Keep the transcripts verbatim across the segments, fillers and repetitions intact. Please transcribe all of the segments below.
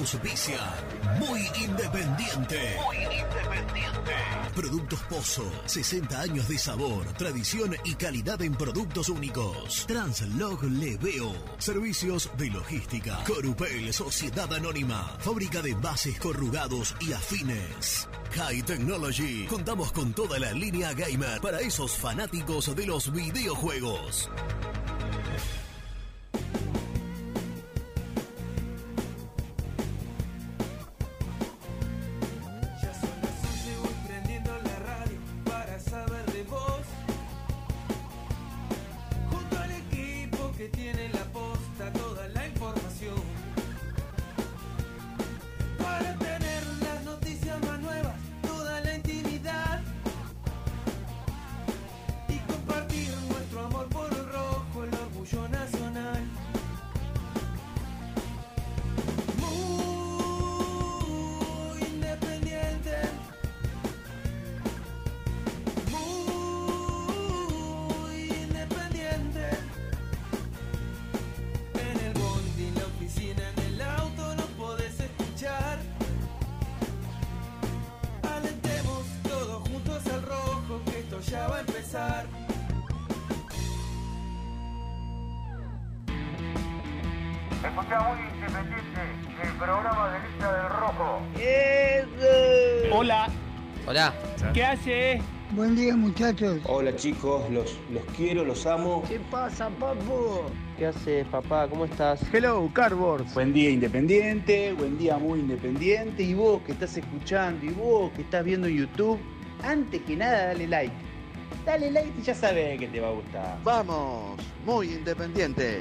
Auspician Muy Independiente. Muy Independiente. Productos Pozo. sesenta años de sabor, tradición y calidad en productos únicos. Translog Leveo. Servicios de logística. Corupel, Sociedad Anónima. Fábrica de envases corrugados y afines. High Technology. Contamos con toda la línea gamer para esos fanáticos de los videojuegos. Escuchá Muy Independiente, el programa de Lista del Rojo. Eso. Hola. Hola. ¿Qué hace? Buen día, muchachos. Hola chicos, los, los quiero, los amo. ¿Qué pasa, papu? ¿Qué haces, papá? ¿Cómo estás? Hello, Cardboard. Buen día, Independiente. Buen día, Muy Independiente. Y vos que estás escuchando, y vos que estás viendo en YouTube, antes que nada, dale like. Dale like y ya sabés que te va a gustar. Vamos, Muy Independiente.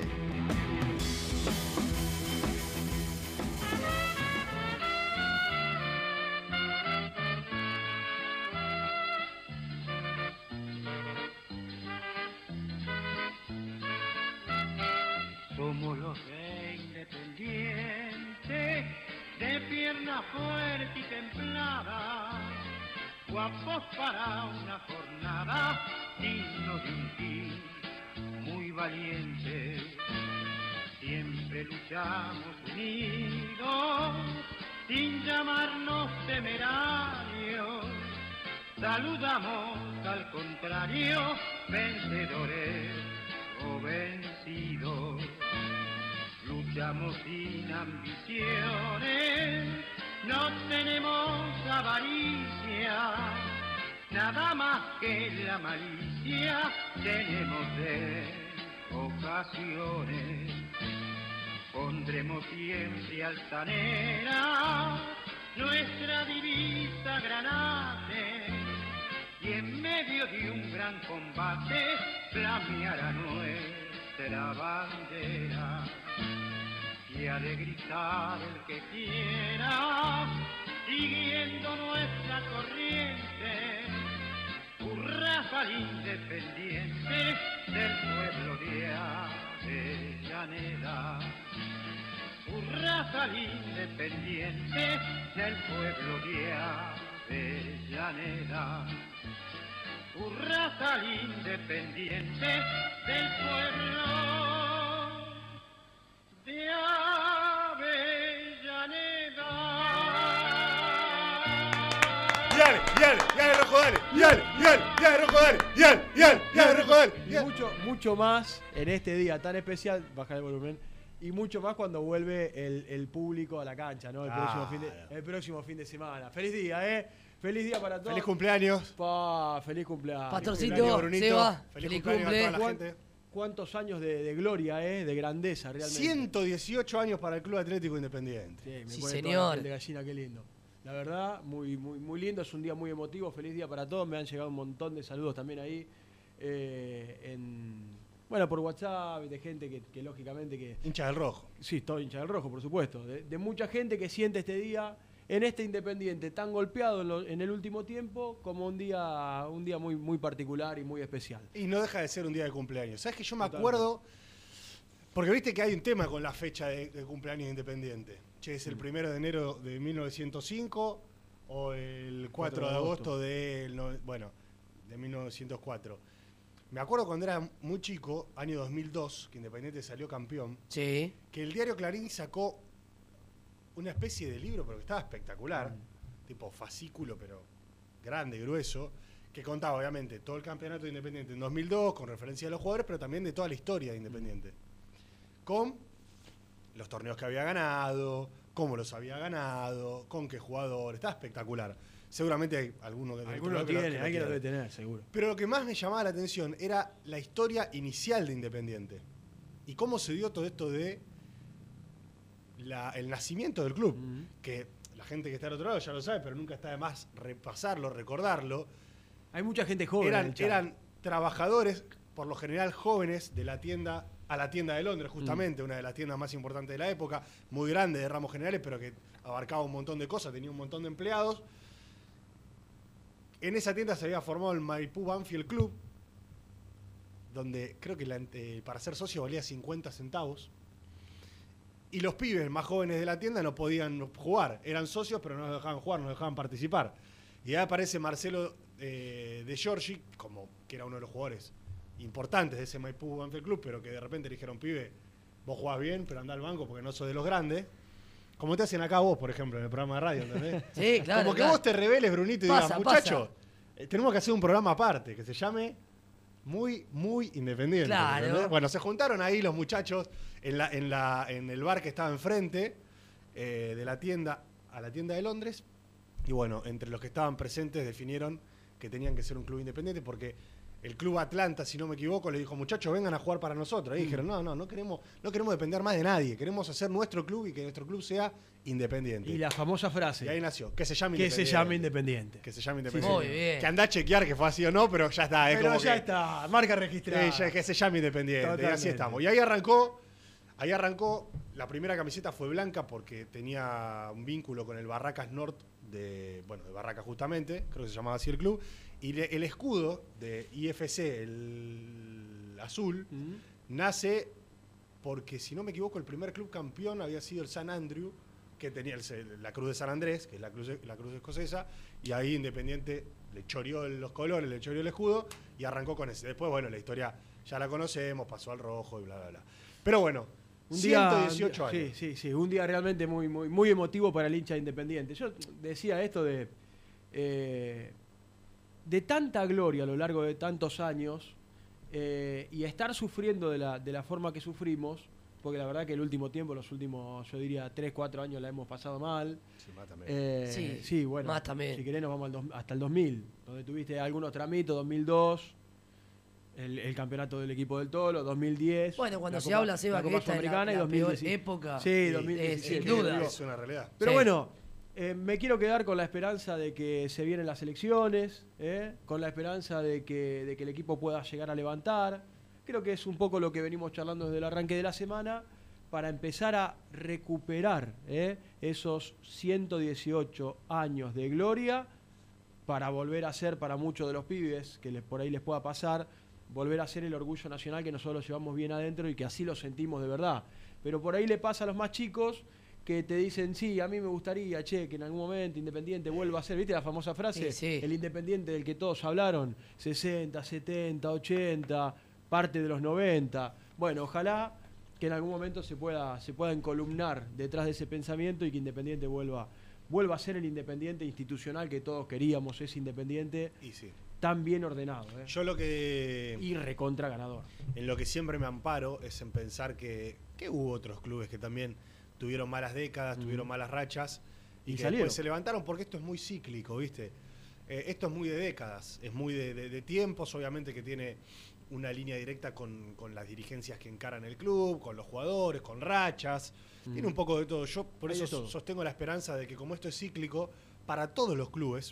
Somos los de Independiente, de pierna fuerte y templada, guapos para una jornada, dignos de un team muy valiente. Siempre luchamos unidos, sin llamarnos temerarios, saludamos al contrario, vencedores o vencidos. Luchamos sin ambiciones, no tenemos avaricia, nada más que la malicia tenemos de ocasiones. Pondremos siempre altanera nuestra divisa granate, y en medio de un gran combate flameará nuestra bandera. Y ha de gritar el que quiera, siguiendo nuestra corriente, hurra al independiente del pueblo de Avellaneda. Hurra al independiente del pueblo de Avellaneda. Hurra al independiente del pueblo de Avellaneda. Dale, dale, dale, rojo, dale, dale, dale, dale, rojo, dale, dale, dale, dale, rojo, dale. Y mucho, mucho más en este día tan especial, baja el volumen, y mucho más cuando vuelve el, el público a la cancha, ¿no? El, Claro. próximo fin de, el próximo fin de semana. Feliz día, ¿eh? Feliz día para todos. Feliz cumpleaños. Pa, feliz cumpleaños. Pastorcito, Feliz cumpleaños, Seba, Feliz, feliz cumpleaños cumple. a toda la gente. ¿Cuántos años de, de gloria, eh? De grandeza, realmente. ciento dieciocho años para el Club Atlético Independiente. Sí, me Sí, pone toda la señor. piel de gallina, qué lindo. La verdad, muy, muy, muy lindo, es un día muy emotivo, feliz día para todos. Me han llegado un montón de saludos también ahí. Eh, en, bueno, por WhatsApp, de gente que, que lógicamente que... Hincha del Rojo. Sí, todo hincha del rojo, por supuesto. De, de mucha gente que siente este día, en este Independiente, tan golpeado en, lo, en el último tiempo, como un día, un día muy, muy particular y muy especial. Y no deja de ser un día de cumpleaños. ¿Sabes que yo me Totalmente. acuerdo? Porque viste que hay un tema con la fecha de, de cumpleaños de Independiente. Che, ¿es el primero de enero de mil novecientos cinco o el cuatro de agosto de, no- bueno, de mil novecientos cuatro? Me acuerdo cuando era muy chico, año dos mil dos, que Independiente salió campeón, Sí. que el diario Clarín sacó una especie de libro, pero que estaba espectacular, mm. tipo fascículo, pero grande, grueso, que contaba obviamente todo el campeonato de Independiente en dos mil dos, con referencia a los jugadores, pero también de toda la historia de Independiente. Mm. Con los torneos que había ganado, cómo los había ganado, con qué jugadores, estaba espectacular. Seguramente hay alguno que alguno lo tiene, alguien lo debe tener, seguro. Pero lo que más me llamaba la atención era la historia inicial de Independiente. Y cómo se dio todo esto de la, el nacimiento del club. Uh-huh. Que la gente que está al otro lado ya lo sabe, pero nunca está de más repasarlo, recordarlo. Hay mucha gente joven. Eran, eran trabajadores, por lo general jóvenes, de la tienda a la tienda de Londres, justamente, uh-huh. una de las tiendas más importantes de la época, muy grande de ramos generales, pero que abarcaba un montón de cosas, tenía un montón de empleados. En esa tienda se había formado el Maipú Banfield Club, donde creo que la, eh, para ser socio valía cincuenta centavos. Y los pibes más jóvenes de la tienda no podían jugar. Eran socios, pero no nos dejaban jugar, no nos dejaban participar. Y ahí aparece Marcelo eh, de Giorgi, como que era uno de los jugadores importantes de ese Maipú Banfield Club, pero que de repente le dijeron, pibe, vos jugás bien, pero andá al banco porque no sos de los grandes. Como te hacen acá vos, por ejemplo, en el programa de radio, ¿entendés? Sí, claro. Como que claro. vos te reveles, Brunito, y pasa, digas, muchachos, eh, tenemos que hacer un programa aparte, que se llame Muy, Muy Independiente. Claro. ¿entendés? Bueno, se juntaron ahí los muchachos en, la, en, la, en el bar que estaba enfrente eh, de la tienda a la tienda de Londres. Y bueno, entre los que estaban presentes definieron que tenían que ser un club independiente porque el Club Atlanta, si no me equivoco, le dijo, muchachos, vengan a jugar para nosotros. Y mm. dijeron, no, no, no queremos, no queremos depender más de nadie. Queremos hacer nuestro club y que nuestro club sea independiente. Y la famosa frase. Y ahí nació, que se llame que independiente. se llame independiente. Que se llame independiente. Muy bien. Que anda a chequear que fue así o no, pero ya está. Es pero como ya que, está, marca registrada. Sí, ya, que se llame independiente. Totalmente. Y así estamos. Y ahí arrancó, ahí arrancó, la primera camiseta fue blanca porque tenía un vínculo con el Barracas Norte de, bueno, de Barracas justamente, creo que se llamaba así el club. Y le, el escudo de I F C, el azul, mm. nace porque, si no me equivoco, el primer club campeón había sido el San Andrew, que tenía el, la cruz de San Andrés, que es la cruz, la cruz escocesa, y ahí Independiente le choreó los colores, le choreó el escudo, y arrancó con ese. Después, bueno, la historia ya la conocemos, pasó al rojo y bla, bla, bla. Pero bueno, un día, ciento dieciocho años. Sí, sí, sí, un día realmente muy, muy, muy emotivo para el hincha de Independiente. Yo decía esto de... Eh, de tanta gloria a lo largo de tantos años eh, y estar sufriendo de la, de la forma que sufrimos, porque la verdad que el último tiempo, los últimos, yo diría, tres, cuatro años la hemos pasado mal. Sí, más también. Eh, sí, sí, bueno, más también. Si querés nos vamos al dos, hasta el dos mil, donde tuviste algunos tramitos, dos mil dos, el, el campeonato del equipo del Tolo, dos mil diez. Bueno, cuando se Copa, habla, Seba, que esta es la, la y dos mil diez, peor época. Sí, dos mil diez, eh, sin duda. Es una realidad. Pero sí. bueno... Eh, me quiero quedar con la esperanza de que se vienen las elecciones, eh, con la esperanza de que, de que el equipo pueda llegar a levantar. Creo que es un poco lo que venimos charlando desde el arranque de la semana, para empezar a recuperar eh, esos ciento dieciocho años de gloria, para volver a ser, para muchos de los pibes, que les, por ahí les pueda pasar, volver a ser el orgullo nacional que nosotros llevamos bien adentro y que así lo sentimos de verdad. Pero por ahí le pasa a los más chicos que te dicen, sí, a mí me gustaría, che, que en algún momento Independiente vuelva a ser, ¿viste la famosa frase? Sí, sí. El Independiente del que todos hablaron, sesenta, setenta, ochenta, parte de los noventa. Bueno, ojalá que en algún momento se pueda, se pueda encolumnar detrás de ese pensamiento y que Independiente vuelva, vuelva a ser el Independiente institucional que todos queríamos, ese Independiente y sí. tan bien ordenado. ¿eh? Yo lo que... Y recontra ganador. En lo que siempre me amparo es en pensar que, que hubo otros clubes que también... tuvieron malas décadas, mm. tuvieron malas rachas y, y que después se levantaron, porque esto es muy cíclico, ¿viste? Eh, esto es muy de décadas, es muy de, de, de tiempos, obviamente que tiene una línea directa con, con las dirigencias que encaran el club, con los jugadores, con rachas, mm. tiene un poco de todo. Yo por Hay eso sostengo la esperanza de que como esto es cíclico, para todos los clubes,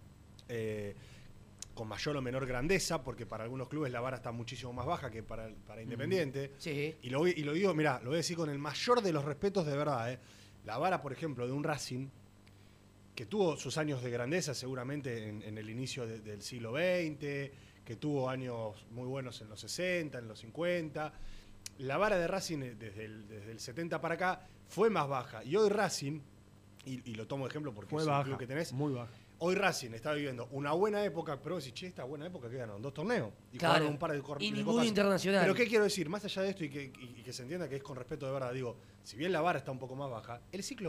eh, con mayor o menor grandeza, porque para algunos clubes la vara está muchísimo más baja que para, para Independiente. Sí. Y lo, y lo digo, mirá, lo voy a decir con el mayor de los respetos de verdad. ¿eh? La vara, por ejemplo, de un Racing, que tuvo sus años de grandeza seguramente en, en el inicio de, del siglo veinte, que tuvo años muy buenos en los sesenta, en los cincuenta. La vara de Racing desde el, desde el setenta para acá fue más baja. Y hoy Racing, y, y lo tomo de ejemplo porque fue es baja, el club que tenés, muy baja. Hoy Racing está viviendo una buena época, pero si che, esta buena época que ganaron dos torneos y claro. jugaron un par de cor- y de ningún copas. internacional. Pero ¿qué quiero decir? Más allá de esto y que, y, y que se entienda que es con respeto de verdad, digo, si bien la vara está un poco más baja, el ciclo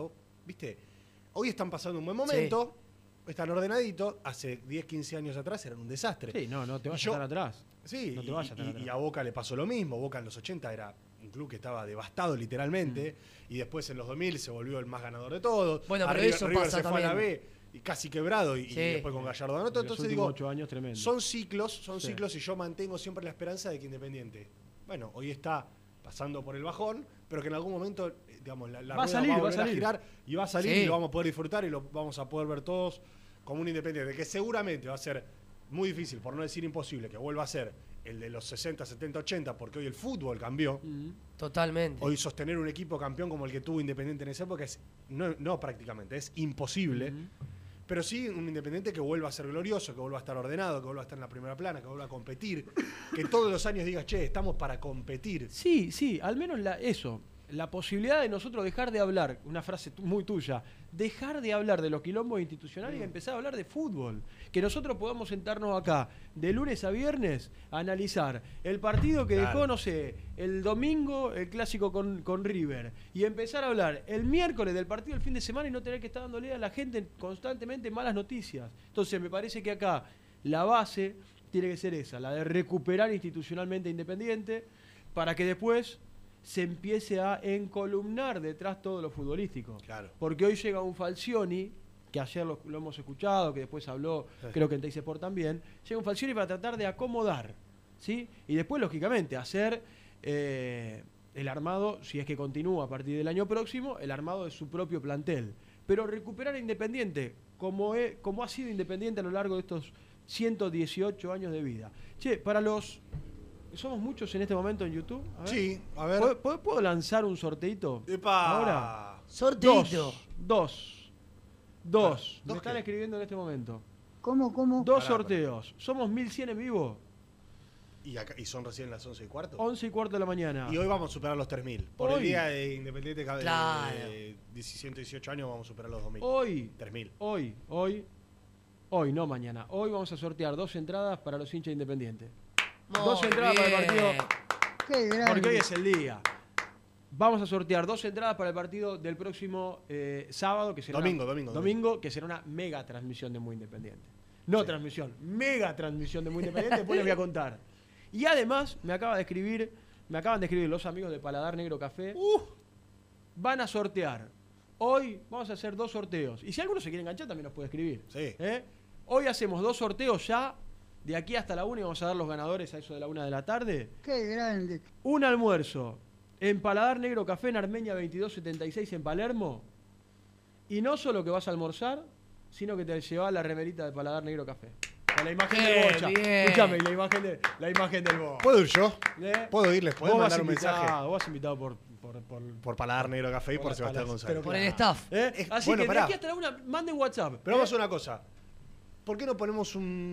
¿viste? Hoy están pasando un buen momento, sí. están ordenaditos. Hace diez, quince años atrás eran un desastre. Sí, no, no te vayas yo, tan atrás. Sí, no te y, vayas tan y, atrás. y a Boca le pasó lo mismo. Boca en los ochenta era un club que estaba devastado literalmente. Mm. Y después en los dos mil se volvió el más ganador de todos. Bueno, pero River, eso River pasa se también. fue a la B y casi quebrado. Y, sí. y después con Gallardo anotó. Los Entonces digo, ocho años tremendo. son ciclos, son sí. ciclos y yo mantengo siempre la esperanza de que Independiente, bueno, hoy está pasando por el bajón, pero que en algún momento, digamos, la, la va, a salir, va a va a volver a salir. girar y va a salir sí. y lo vamos a poder disfrutar y lo vamos a poder ver todos como un Independiente, que seguramente va a ser muy difícil, por no decir imposible, que vuelva a ser el de los sesenta, setenta, ochenta, porque hoy el fútbol cambió. Mm. Totalmente. Hoy sostener un equipo campeón como el que tuvo Independiente en esa época es, no, no prácticamente, es imposible. Mm. Pero sí un Independiente que vuelva a ser glorioso, que vuelva a estar ordenado, que vuelva a estar en la primera plana, que vuelva a competir, que todos los años digas, che, estamos para competir. Sí, sí, al menos la, eso, la posibilidad de nosotros dejar de hablar, una frase muy tuya, dejar de hablar de los quilombos institucionales mm. y empezar a hablar de fútbol. Que nosotros podamos sentarnos acá de lunes a viernes a analizar el partido que claro. dejó, no sé, el domingo el clásico con, con River y empezar a hablar el miércoles del partido del fin de semana y no tener que estar dándole a la gente constantemente malas noticias. Entonces me parece que acá la base tiene que ser esa, la de recuperar institucionalmente Independiente para que después se empiece a encolumnar detrás todo lo futbolístico. Claro. Porque hoy llega un Falcioni, que ayer lo, lo hemos escuchado, que después habló, sí. creo que en Teis Sport también, llega un Falcioni para tratar de acomodar, ¿sí? Y después, lógicamente, hacer eh, el armado, si es que continúa a partir del año próximo, el armado de su propio plantel. Pero recuperar a Independiente, como, he, como ha sido Independiente a lo largo de estos ciento dieciocho años de vida. Che, para los... ¿Somos muchos en este momento en YouTube? A ver. Sí, a ver. ¿Puedo, ¿Puedo, ¿Puedo lanzar un sorteito? ¡Epa! Ahora. Sorteito. Dos. Dos. Dos. ¿Dos Me están qué? escribiendo en este momento. ¿Cómo, cómo? Dos Pará, sorteos. ¿Somos mil cien en vivo? ¿Y, acá, ¿Y son recién las once y cuarto? once y cuarto de la mañana. Y hoy vamos a superar los tres mil. Por Hoy. el día de Independiente de, Claro. de ciento dieciocho años vamos a superar los dos mil. Hoy. tres mil. Hoy. Hoy. Hoy, no mañana. Hoy vamos a sortear dos entradas para los hinchas de Independiente. Muy dos entradas bien. para el partido. Qué grande. Porque hoy es el día. Vamos a sortear dos entradas para el partido del próximo eh, sábado, que será Domingo, una, domingo, domingo, que será una mega transmisión de Muy Independiente. No Sí. transmisión, mega transmisión de Muy Independiente, después les voy a contar. Y además, me acaba de escribir, me acaban de escribir los amigos de Paladar Negro Café. Uh. Van a sortear. Hoy vamos a hacer dos sorteos. Y si alguno se quiere enganchar, también nos puede escribir. Sí. ¿Eh? Hoy hacemos dos sorteos ya, de aquí hasta la una, y vamos a dar los ganadores a eso de la una de la tarde. Qué grande. Un almuerzo en Paladar Negro Café en Armenia veintidós setenta y seis en Palermo. Y no solo que vas a almorzar, sino que te llevas la remerita de Paladar Negro Café. Con la imagen Qué del Bocha. bien. Escuchame, la imagen, de, la imagen del Bocha. ¿Puedo ir yo? ¿Eh? ¿Puedo ir? ¿Les podés Vos mandar vas un invitado, mensaje? Vos vas invitado por... Por, por, Por Paladar Negro Café y por por las Sebastián palas. González. Pero Por el claro. staff. ¿Eh? Es- Así bueno, que de pará. aquí hasta la una, manden WhatsApp. Pero vamos ¿eh? a una cosa. ¿Por qué no ponemos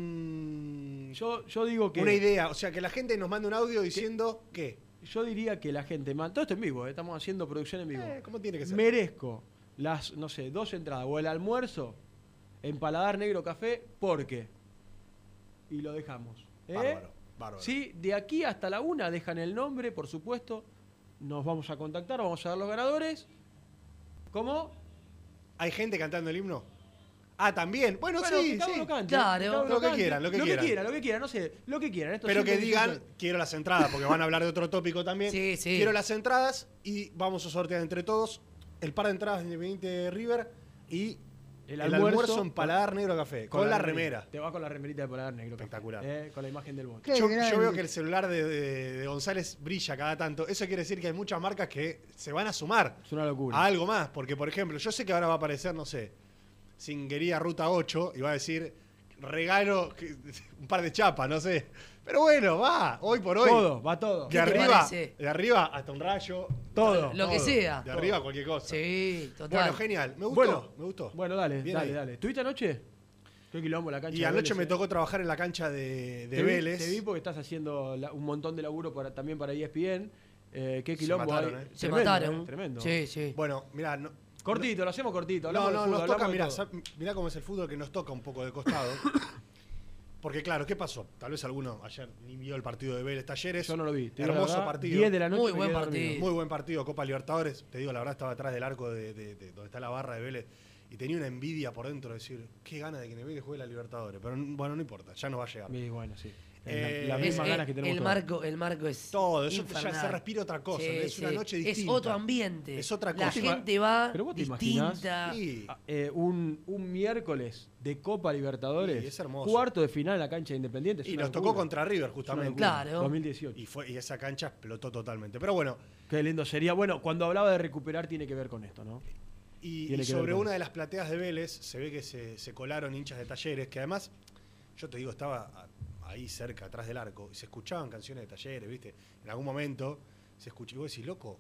un Yo, yo digo que... una idea? O sea, que la gente nos mande un audio diciendo ¿qué? Yo diría que la gente... man- Todo esto en vivo, ¿eh? Estamos haciendo producción en vivo. Eh, ¿Cómo tiene que ser? Merezco las, no sé, dos entradas o el almuerzo en Paladar Negro Café, porque... Y lo dejamos. ¿eh? Bárbaro, bárbaro. Sí, de aquí hasta la una dejan el nombre, por supuesto. Nos vamos a contactar, vamos a dar los ganadores. ¿Cómo? ¿Hay gente cantando el himno? Ah, también. Bueno, Bueno, sí, que cada sí. uno cante, Claro. que cada uno Lo que cante. quieran, lo que lo quieran. que quieran, lo que quieran, no sé, lo que quieran. Esto Pero que siempre digan, dice- quiero las entradas, porque van a hablar de otro tópico también. Sí, sí. Quiero las entradas y vamos a sortear entre todos el par de entradas de Independiente River y el, almuerzo, en Paladar Negro Café, con, la remera. Te vas con la remerita de Paladar Negro Café, Espectacular. ¿eh? Con la imagen del bote. Qué Yo, grande. yo veo que el celular de, de- de González brilla cada tanto. Eso quiere decir que hay muchas marcas que se van a sumar Es una locura. a algo más. Porque, por ejemplo, yo sé que ahora va a aparecer, no sé, Singuería Ruta ocho y va a decir regalo, que- un par de chapas, no sé. Pero bueno, va, hoy por hoy. Todo, va todo. De ¿Qué te arriba, parece? de arriba hasta un rayo. Todo. Lo que todo. sea. De arriba cualquier cosa. Sí, total. Bueno, genial. Me gustó, Bueno, me gustó. Bueno, dale, Bien dale, ahí. dale. ¿Tuviste anoche? Qué quilombo la cancha Y de anoche Vélez, me ¿eh? tocó trabajar en la cancha de, de te vi, Vélez. Te vi porque estás haciendo la- un montón de laburo para, también para E S P N. Eh, qué Se quilombo mataron, hay. ¿eh? Se Tremendo, mataron. ¿eh? Tremendo. Sí, sí. Bueno, mirá, no, Cortito, lo hacemos cortito. no, hablamos de no, fútbol, nos toca, hablamos de mirá, todo. sa- mirá cómo es el fútbol que nos toca un poco de costado. Porque claro, ¿qué pasó? Tal vez alguno ayer ni vio el partido de Vélez Talleres. Yo no lo vi. Te digo la Hermoso verdad, partido. diez de la noche Muy me buen quedé partido. dormido. Muy buen partido, Copa Libertadores. Te digo, la verdad estaba atrás del arco de, de- de donde está la barra de Vélez. Y tenía una envidia por dentro de decir, qué gana de que Vélez juegue la Libertadores. Pero bueno, no importa, ya no va a llegar. Y bueno, sí. Eh, la, la Es- misma el, ganas que tenemos el todos. marco, el marco es Todo, eso infernal. ya se respira otra cosa. Sí, Es una sí. noche distinta. Es otro ambiente. Es otra La cosa. gente va Pero vos te distinta. imaginás Sí. ah, eh, un, un miércoles de Copa Libertadores, Sí, es hermoso. cuarto de final en la cancha de Independiente. es Y una nos tocó locura. contra River, Es una justamente. locura. Claro. dos mil dieciocho. Y, fue, y esa cancha explotó totalmente. Pero bueno, Qué lindo sería. Bueno, cuando hablaba de recuperar tiene que ver con esto, ¿no? y, Tiene y que ver sobre con una eso. de las plateas de Vélez se ve que se, se colaron hinchas de Talleres, que además, yo te digo, estaba a- ahí cerca, atrás del arco, y se escuchaban canciones de Talleres, ¿viste? En algún momento se escuchó, y vos decís, loco,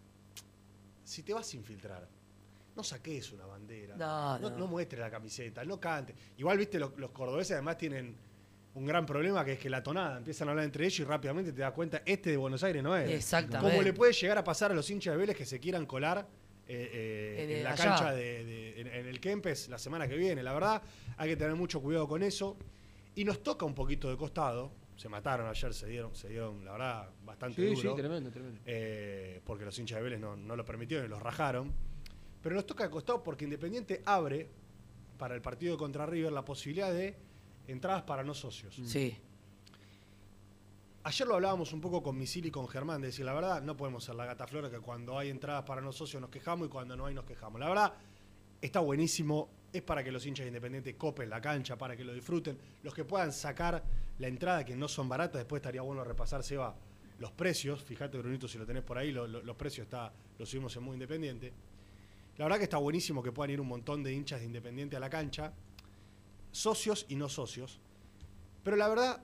si te vas a infiltrar, no saques una bandera, No, no, no. no muestres la camiseta, no cantes. Igual, viste, los, los cordobeses además tienen un gran problema, que es que la tonada, empiezan a hablar entre ellos y rápidamente te das cuenta, este de Buenos Aires no es. Exactamente. Como le puede llegar a pasar a los hinchas de Vélez que se quieran colar eh, eh, En en, el- la allá. cancha de, de- en, en el Kempes la semana que viene. La verdad, hay que tener mucho cuidado con eso. Y nos toca un poquito de costado. Se mataron ayer, se dieron, se dieron la verdad, bastante Sí, duro. sí, tremendo, tremendo. eh, porque los hinchas de Vélez no, no lo permitieron y los rajaron. Pero nos toca de costado porque Independiente abre para el partido contra River la posibilidad de entradas para no socios. Sí. Ayer lo hablábamos un poco con Misil y con Germán, de decir, la verdad, no podemos ser la gata flora que cuando hay entradas para no socios nos quejamos y cuando no hay nos quejamos. La verdad, está buenísimo, es para que los hinchas de Independiente copen la cancha, para que lo disfruten. Los que puedan sacar la entrada, que no son baratas, después estaría bueno repasar, Seba, los precios. Fíjate, Brunito, si lo tenés por ahí, lo- lo- los precios está, los subimos en Muy Independiente. La verdad que está buenísimo que puedan ir un montón de hinchas de Independiente a la cancha, socios y no socios. Pero la verdad,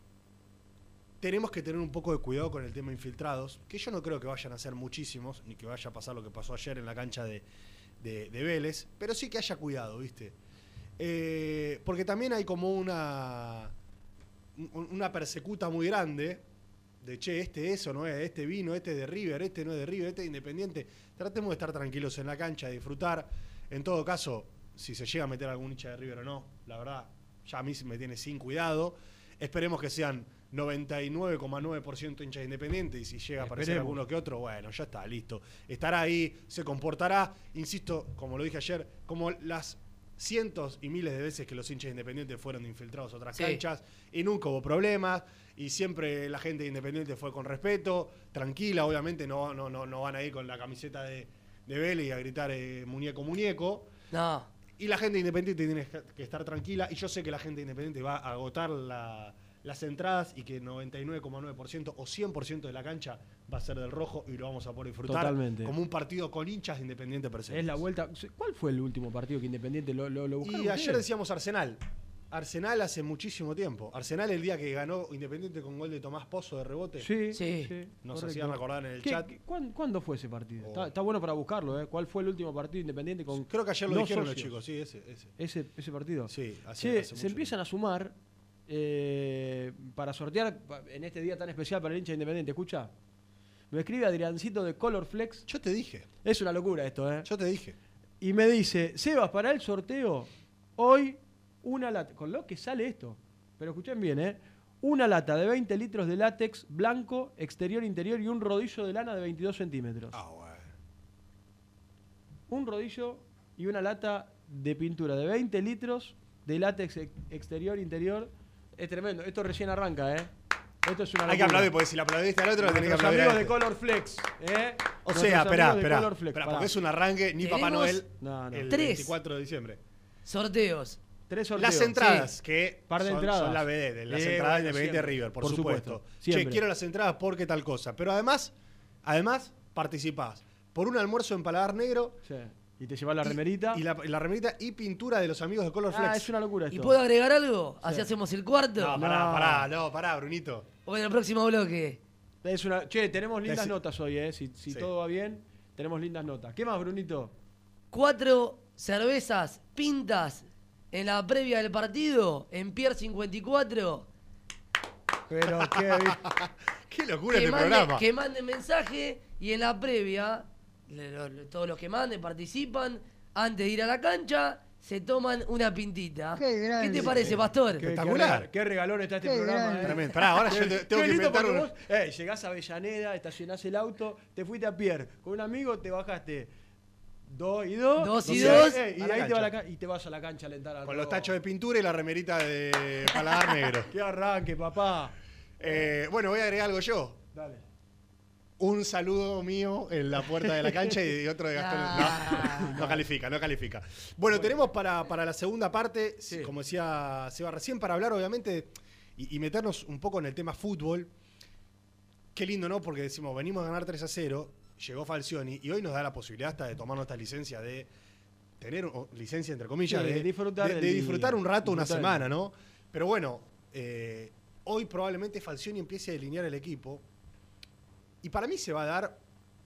tenemos que tener un poco de cuidado con el tema infiltrados, que yo no creo que vayan a ser muchísimos, ni que vaya a pasar lo que pasó ayer en la cancha de, de, de Vélez, pero sí que haya cuidado, ¿viste? Eh, porque también hay como una, un- una persecuta muy grande de, che, este es o no es, este vino, este es de River, este no es de River, este es de Independiente. Tratemos de estar tranquilos en la cancha, de disfrutar. En todo caso, si se llega a meter algún hincha de River o no, la verdad, ya a mí me tiene sin cuidado. Esperemos que sean noventa y nueve coma nueve por ciento hinchas de Independiente y si llega a aparecer Esperemos. alguno que otro, bueno, ya está, listo. Estará ahí, se comportará, insisto, como lo dije ayer, como las cientos y miles de veces que los hinchas de Independiente fueron infiltrados a otras Sí. canchas y nunca hubo problemas y siempre la gente de Independiente fue con respeto, tranquila, obviamente no, no, no, no van a ir con la camiseta de, de Vélez y a gritar eh, muñeco, muñeco. No. Y la gente de Independiente tiene que estar tranquila. Y yo sé que la gente de Independiente va a agotar la- las entradas y que noventa y nueve coma nueve por ciento o cien por ciento de la cancha va a ser del rojo y lo vamos a poder disfrutar Totalmente. como un partido con hinchas de Independiente presentes. Es la vuelta. ¿Cuál fue el último partido que Independiente lo, lo, lo buscaron Y ayer ustedes? decíamos Arsenal. Arsenal hace muchísimo tiempo. Arsenal el día que ganó Independiente con gol de Tomás Pozo de rebote. Sí, Sí. sí, Nos correcto. hacían recordar en el ¿Qué- chat. qué- cuán- ¿Cuándo fue ese partido? Oh. Está, está bueno para buscarlo, ¿eh? ¿Cuál fue el último partido Independiente con Creo que ayer lo no dijeron los socios? chicos, sí, ese. ese. Ese, ese partido. Sí, hace, Che, hace se mucho empiezan a sumar eh, para sortear pa- en este día tan especial para el hincha de Independiente. Escucha, me escribe Adriancito de Color Flex. Yo te dije, Es una locura esto, ¿eh? yo te dije. Y me dice, Sebas, para el sorteo, hoy una lata, con lo que sale esto, pero escuchen bien, ¿eh? Una lata de veinte litros de látex blanco, exterior, interior y un rodillo de lana de veintidós centímetros. Ah, bueno. Un rodillo y una lata de pintura de veinte litros de látex ex- exterior, interior. Es tremendo, esto recién arranca, ¿eh? Esto es una Hay que locura. aplaudir porque si le aplaudiste al otro, lo tenés que Nuestros aplaudir a amigos de este. Color Flex, ¿eh? O Nuestros sea, esperá, amigos de esperá, Color Flex, esperá, pará. porque es un arranque ni Papá Tenemos- Noel No, no. el Tres. veinticuatro de diciembre. Sorteos. Tres sorteos. Las entradas, que Par de son, entradas. son la B D, de las Eh, entradas bueno, Independiente siempre. River, por, Por supuesto. supuesto, Che, siempre. quiero las entradas porque tal cosa. Pero además, además participás por un almuerzo en Paladar Negro Sí. Y te llevas la y- remerita. y la, y la remerita y pintura de los amigos de Color Flex. Ah, es una locura esto. ¿Y puedo agregar algo? Así Sí. hacemos el cuarto. No, pará, No. pará, no, pará, Brunito. O en el próximo bloque. Es una... Che, tenemos lindas Deci- notas hoy, ¿eh? Si, si Sí. todo va bien, tenemos lindas notas. ¿Qué más, Brunito? Cuatro cervezas pintas en la previa del partido en Pier cincuenta y cuatro. Pero qué... Qué locura Que, este mande- programa. que manden mensaje y en la previa, le- lo- lo- todos los que manden participan. Antes de ir a la cancha, se toman una pintita. Qué grande. ¿Qué te parece, Pastor? Qué- Espectacular. Qué, qué regalón está este Qué programa. grande. eh. Tremendo. Pará, ahora yo te- tengo Qué que lindo inventar porque una. vos, eh, llegás a Avellaneda, estacionás el auto, te fuiste a Pierre. Con un amigo te bajaste dos y dos. Dos y sea, dos. eh, y, A la ahí te, va a la cancha. ca- y te vas a la cancha a alentar al Con los rojo. tachos de pintura y la remerita de paladar negro. Qué arranque, papá. Eh, bueno, voy a agregar algo yo. Dale. Un saludo mío en la puerta de la cancha y otro de Gastón. Ah. No, no califica, no califica. Bueno, tenemos para, para la segunda parte, Sí. como decía Seba recién, para hablar obviamente y, y meternos un poco en el tema fútbol. Qué lindo, ¿no? Porque decimos, venimos a ganar tres a cero, llegó Falcioni y hoy nos da la posibilidad hasta de tomarnos esta licencia de tener, o licencia entre comillas, Sí, de, disfrutar de- del de día. disfrutar un rato, una Disfrutar del semana, ¿no? Pero bueno, eh, hoy probablemente Falcioni empiece a delinear el equipo. Y para mí se va a dar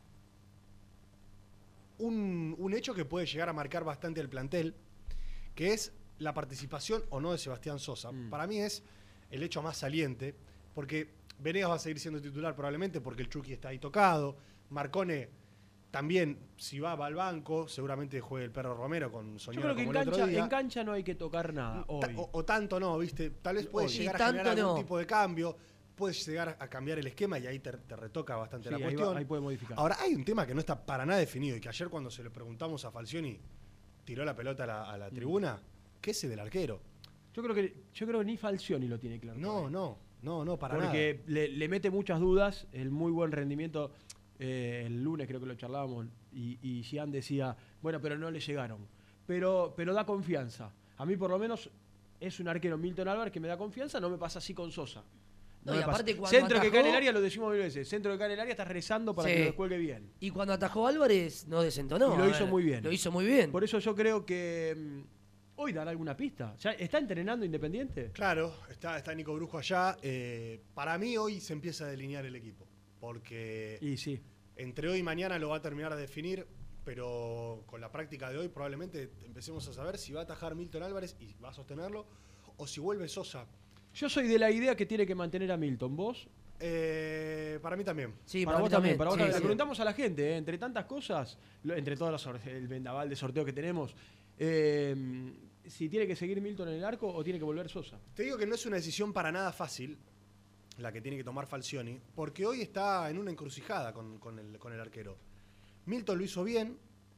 un, un hecho que puede llegar a marcar bastante el plantel, que es la participación o no de Sebastián Sosa. Mm. Para mí es el hecho más saliente, porque Venegas va a seguir siendo titular probablemente porque el Chucky está ahí tocado. Marcone también, si va, va al banco, seguramente juegue el Perro Romero con Yo Soñora creo que en como el otro cancha, día. en cancha no hay que tocar nada Ta- hoy. O, o tanto no, ¿viste? Tal vez puede Hoy. llegar Y a generar tanto algún no. tipo de cambio, puedes llegar a cambiar el esquema y ahí te, te retoca bastante Sí, la ahí, cuestión. va- ahí puede modificar. Ahora, hay un tema que no está para nada definido y que ayer cuando se le preguntamos a Falcioni, tiró la pelota a la, a Mm. la tribuna, que es el del arquero. Yo creo que yo creo que ni Falcioni lo tiene claro. No, todavía. no, no, no, para Porque le, le mete muchas dudas, el muy buen rendimiento. eh, el lunes creo que lo charlábamos y, y Gian decía, bueno, pero no le llegaron. Pero, pero da confianza. A mí por lo menos es un arquero Milton Álvarez que me da confianza, no me pasa así con Sosa. No, me y aparte pasa. cuando Centro que cae en el atajó- área, lo decimos mil veces, centro que cae en el área estás rezando para Sí. que lo descuelgue bien. Y cuando atajó Álvarez, no desentonó. Y lo a hizo ver, muy bien. Lo hizo muy bien. Por eso yo creo que mm, hoy dará alguna pista. ¿Ya está entrenando Independiente? Claro, está, está Nico Brujo allá. Eh, para mí hoy se empieza a delinear el equipo, porque Y sí. entre hoy y mañana lo va a terminar de definir, pero con la práctica de hoy probablemente empecemos a saber si va a atajar Milton Álvarez y va a sostenerlo, o si vuelve Sosa. Yo soy de la idea que tiene que mantener a Milton. ¿Vos? Eh, para mí también. Sí, para, para, vos mí también. también. Para vos Sí, también. sí. Le preguntamos a la gente, ¿eh? Entre tantas cosas, lo- entre todos los sorte- el vendaval de sorteo que tenemos, eh, si tiene que seguir Milton en el arco o tiene que volver Sosa. Te digo que no es una decisión para nada fácil la que tiene que tomar Falcioni, porque hoy está en una encrucijada con, con el, con el arquero. Milton lo hizo bien,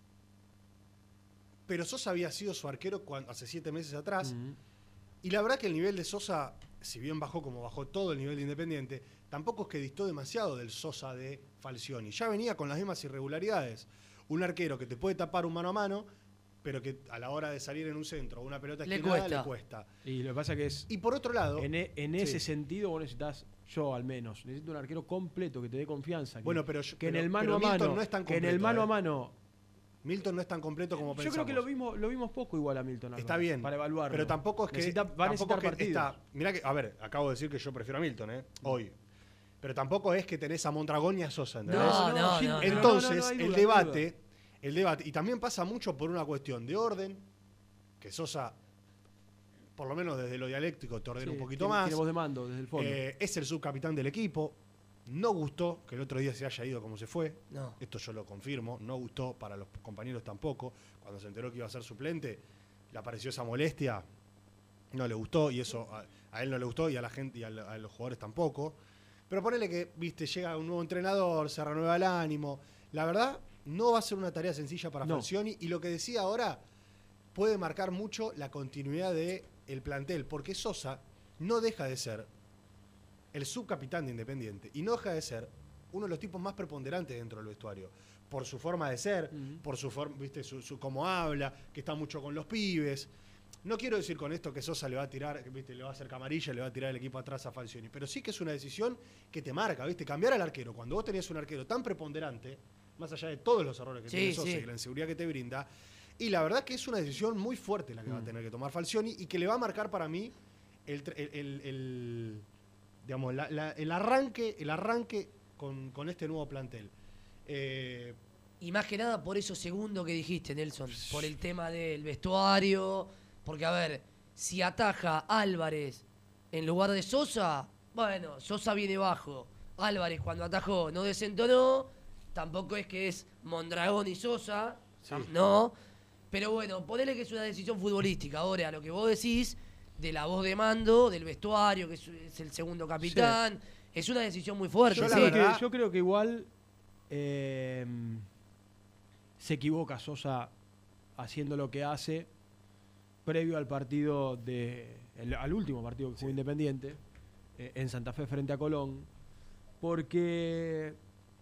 pero Sosa había sido su arquero cuando, hace siete meses atrás, Ujú. y la verdad que el nivel de Sosa, si bien bajó como bajó todo el nivel de Independiente, tampoco es que distó demasiado del Sosa de Falcioni. Ya venía con las mismas irregularidades. Un arquero que te puede tapar un mano a mano, pero que a la hora de salir en un centro o una pelota Le esquinada cuesta. le cuesta. Y lo que pasa que es, Y por otro lado... en, e- en Sí. ese sentido vos necesitas, yo al menos, necesito un arquero completo que te dé confianza. Que, Bueno, pero yo- que en pero- el mano pero a Milton mano, no es tan que en el completo, mano eh. a mano. Milton no es tan completo como Yo pensamos. creo que lo vimos, lo vimos poco igual a Milton. Está Álvarez, bien. Para evaluarlo. Pero tampoco es que. Necesita- va a tampoco necesitar es que partidos. está. Mirá que. A ver, acabo de decir que yo prefiero a Milton, ¿eh? Hoy. Pero tampoco es que tenés a Mondragón y a Sosa, ¿entendés? No, no, sí, no, no. Entonces, no, no, hay duda, el hay debate. duda. El debate. Y también pasa mucho por una cuestión de orden. Que Sosa, por lo menos desde lo dialéctico, te ordena Sí, un poquito tiene- más. Tiene voz de mando desde el fondo. Eh, es el subcapitán del equipo. No gustó que el otro día se haya ido como se fue. No. Esto yo lo confirmo. No gustó para los compañeros tampoco. Cuando se enteró que iba a ser suplente, le apareció esa molestia. No le gustó y eso a, a él no le gustó y a la gente y a, la- a los jugadores tampoco. Pero ponele que, viste, llega un nuevo entrenador, se renueva el ánimo. La verdad, no va a ser una tarea sencilla para No. Falcioni. Y lo que decía ahora puede marcar mucho la continuidad del plantel. Porque Sosa no deja de ser el subcapitán de Independiente y no deja de ser uno de los tipos más preponderantes dentro del vestuario por su forma de ser, Ujú. por su forma, viste, su, su cómo habla, que está mucho con los pibes. No quiero decir con esto que Sosa le va a tirar, viste, le va a hacer camarilla, le va a tirar el equipo atrás a Falcioni, pero sí que es una decisión que te marca, viste, cambiar al arquero. Cuando vos tenías un arquero tan preponderante, más allá de todos los errores que Sí, tiene Sosa sí. y la inseguridad que te brinda, y la verdad que es una decisión muy fuerte la que va a Mm. tener que tomar Falcioni y que le va a marcar para mí el, tr- el- el- el- digamos, la- la- el arranque, el arranque con, con este nuevo plantel. Eh, Y más que nada por eso segundo que dijiste, Nelson. Por el tema del vestuario. Porque, a ver, si ataja Álvarez en lugar de Sosa, bueno, Sosa viene bajo. Álvarez cuando atajó no desentonó. Tampoco es que es Mondragón y Sosa. Sí. No. Pero bueno, ponele que es una decisión futbolística. Ahora, lo que vos decís de la voz de mando, del vestuario, que es, es el segundo capitán, sí. Es una decisión muy fuerte. Yo, sí. la verdad, que, yo creo que igual eh, se equivoca Sosa haciendo lo que hace previo al partido de el, al último partido que jugó sí. Independiente eh, en Santa Fe frente a Colón, porque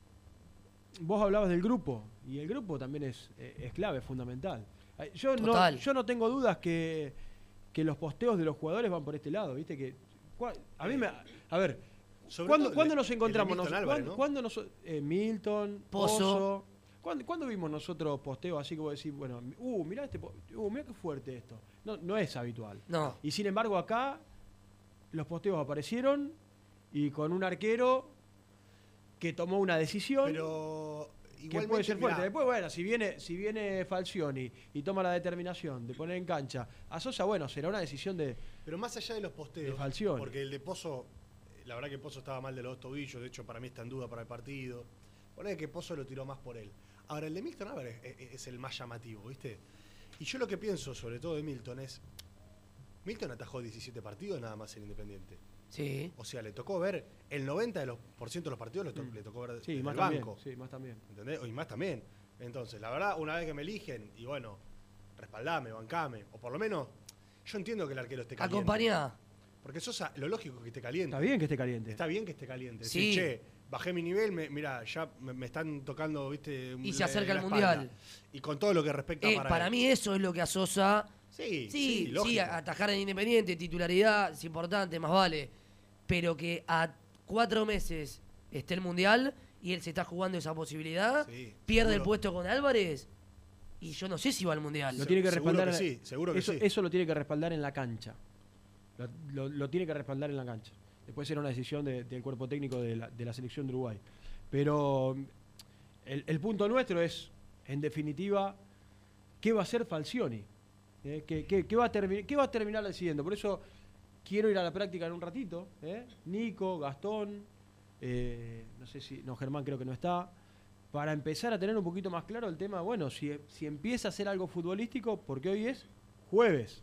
vos hablabas del grupo y el grupo también es, es clave, es fundamental. Yo no, yo no tengo dudas que, que los posteos de los jugadores van por este lado, ¿viste? Que a mí me a ver, ¿cuándo, ¿cuándo nos encontramos nosotros? Álvarez, ¿Cuándo, ¿no? ¿cuándo nos, eh, Milton, Pozo, Pozo ¿Cuándo, ¿Cuándo vimos nosotros posteos así que vos decís, bueno, uh, mirá este, uh, mirá qué fuerte esto? No, no es habitual. No. Y sin embargo acá los posteos aparecieron y con un arquero que tomó una decisión pero que puede ser fuerte. Mirá. Después, bueno, si viene, si viene Falcioni y toma la determinación de poner en cancha a Sosa, bueno, será una decisión de Pero más allá de los posteos, de Falcioni. Porque el de Pozo, la verdad que Pozo estaba mal de los dos tobillos, de hecho para mí está en duda para el partido. Ponele que Pozo lo tiró más por él. Ahora, el de Milton Álvarez es, es el más llamativo, ¿viste? Y yo lo que pienso, sobre todo de Milton, es... Milton atajó diecisiete partidos nada más en Independiente. Sí. O sea, le tocó ver el noventa por ciento de los partidos, le, to mm. le tocó ver sí, desde más el también, banco. Sí, más también. ¿Entendés? Y más también. Entonces, la verdad, una vez que me eligen, y bueno, respaldame, bancame, o por lo menos, yo entiendo que el arquero esté caliente. Acompañá. Porque Sosa, lo lógico es que esté caliente. Está bien que esté caliente. Está bien que esté caliente. Sí. Decir, che, bajé mi nivel, me, mirá, ya me, me están tocando, viste... Y se acerca el Mundial. Y con todo lo que respecta eh, para Para él. mí eso es lo que a Sosa... Sí, sí, sí, sí, atajar en Independiente, titularidad, es importante, más vale. Pero que a cuatro meses esté el Mundial y él se está jugando esa posibilidad, sí, pierde seguro. El puesto con Álvarez y yo no sé si va al Mundial. Lo tiene que seguro respaldar. Que sí, seguro que eso, sí. Eso lo tiene que respaldar en la cancha. Lo, lo, lo tiene que respaldar en la cancha. Después será una decisión de, del cuerpo técnico de la, de la selección de Uruguay. Pero el, el punto nuestro es, en definitiva, ¿qué va a hacer Falcioni? ¿Eh? ¿Qué, qué, qué, va a ¿Qué va a terminar decidiendo? Por eso quiero ir a la práctica en un ratito. ¿eh? Nico, Gastón, eh, no sé si, no, Germán creo que no está, para empezar a tener un poquito más claro el tema, bueno, si, si empieza a hacer algo futbolístico, porque hoy es jueves,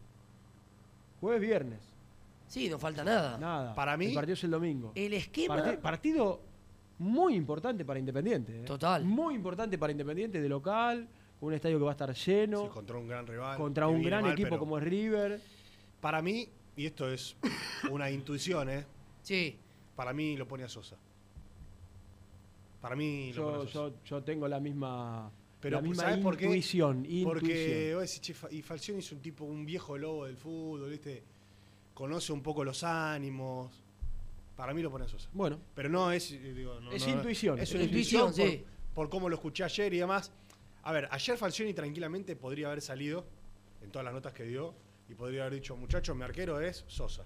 jueves, viernes. Sí, no falta nada. Nada. Para mí, el partido es el domingo. El esquema... Parti partido muy importante para Independiente. ¿eh? Total. Muy importante para Independiente de local, un estadio que va a estar lleno. Sí, contra un gran rival. Contra un gran mal, equipo como es River. Para mí, y esto es una intuición, ¿eh? Sí. Para mí lo pone a Sosa. Para mí yo, lo pone a Sosa. Yo, yo tengo la misma, Pero, la misma ¿sabes por qué? intuición. Porque vos decís, che, y Falcioni es un tipo, un viejo lobo del fútbol, ¿viste? Conoce un poco los ánimos. Para mí lo pone a Sosa. Bueno. Pero no es... Digo, no, es no, intuición. Es es una intuición, intuición sí. por, por cómo lo escuché ayer y demás. A ver, ayer Falcioni tranquilamente podría haber salido en todas las notas que dio y podría haber dicho, muchachos, mi arquero es Sosa.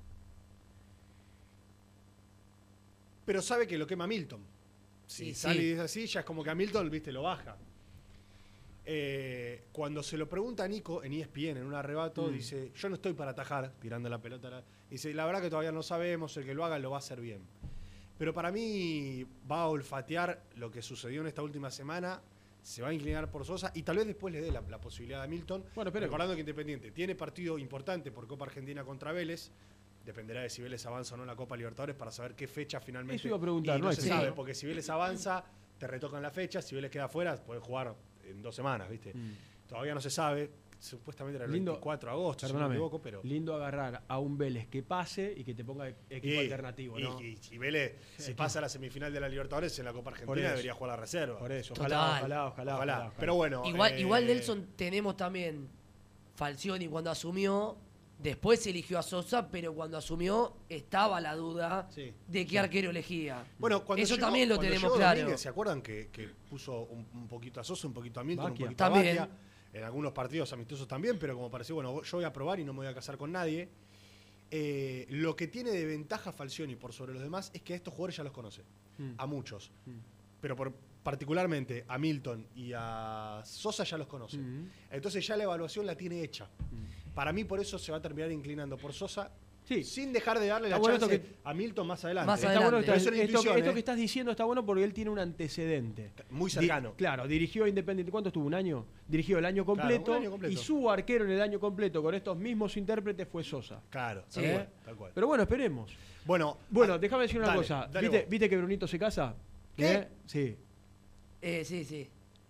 Pero sabe que lo quema Milton. Si sí, sale sí. y es así, ya es como que a Milton, viste, lo baja. Eh, cuando se lo pregunta a Nico en E S P N, en un arrebato, mm. dice, yo no estoy para atajar, tirando la pelota. La... Dice, la verdad que todavía no sabemos, el que lo haga lo va a hacer bien. Pero para mí va a olfatear lo que sucedió en esta última semana, se va a inclinar por Sosa y tal vez después le dé la, la posibilidad a Milton. Bueno, pero recordando que Independiente tiene partido importante por Copa Argentina contra Vélez, dependerá de si Vélez avanza o no en la Copa Libertadores para saber qué fecha finalmente. Eso iba a preguntar, y no, no se sí. sabe, porque si Vélez avanza, te retocan la fecha, si Vélez queda afuera, puede jugar en dos semanas, ¿viste? Mm. Todavía no se sabe. Supuestamente era el lindo, veinticuatro de agosto, si no me equivoco, pero... Lindo agarrar a un Vélez que pase y que te ponga equipo y, alternativo, ¿no? Y, y, y Vélez, si pasa a la semifinal de la Libertadores en la Copa Argentina, debería jugar la reserva. Por eso, ojalá, ojalá, ojalá, ojalá, ojalá. Pero bueno... Igual, eh, igual Nelson, tenemos también Falcioni cuando asumió, después se eligió a Sosa, pero cuando asumió estaba la duda sí, de qué sí. arquero elegía. Bueno, cuando eso llegó, también lo tenemos claro. Domínguez, ¿se acuerdan que, que puso un, un poquito a Sosa, un poquito a Milton, Baquia. un poquito también. a Baquia? En algunos partidos amistosos también, pero como pareció, bueno, yo voy a probar y no me voy a casar con nadie. Eh, lo que tiene de ventaja Falcioni por sobre los demás es que a estos jugadores ya los conoce, mm. a muchos. Mm. Pero por, particularmente a Milton y a Sosa ya los conoce. Mm. Entonces ya la evaluación la tiene hecha. Mm. Para mí por eso se va a terminar inclinando por Sosa Sí. Sin dejar de darle la Está bueno chance esto que- a Milton más adelante. Más Está adelante. bueno que Pero estás- es una esto, que, intuición, esto ¿eh? que estás diciendo está bueno porque él tiene un antecedente. Muy Di- cercano. claro, dirigió a Independiente. ¿Cuánto estuvo? ¿Un año? Dirigió el año Claro, completo, un año completo. y su arquero en el año completo con estos mismos intérpretes fue Sosa. Claro, Sí. tal, ¿Eh? cual, tal cual. Pero bueno, esperemos. Bueno, Bueno, ah, déjame decir una dale, cosa. dale ¿Viste, vos. ¿Viste que Brunito se casa? ¿Qué? ¿Eh? Sí. Eh, sí, sí.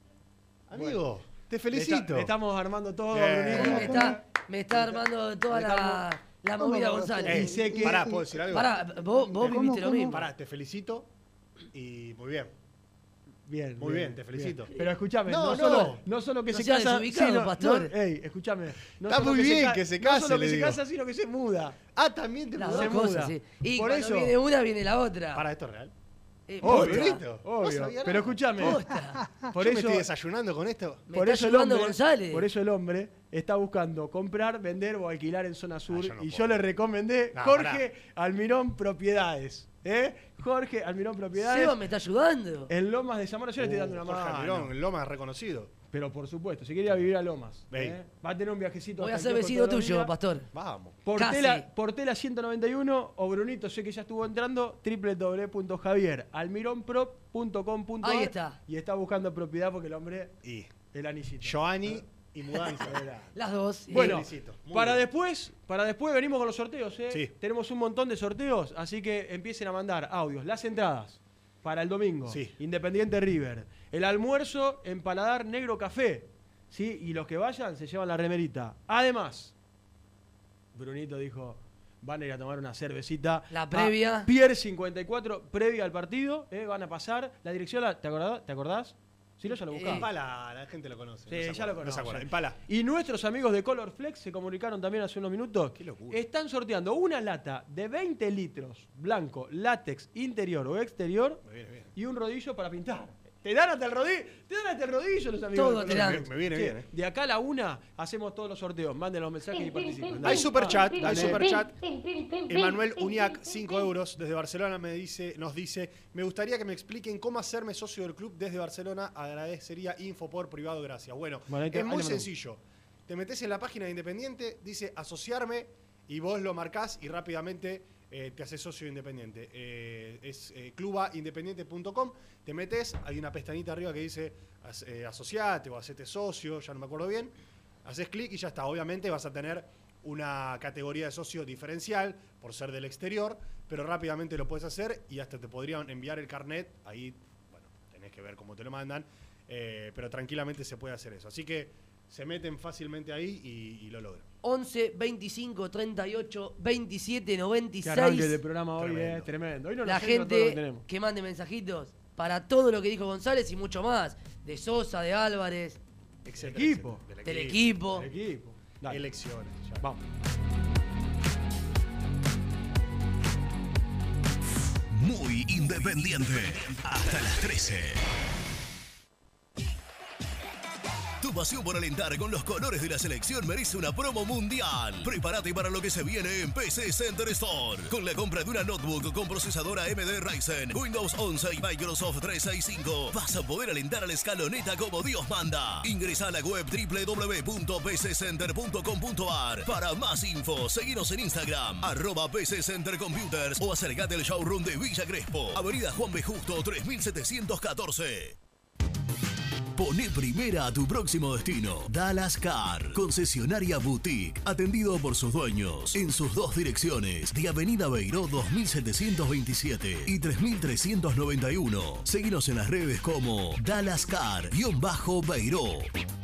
Amigo, te Le, felicito. está- le estamos armando todo, Bien. Brunito. Me está, me está armando toda la, la ¿Cómo movida no? González. Eh, Y sé que- Pará, ¿puedo decir algo? Pará, vos, vos ¿Cómo, viviste lo cómo? mismo. Pará, te felicito y muy bien. Bien, Muy bien, te felicito. Pero escúchame, No, no, no. Solo, no solo que No se seas casa. desubicado, sino- pastor. no, ey, escúchame. No Está solo muy bien ca- que se No case, solo que le se digo. casa, sino que se muda. Ah, también te Las mudó. dos se cosas, muda. sí. Y Por cuando eso- viene una, viene la otra. Para, ¿esto es real? Eh, Obvio, posta, Brunito. No obvio. sabía Pero nada. escuchame. posta. Por Yo me eso, estoy desayunando con esto. Me por está eso el ayudando hombre, González. por eso el hombre está buscando comprar, vender o alquilar en zona sur. yo no y puedo. yo le recomendé No, Jorge Almirón Propiedades. ¿Eh? Jorge Almirón Propiedades. Seba me está ayudando. En Lomas de Zamora yo le estoy dando una Uh, Jorge mano. Almirón, el Loma reconocido. Pero por supuesto, si quiere ir a vivir a Lomas, Ey. ¿eh? va a tener un viajecito. Voy a hasta ser el kiosco vecino todos los tuyo, días. pastor. Vamos. Portela, Casi. Portela ciento noventa y uno o Brunito, sé que ya estuvo entrando, doble u doble u doble u punto javier almirón prop punto com punto a r. Ahí está. Y está buscando propiedad porque el hombre, Y el anillito. Joanny y mudanza. Las dos. Bueno, felicito. Muy para bien. después, para después venimos con los sorteos, ¿eh? Sí. Tenemos un montón de sorteos, así que empiecen a mandar audios. Las entradas para el domingo. Sí. Independiente River. El almuerzo en Paladar Negro Café. ¿Sí? Y los que vayan se llevan la remerita. Además, Brunito dijo, van a ir a tomar una cervecita. La a previa. Pier cincuenta y cuatro, previa al partido. ¿eh? Van a pasar. La dirección, la- ¿te acordás? ¿Te acordás? Si no, ya lo Eh, buscamos. En Pala, la gente lo conoce. Sí, no se ya acuerda, lo no se conocen. acuerda. En Pala. Y nuestros amigos de Color Flex se comunicaron también hace unos minutos. Qué locura. Están sorteando una lata de veinte litros, blanco, látex, interior o exterior, Me viene bien. y un rodillo para pintar. Te dan hasta el rodillo, te dan hasta el rodillo los amigos. Todo de te Color dan. Flex. Me viene Sí, bien, eh. De acá a la una hacemos todos los sorteos. Manden los mensajes y participen. Hay superchat, hay Dale. superchat. Emanuel Uniac, cinco euros, desde Barcelona, me dice, nos dice, me gustaría que me expliquen cómo hacerme socio del club desde Barcelona, agradecería info por privado, gracias. Bueno, Bueno, ahí te- es ahí muy le mando. sencillo. Te metes en la página de Independiente, dice asociarme, y vos lo marcás y rápidamente eh, te haces socio de Independiente. Eh, es eh, cluba independiente punto com, te metes, hay una pestañita arriba que dice as- eh, asociate o hacete socio, ya no me acuerdo bien. Haces clic y ya está. Obviamente vas a tener una categoría de socio diferencial por ser del exterior, pero rápidamente lo puedes hacer y hasta te podrían enviar el carnet. Ahí, bueno, tenés que ver cómo te lo mandan, eh, pero tranquilamente se puede hacer eso. Así que se meten fácilmente ahí y, y lo logran. once, veinticinco, treinta y ocho, veintisiete, noventa y Que arranque seis. el programa hoy Tremendo. es tremendo. Hoy no La nos llega todo lo que gente tenemos. que mande mensajitos para todo lo que dijo González y mucho más. De Sosa, de Álvarez, Etcétera, equipo. etcétera. del equipo. El equipo. Dale. Elecciones. ya. Vamos. Muy independiente. Hasta las trece. Tu pasión por alentar con los colores de la selección merece una promo mundial. Prepárate para lo que se viene en P C Center Store. Con la compra de una notebook con procesadora A M D Ryzen, Windows once y Microsoft trescientos sesenta y cinco, vas a poder alentar a la escaloneta como Dios manda. Ingresa a la web doble u doble u doble u punto p c center punto com punto a r. Para más info, seguinos en Instagram, arroba P C Center Computers, o acércate al showroom de Villa Crespo, Avenida Juan B. Justo tres mil setecientos catorce. Poné primera a tu próximo destino. Dallas Car, concesionaria boutique, atendido por sus dueños en sus dos direcciones, de Avenida Beiró dos mil setecientos veintisiete y tres mil trescientos noventa y uno. Seguinos en las redes como Dallas Car-Beiró.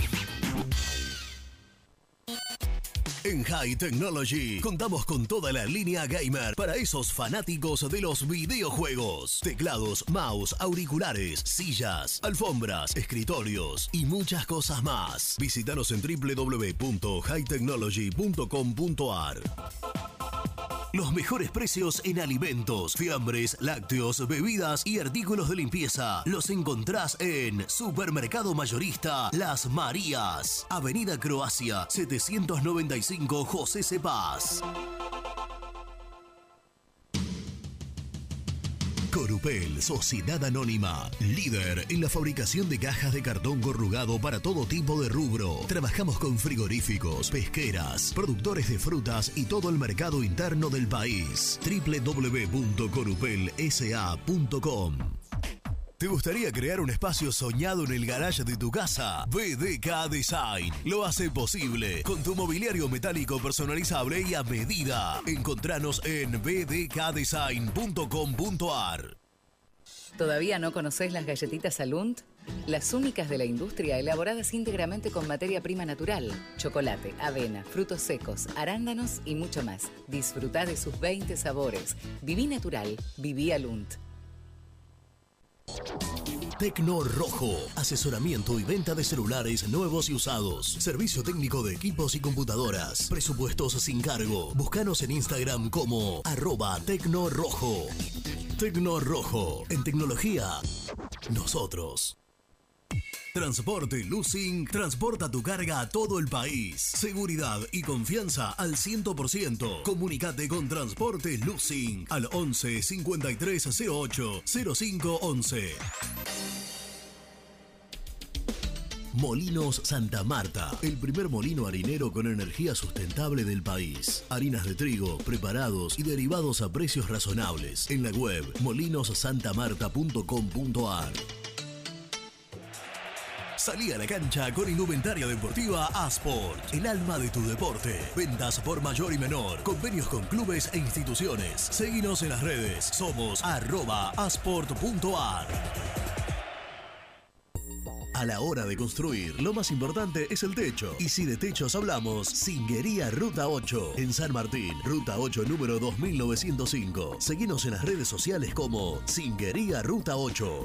En High Technology contamos con toda la línea gamer para esos fanáticos de los videojuegos. Teclados, mouse, auriculares, sillas, alfombras, escritorios y muchas cosas más. Visítanos en doble u doble u doble u punto high technology punto com punto a r. Los mejores precios en alimentos, fiambres, lácteos, bebidas y artículos de limpieza los encontrás en Supermercado Mayorista Las Marías, Avenida Croacia setecientos noventa y cinco, José Cepaz. Corupel, Sociedad Anónima, líder en la fabricación de cajas de cartón corrugado para todo tipo de rubro. Trabajamos con frigoríficos, pesqueras, productores de frutas y todo el mercado interno del país. doble u doble u doble u punto corupel s a punto com. ¿Te gustaría crear un espacio soñado en el garage de tu casa? B D K Design lo hace posible con tu mobiliario metálico personalizable y a medida. Encontranos en b d k design punto com punto a r. ¿Todavía no conocés las galletitas Alunt? Las únicas de la industria elaboradas íntegramente con materia prima natural. Chocolate, avena, frutos secos, arándanos y mucho más. Disfrutá de sus veinte sabores. Viví natural, viví Alunt. Tecno Rojo, asesoramiento y venta de celulares nuevos y usados. Servicio técnico de equipos y computadoras. Presupuestos sin cargo. Búscanos en Instagram como arroba Tecno Rojo. Tecno Rojo, en tecnología, nosotros. Transporte Lucing transporta tu carga a todo el país. Seguridad y confianza al cien por ciento. Comunicate con Transporte Lucing al once cincuenta y tres cero ocho cero cinco once. Molinos Santa Marta, el primer molino harinero con energía sustentable del país. Harinas de trigo, preparados y derivados a precios razonables. En la web molinos santa marta punto com punto a r. Salí a la cancha con indumentaria deportiva Asport, el alma de tu deporte. Ventas por mayor y menor, convenios con clubes e instituciones. Seguinos en las redes, somos arroba asport punto a r. A la hora de construir, lo más importante es el techo. Y si de techos hablamos, Zinguería Ruta ocho. En San Martín, Ruta ocho número dos mil novecientos cinco. Seguinos en las redes sociales como Zinguería Ruta ocho.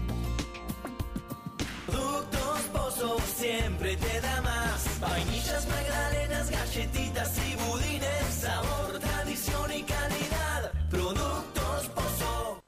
Productos Pozo siempre te da más. Vainillas, magdalenas, galletitas y budines. Sabor, tradición y calidad. Productos Pozo.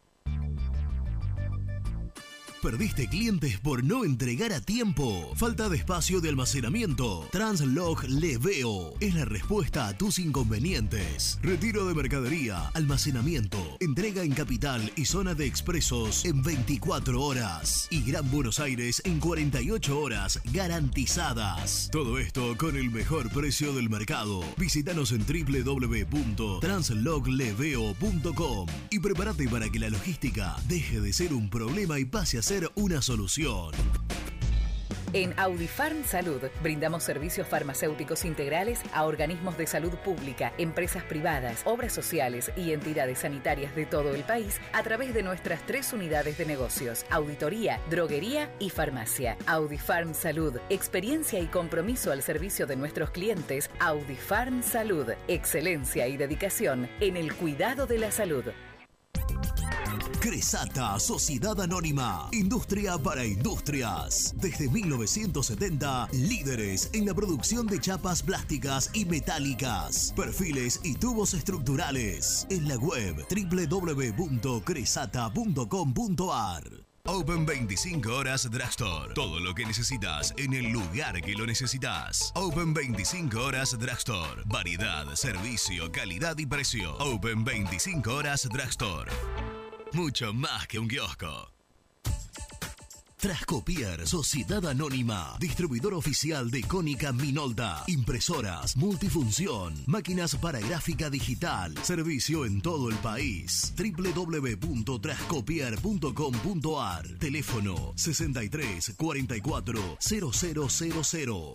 ¿Perdiste clientes por no entregar a tiempo? ¿Falta de espacio de almacenamiento? Translog Leveo es la respuesta a tus inconvenientes. Retiro de mercadería, almacenamiento, entrega en Capital y zona de expresos en veinticuatro horas. Y Gran Buenos Aires en cuarenta y ocho horas garantizadas. Todo esto con el mejor precio del mercado. Visítanos en doble u doble u doble u punto translog leveo punto com y prepárate para que la logística deje de ser un problema y pase a ser una solución. En Audifarm Salud brindamos servicios farmacéuticos integrales a organismos de salud pública, empresas privadas, obras sociales y entidades sanitarias de todo el país a través de nuestras tres unidades de negocios: auditoría, droguería y farmacia. Audifarm Salud, experiencia y compromiso al servicio de nuestros clientes. Audifarm Salud, excelencia y dedicación en el cuidado de la salud. Cresata, Sociedad Anónima, industria para industrias. Desde mil novecientos setenta, líderes en la producción de chapas plásticas y metálicas, perfiles y tubos estructurales. En la web doble u doble u doble u punto cresata punto com punto a r. Open veinticinco horas Drugstore. Todo lo que necesitas en el lugar que lo necesitas. Open veinticinco horas Drugstore. Variedad, servicio, calidad y precio. Open veinticinco horas Drugstore. Mucho más que un kiosco. Trascopier, Sociedad Anónima, distribuidor oficial de Cónica Minolta, impresoras, multifunción, máquinas para gráfica digital, servicio en todo el país. doble u doble u doble u punto trascopier punto com punto a r. Teléfono sesenta y tres cuarenta y cuatro cero cero cero cero.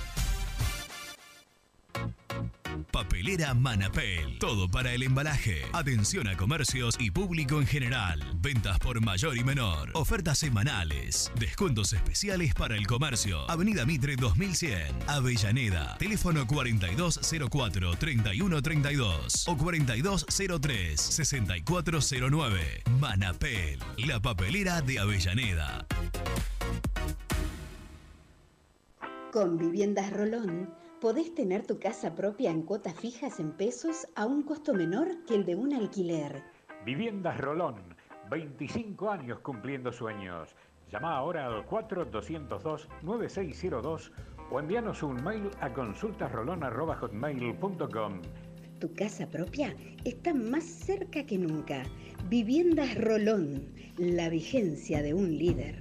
Papelera Manapel. Todo para el embalaje. Atención a comercios y público en general. Ventas por mayor y menor. Ofertas semanales. Descuentos especiales para el comercio. Avenida Mitre dos mil cien. Avellaneda. Teléfono cuarenta y dos cero cuatro treinta y uno treinta y dos o cuarenta y dos cero tres sesenta y cuatro cero nueve. Manapel. La papelera de Avellaneda. Con Viviendas Rolón podés tener tu casa propia en cuotas fijas en pesos a un costo menor que el de un alquiler. Viviendas Rolón, veinticinco años cumpliendo sueños. Llama ahora al cuatro dos cero dos nueve seis cero dos o envíanos un mail a consultasrolón arroba hotmail punto com. Tu casa propia está más cerca que nunca. Viviendas Rolón, la vigencia de un líder.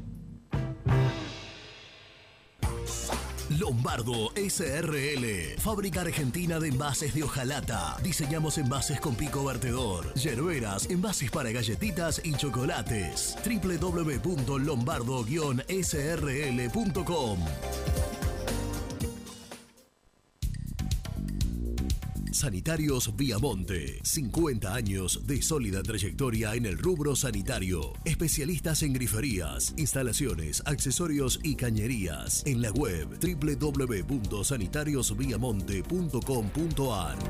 Lombardo S R L, fábrica argentina de envases de hojalata. Diseñamos envases con pico vertedor, yerberas, envases para galletitas y chocolates. w w w punto lombardo guion s r l punto com. Sanitarios Viamonte, cincuenta años de sólida trayectoria en el rubro sanitario. Especialistas en griferías, instalaciones, accesorios y cañerías. En la web w w w punto sanitarios viamonte punto com punto a r.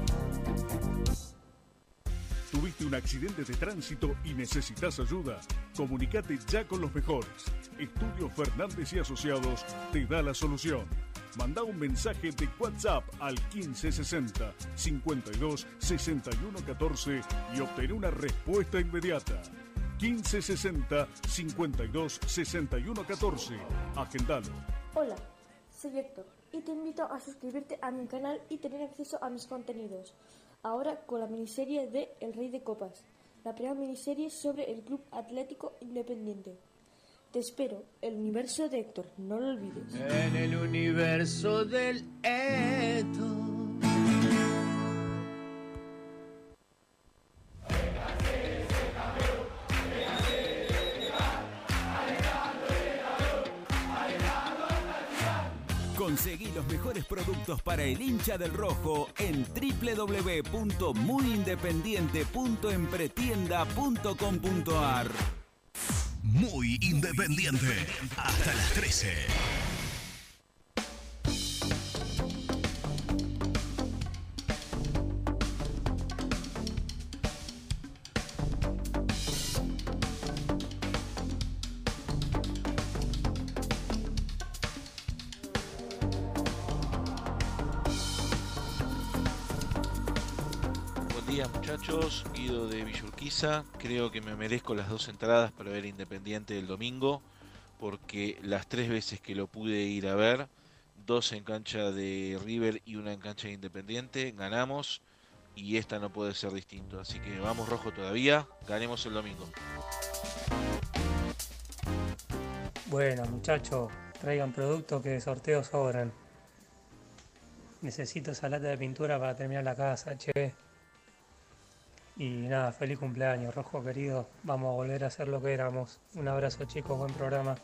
¿Tuviste un accidente de tránsito y necesitas ayuda? Comunicate ya con los mejores. Estudio Fernández y Asociados te da la solución. Manda un mensaje de WhatsApp al quince sesenta, cincuenta y dos, sesenta y uno catorce y obtén una respuesta inmediata. quince sesenta, cincuenta y dos, sesenta y uno catorce. Agendalo. Hola, soy Héctor y te invito a suscribirte a mi canal y tener acceso a mis contenidos. Ahora con la miniserie de El Rey de Copas, la primera miniserie sobre el Club Atlético Independiente. Te espero, el universo de Héctor, no lo olvides. En el universo del Héctor. Conseguí los mejores productos para el hincha del rojo en w w w punto muy independiente punto empretienda punto com punto a r. Muy independiente. Hasta las trece. Muchachos, Guido de Villurquiza, creo que me merezco las dos entradas para ver Independiente el domingo, porque las tres veces que lo pude ir a ver, dos en cancha de River y una en cancha de Independiente, ganamos y esta no puede ser distinto, así que vamos rojo todavía, ganemos el domingo. Bueno, muchachos, traigan productos que de sorteos sobran. Necesito esa lata de pintura para terminar la casa, che. Y nada, feliz cumpleaños, Rojo querido. Vamos a volver a hacer lo que éramos. Un abrazo, chicos, buen programa.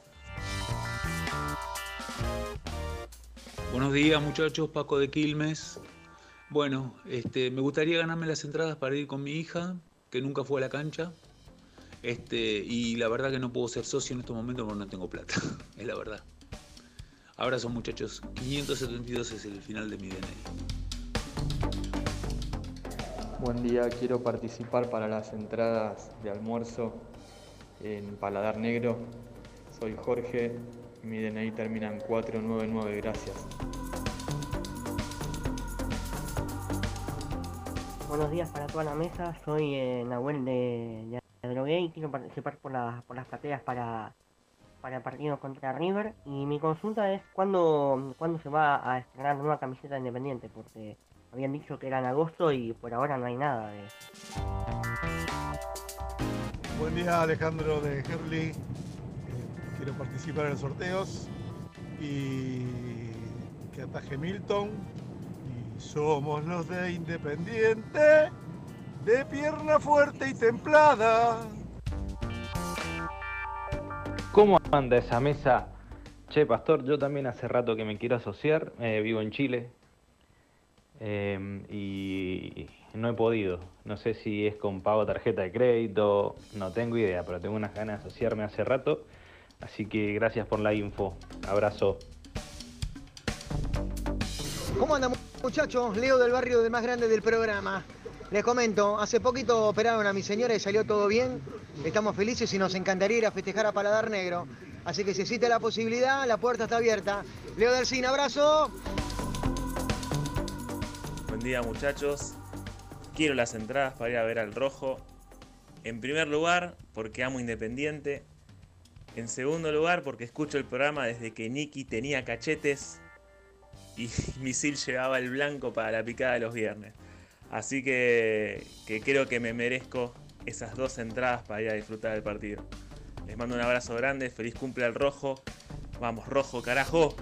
Buenos días, muchachos, Paco de Quilmes. Bueno, este, me gustaría ganarme las entradas para ir con mi hija, que nunca fue a la cancha. Este, y la verdad que no puedo ser socio en estos momentos porque no tengo plata, es la verdad. Abrazo, muchachos. quinientos setenta y dos es el final de mi D N I. Buen día, quiero participar para las entradas de almuerzo en Paladar Negro. Soy Jorge, mi D N I termina en cuatro nueve nueve, gracias. Buenos días para toda la mesa, soy eh, Nahuel de, de Drogué y quiero participar por, la, por las plateas para, para el partido contra River. Y mi consulta es ¿cuándo, cuándo se va a estrenar la nueva camiseta Independiente? Porque habían dicho que era en agosto y por ahora no hay nada de eso. Buen día, Alejandro de Herli. Eh, quiero participar en los sorteos y que ataje Milton. Y somos los de Independiente, de pierna fuerte y templada. ¿Cómo anda esa mesa? Che, Pastor, yo también hace rato que me quiero asociar. Eh, vivo en Chile. Eh, y no he podido, no sé si es con pago tarjeta de crédito, no tengo idea, pero tengo unas ganas de asociarme hace rato, así que gracias por la info, abrazo. ¿Cómo andan, muchachos? Leo del barrio del más grande del programa. Les comento, hace poquito operaron a mi señora y salió todo bien, estamos felices y nos encantaría ir a festejar a Paladar Negro, así que si existe la posibilidad, la puerta está abierta. Leo del Cine, abrazo. Buen día, muchachos, quiero las entradas para ir a ver al Rojo. En primer lugar, porque amo Independiente. En segundo lugar, porque escucho el programa desde que Nicky tenía cachetes y Misil llevaba el blanco para la picada de los viernes. Así que, que creo que me merezco esas dos entradas para ir a disfrutar del partido. Les mando un abrazo grande, feliz cumple al Rojo. Vamos, Rojo, carajo.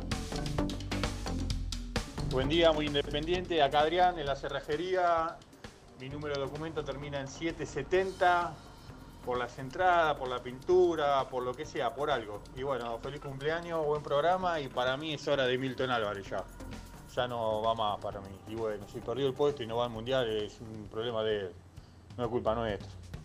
Buen día, muy independiente. Acá Adrián, en la cerrajería. Mi número de documento termina en setecientos setenta. Por las entradas, por la pintura, por lo que sea, por algo. Y bueno, feliz cumpleaños, buen programa. Y para mí es hora de Milton Álvarez ya. Ya no va más para mí. Y bueno, si perdió el puesto y no va al mundial es un problema de él. No es culpa nuestra.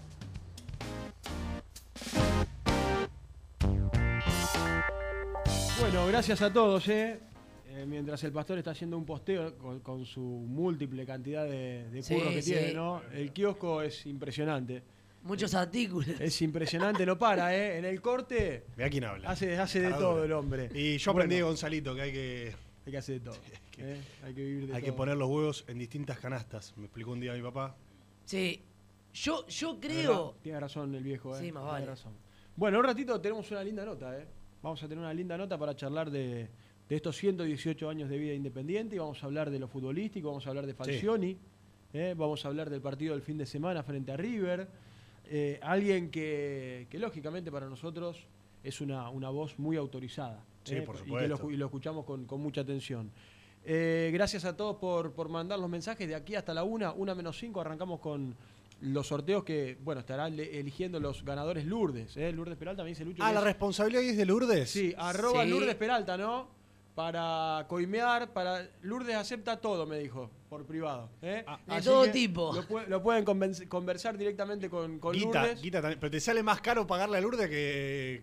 Bueno, gracias a todos, ¿eh? Eh, mientras el pastor está haciendo un posteo con, con su múltiple cantidad de, de curros Sí, que sí. tiene, ¿no? El kiosco es impresionante. Muchos artículos. Es impresionante, no para, ¿eh? En el corte Mirá quién habla. hace, hace de Caradura. todo el hombre. Y yo aprendí de Bueno, Gonzalito que hay que... hay que hacer de todo. ¿eh? Hay que vivir de Hay todo. que poner los huevos en distintas canastas. Me explicó un día mi papá. Sí. Yo, yo ¿Verdad? creo. Tiene razón el viejo, ¿eh? Sí, más Tiene vale. razón. Bueno, un ratito tenemos una linda nota, ¿eh? Vamos a tener una linda nota para charlar de, de estos ciento dieciocho años de vida independiente y vamos a hablar de lo futbolístico, vamos a hablar de Falcioni, ¿eh? Vamos a hablar del partido del fin de semana frente a River. Eh, alguien que, que lógicamente para nosotros es una, una voz muy autorizada. Sí, ¿eh? por Y que supuesto. lo, y lo escuchamos con, con mucha atención. Eh, gracias a todos por, por mandar los mensajes. De aquí hasta la una, una menos cinco, arrancamos con los sorteos que, bueno, estarán le- eligiendo los ganadores Lourdes. ¿eh? Lourdes Peralta me dice Lucho. Ah, que la es- responsabilidad es de Lourdes. Sí, arroba Sí. Lourdes Peralta, ¿no? Para coimear, para Lourdes acepta todo, me dijo, por privado. ¿eh? De Así todo que tipo. Lo, pu- lo pueden conven- conversar directamente con, con Guita, Lourdes. guita también. Pero te sale más caro pagarle a Lourdes que...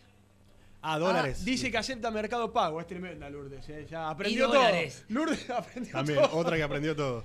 Ah, dólares. Ah, dice que acepta Mercado Pago, es tremenda Lourdes. ¿eh? Ya Y aprendió dólares. todo. Lourdes aprendió También, todo. otra que aprendió todo.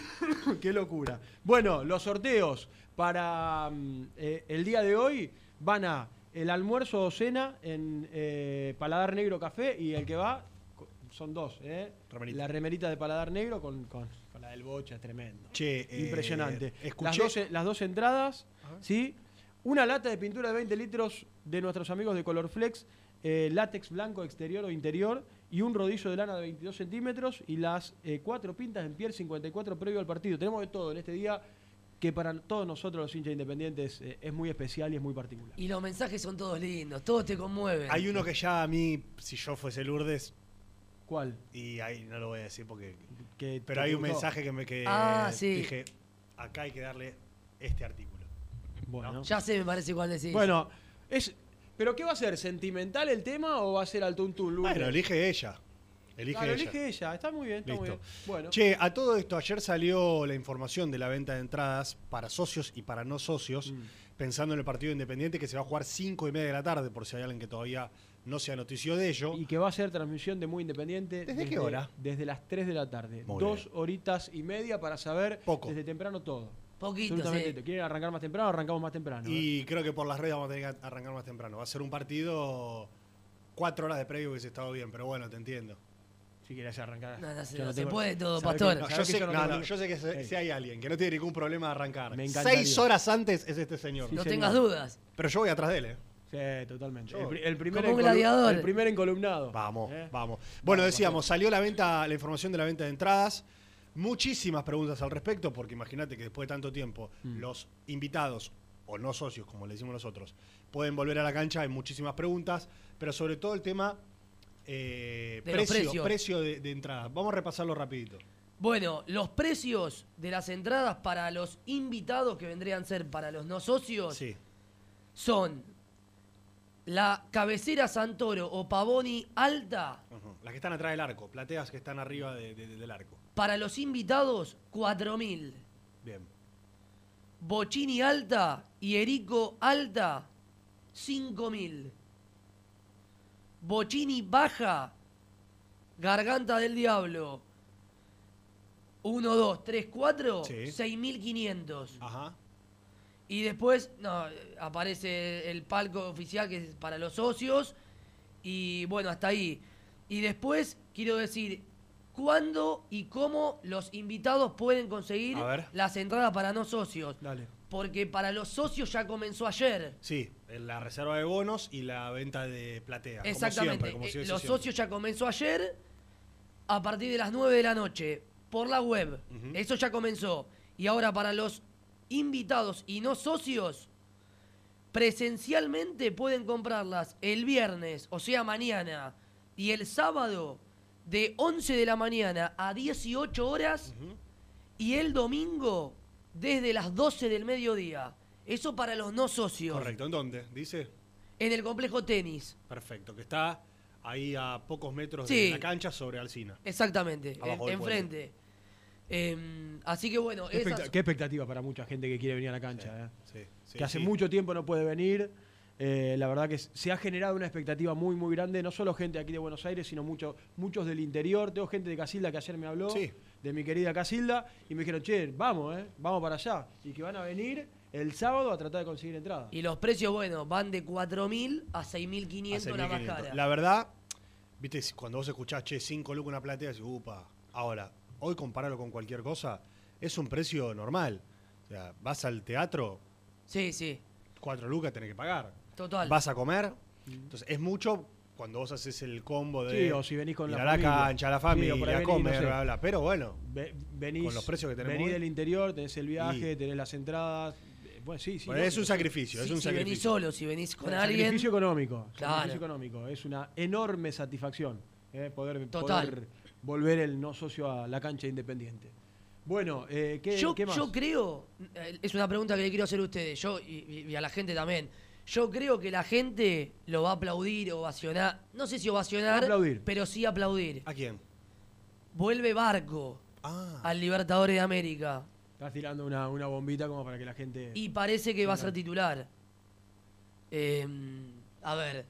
Qué locura. Bueno, los sorteos para mm, eh, el día de hoy van a el almuerzo o cena en eh, Paladar Negro Café y el que va co- son dos, ¿eh? Remerita. La remerita de Paladar Negro con, con, con la del Bocha, es tremendo. Che, eh, Impresionante. escuché- Las, dos, las dos entradas, ¿sí? Una lata de pintura de veinte litros de nuestros amigos de Colorflex, eh, látex blanco exterior o interior y un rodillo de lana de veintidós centímetros y las eh, cuatro pintas en piel cincuenta y cuatro previo al partido. Tenemos de todo en este día que para todos nosotros los hinchas independientes eh, es muy especial y es muy particular. Y los mensajes son todos lindos, todos te conmueven. Hay uno que ya a mí, si yo fuese Lourdes... ¿Cuál? Y ahí no lo voy a decir porque... Que pero te hay un gustó. mensaje que me que Ah, sí. dije, acá hay que darle este artículo. Bueno, Ya sé, me parece cuál decís. bueno es, ¿pero qué va a ser? ¿Sentimental el tema o va a ser al tuntún Lourdes? Bueno, elige ella. Elige Claro, ella. elige ella. Está muy bien, está muy Listo. bien. Bueno. Che, a todo esto, ayer salió la información de la venta de entradas para socios y para no socios, Mm. pensando en el partido independiente que se va a jugar cinco y media de la tarde, por si hay alguien que todavía no se anotició de ello. Y que va a ser transmisión de Muy Independiente. ¿Desde qué hora? Desde las tres de la tarde. Muy Dos bien. horitas y media para saber Poco. desde temprano todo. Poquito, Absolutamente. sí. ¿Te quieren arrancar más temprano? Arrancamos más temprano. ¿eh? Y creo que por las redes vamos a tener que arrancar más temprano. Va a ser un partido cuatro horas de previo que se estado bien, pero bueno, te entiendo. Si quieres arrancar. No, no se- Yo no se tengo- puede todo, ¿sabes pastor. que- No, sabes yo, que sé, yo no, no tengo no, ni- yo sé que se- Ey. si hay alguien que no tiene ningún problema de arrancar. Me encantaría. Seis horas antes es este señor. no Sí, tengas señor. dudas. Pero yo voy atrás de él, ¿eh? Sí, totalmente. Yo- El, pri- el primer Como un encolu- gladiador. el primer encolumnado. Vamos, ¿eh? vamos. Bueno, decíamos, salió la venta, la información de la venta de entradas. Muchísimas preguntas al respecto, porque imagínate que después de tanto tiempo, Mm. los invitados, o no socios, como le decimos nosotros, pueden volver a la cancha. Hay muchísimas preguntas, pero sobre todo el tema eh, De los precio, precios. precio de, de entrada. Vamos a repasarlo rapidito. Bueno, los precios de las entradas para los invitados que vendrían a ser para los no socios Sí. son la cabecera Santoro o Pavoni alta Ujú. Las que están atrás del arco, plateas que están arriba de- de- del arco. para los invitados cuatro mil. Bien. Bocini alta y Erico alta cinco mil. Bocini baja, Garganta del Diablo uno, dos, tres, cuatro, Sí. seis mil quinientos. Ajá. Y después no, aparece el palco oficial que es para los socios. Y bueno, hasta ahí. Y después quiero decir cuándo y cómo los invitados pueden conseguir A ver. las entradas para no socios. Dale. Porque para los socios ya comenzó ayer. Sí, en la reserva de bonos y la venta de platea. como Exactamente. siempre, como Eh, sigue los siendo. socios ya comenzó ayer a partir de las nueve de la noche por la web. Ujú. Eso ya comenzó. Y ahora para los invitados y no socios, presencialmente pueden comprarlas el viernes, o sea, mañana, y el sábado de once de la mañana a dieciocho horas uh-huh. y el domingo desde las doce del mediodía. Eso para los no socios. Correcto. ¿En dónde? ¿Dice? En el complejo tenis. Perfecto, que está ahí a pocos metros sí. de la cancha sobre Alsina. Exactamente, en, enfrente. Eh, así que bueno, qué, esas... expect- qué expectativa para mucha gente que quiere venir a la cancha. Sí, eh. sí, sí, que hace sí. mucho tiempo no puede venir. Eh, la verdad que se ha generado una expectativa muy, muy grande, no solo gente aquí de Buenos Aires, sino mucho, muchos del interior. Tengo gente de Casilda que ayer me habló, sí. de mi querida Casilda, y me dijeron, che, vamos, eh, vamos para allá. Y que van a venir el sábado a tratar de conseguir entrada. Y los precios, bueno, van de cuatro mil a seis mil quinientos la más cara. La verdad, viste, cuando vos escuchás, che, cinco lucas una platea, decís, upa. Ahora, hoy compararlo con cualquier cosa, es un precio normal. O sea, vas al teatro, sí, sí. cuatro lucas tenés que pagar. Total. Vas a comer, entonces es mucho cuando vos haces el combo de sí, o si venís con ir la a la familia. cancha, a la familia, sí, a venís, comer, no sé. bla, bla. Pero bueno, Ve, venís, con los precios que tenemos venís hoy. del interior, tenés el viaje, Y- tenés las entradas. eh, Bueno, sí, sí. Bueno, no, es un pero- sacrificio, es Si, un si sacrificio. venís solo, si venís con Bueno, alguien... Sacrificio económico. Claro. Sacrificio económico. Es una enorme satisfacción eh, poder, Total. poder volver el no socio a la cancha Independiente. Bueno, eh, ¿qué, yo, qué más? yo creo, eh, es una pregunta que le quiero hacer a ustedes, yo y, y a la gente también. Yo creo que la gente lo va a aplaudir, ovacionar. No sé si ovacionar, Aplaudir. pero sí aplaudir. ¿A quién? Vuelve Barco Ah. al Libertadores de América. Estás tirando una, una bombita como para que la gente... Y parece que va a ser titular. Eh, a ver.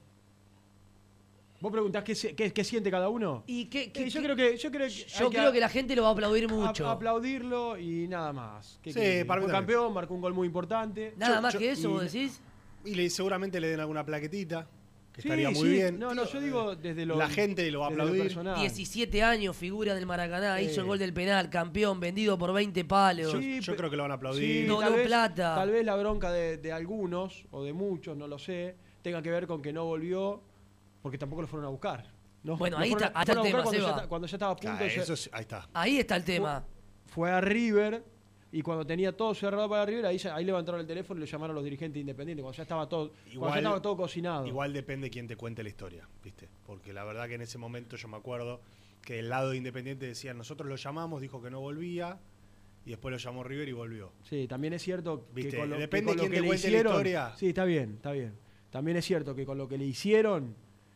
¿Vos preguntás qué, se- qué- qué siente cada uno? ¿Y qué, qué- Eh, yo qué- creo que... Yo creo que, yo hay creo que la gente lo va a aplaudir mucho. a- aplaudirlo y nada más. ¿Qué Sí, querés? para mí Fue también. campeón, marcó un gol muy importante. Nada Yo- más yo- que eso, y- vos decís. Y le, seguramente le den alguna plaquetita, que Sí, estaría muy sí. bien. No, no, yo digo desde lo... La gente lo va a desde lo aplaudir. personal. diecisiete años, figura del Maracaná, Sí. hizo el gol del penal, campeón, vendido por veinte palos. Sí, Yo pe- creo que lo van a Sí, aplaudir. Donó tal vez, plata. Tal vez la bronca de, de algunos, o de muchos, no lo sé, tenga que ver con que no volvió, porque tampoco lo fueron a buscar. ¿no? Bueno, Lo ahí fueron- está- ahí está fueron a el tema, buscar cuando ya, Seba. ta- cuando ya estaba a punto. Claro, se- eso es- ahí está. Ahí está el tema. Fue a River, y cuando tenía todo cerrado para River, ahí, ya- ahí levantaron el teléfono y lo llamaron los dirigentes independientes, cuando ya estaba todo, cuando Igual- ya estaba todo cocinado. Igual depende quién te cuente la historia, ¿viste? Porque la verdad que en ese momento yo me acuerdo que del lado de Independiente decían, nosotros lo llamamos, dijo que no volvía, y después lo llamó River y volvió. Sí, también es cierto que Viste, con lo, que depende con lo quién que te le cuente la hicieron... historia. Sí, está bien, está bien. También es cierto que con lo que le hicieron,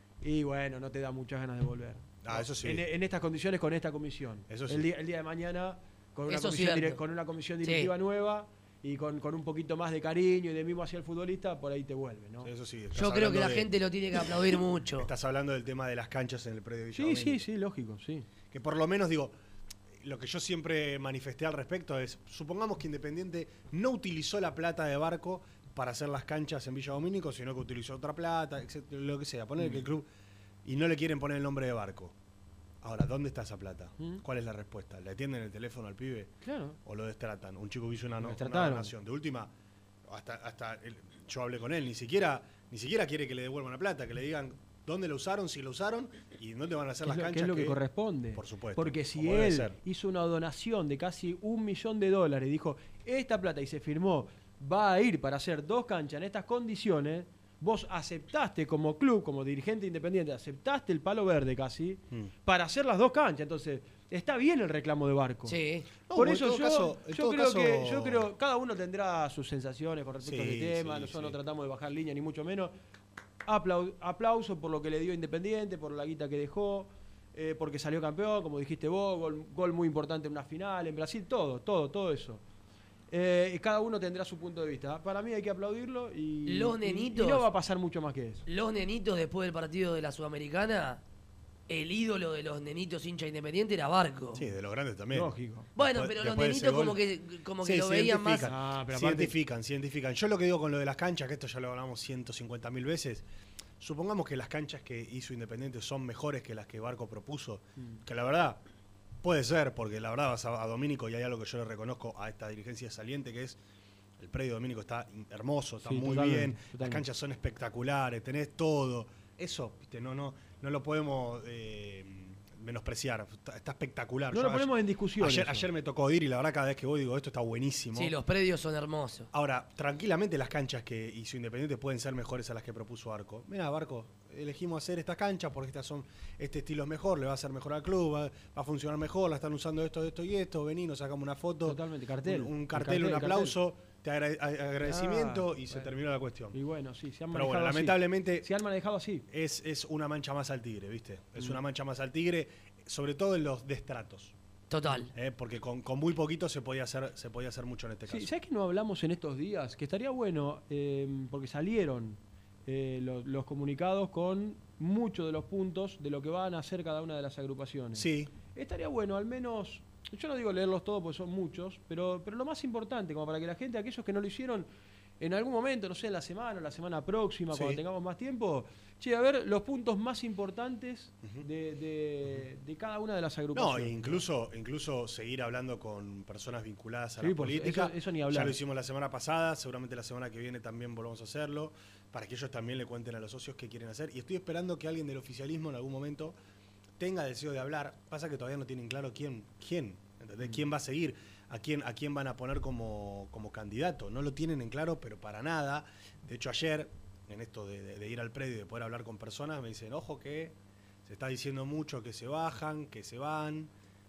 y bueno, no te da muchas ganas de volver. Ah, eso sí. En, en estas condiciones, con esta comisión. Eso sí. el, día, el día de mañana, con una, Eso es comisión, cierto. dire- con una comisión directiva Sí. nueva y con, con un poquito más de cariño y de mimo hacia el futbolista, por ahí te vuelve, ¿no? Eso sí. estás Yo creo que la hablando de- gente lo tiene que aplaudir mucho. Estás hablando del tema de las canchas en el predio Villa Sí, Domínico. sí, sí, lógico, sí. Que por lo menos, digo, lo que yo siempre manifesté al respecto es, supongamos que Independiente no utilizó la plata de Barco para hacer las canchas en Villa Domínico, sino que utilizó otra plata, etcétera, lo que sea, poner Mm. que el club, y no le quieren poner el nombre de Barco. Ahora, ¿dónde está esa plata? Mm. ¿Cuál es la respuesta? ¿Le atienden el teléfono al pibe? Claro. ¿O lo destratan? Un chico que hizo una, Lo no- una destrataron. donación. De última, hasta, hasta el- yo hablé con él, ni siquiera, ni siquiera quiere que le devuelvan la plata, que le digan dónde lo usaron, si lo usaron y dónde van a hacer ¿Qué las es lo, qué canchas. es lo que, corresponde? Por supuesto. Porque si como debe él ser. hizo una donación de casi un millón de dólares y dijo, esta plata y se firmó, va a ir para hacer dos canchas en estas condiciones, vos aceptaste como club, como dirigente independiente, aceptaste el palo verde casi, Mm. para hacer las dos canchas. Entonces, está bien el reclamo de Barco. Sí. No, Por en eso todo yo, caso- en yo todo creo caso- que, yo creo, cada uno tendrá sus sensaciones con respecto Sí, a este tema, sí, nosotros sí. no tratamos de bajar línea ni mucho menos. Aplau- aplauso por lo que le dio Independiente, por la guita que dejó, eh, porque salió campeón, como dijiste vos, gol, gol muy importante en una final, en Brasil, todo, todo, todo eso. Eh, y cada uno tendrá su punto de vista. Para mí hay que aplaudirlo y, Los y- nenitos- y no va a pasar mucho más que eso. Los nenitos después del partido de la Sudamericana, el ídolo de los nenitos hincha independiente era Barco. Sí, de los grandes también. Lógico. Bueno, Después- pero los después de ese nenitos como gol- que, como que Sí, lo se veían más... identifican. Ah, pero se aparte- identifican, se identifican. Yo lo que digo con lo de las canchas, que esto ya lo hablamos ciento cincuenta mil veces, supongamos que las canchas que hizo Independiente son mejores que las que Barco propuso, Mm. que la verdad puede ser, porque la verdad vas a, a Domínico y hay algo que yo le reconozco a esta dirigencia saliente, que es el predio Domínico está in- hermoso, está Sí, muy totalmente, bien, las totalmente. canchas son espectaculares, tenés todo. Eso, viste, no, no, no lo podemos eh, menospreciar. Está, está espectacular. No Yo lo ponemos ayer, en discusión. Ayer, eso. ayer me tocó ir y la verdad cada vez que voy digo, esto está buenísimo. Sí, los predios son hermosos. Ahora, tranquilamente las canchas que hizo Independiente pueden ser mejores a las que propuso Barco. Mira, Barco, elegimos hacer estas canchas porque estas son, este estilo es mejor, le va a hacer mejor al club, va, va a funcionar mejor, la están usando esto, esto y esto, vení, nos sacamos una foto. Totalmente, cartel. Un, un El cartel, cartel, un aplauso, cartel. te agra agradecimiento Ah, y se bueno. terminó la cuestión. Y bueno, sí, se han Pero manejado bueno, así. lamentablemente Se han manejado así. Es, es una mancha más al tigre, ¿viste? Es Mm. una mancha más al tigre, sobre todo en los destratos. Total. Eh, porque con, con muy poquito se podía hacer se podía hacer mucho en este caso. Sí, ¿sabes que no hablamos en estos días? Que estaría bueno, eh, porque salieron eh, los, los comunicados con muchos de los puntos de lo que van a hacer cada una de las agrupaciones. Sí. Estaría bueno, al menos, yo no digo leerlos todos porque son muchos, pero, pero lo más importante, como para que la gente, aquellos que no lo hicieron en algún momento, no sé, en la semana o la semana próxima, Sí. cuando tengamos más tiempo, che, a ver los puntos más importantes de, de, de cada una de las No, agrupaciones. e incluso, incluso seguir hablando con personas vinculadas a Sí, la por política. eso- eso ni hablar. Ya lo hicimos la semana pasada, seguramente la semana que viene también volvamos a hacerlo, para que ellos también le cuenten a los socios qué quieren hacer. Y estoy esperando que alguien del oficialismo en algún momento tenga deseo de hablar. Pasa que todavía no tienen claro quién, quién, ¿entendés? Mm. ¿Quién va a seguir? ¿A quién, a quién van a poner como, como candidato? No lo tienen en claro, pero para nada. De hecho, ayer, en esto de, de- de ir al predio y de poder hablar con personas, me dicen, ojo que se está diciendo mucho que se bajan, que se van,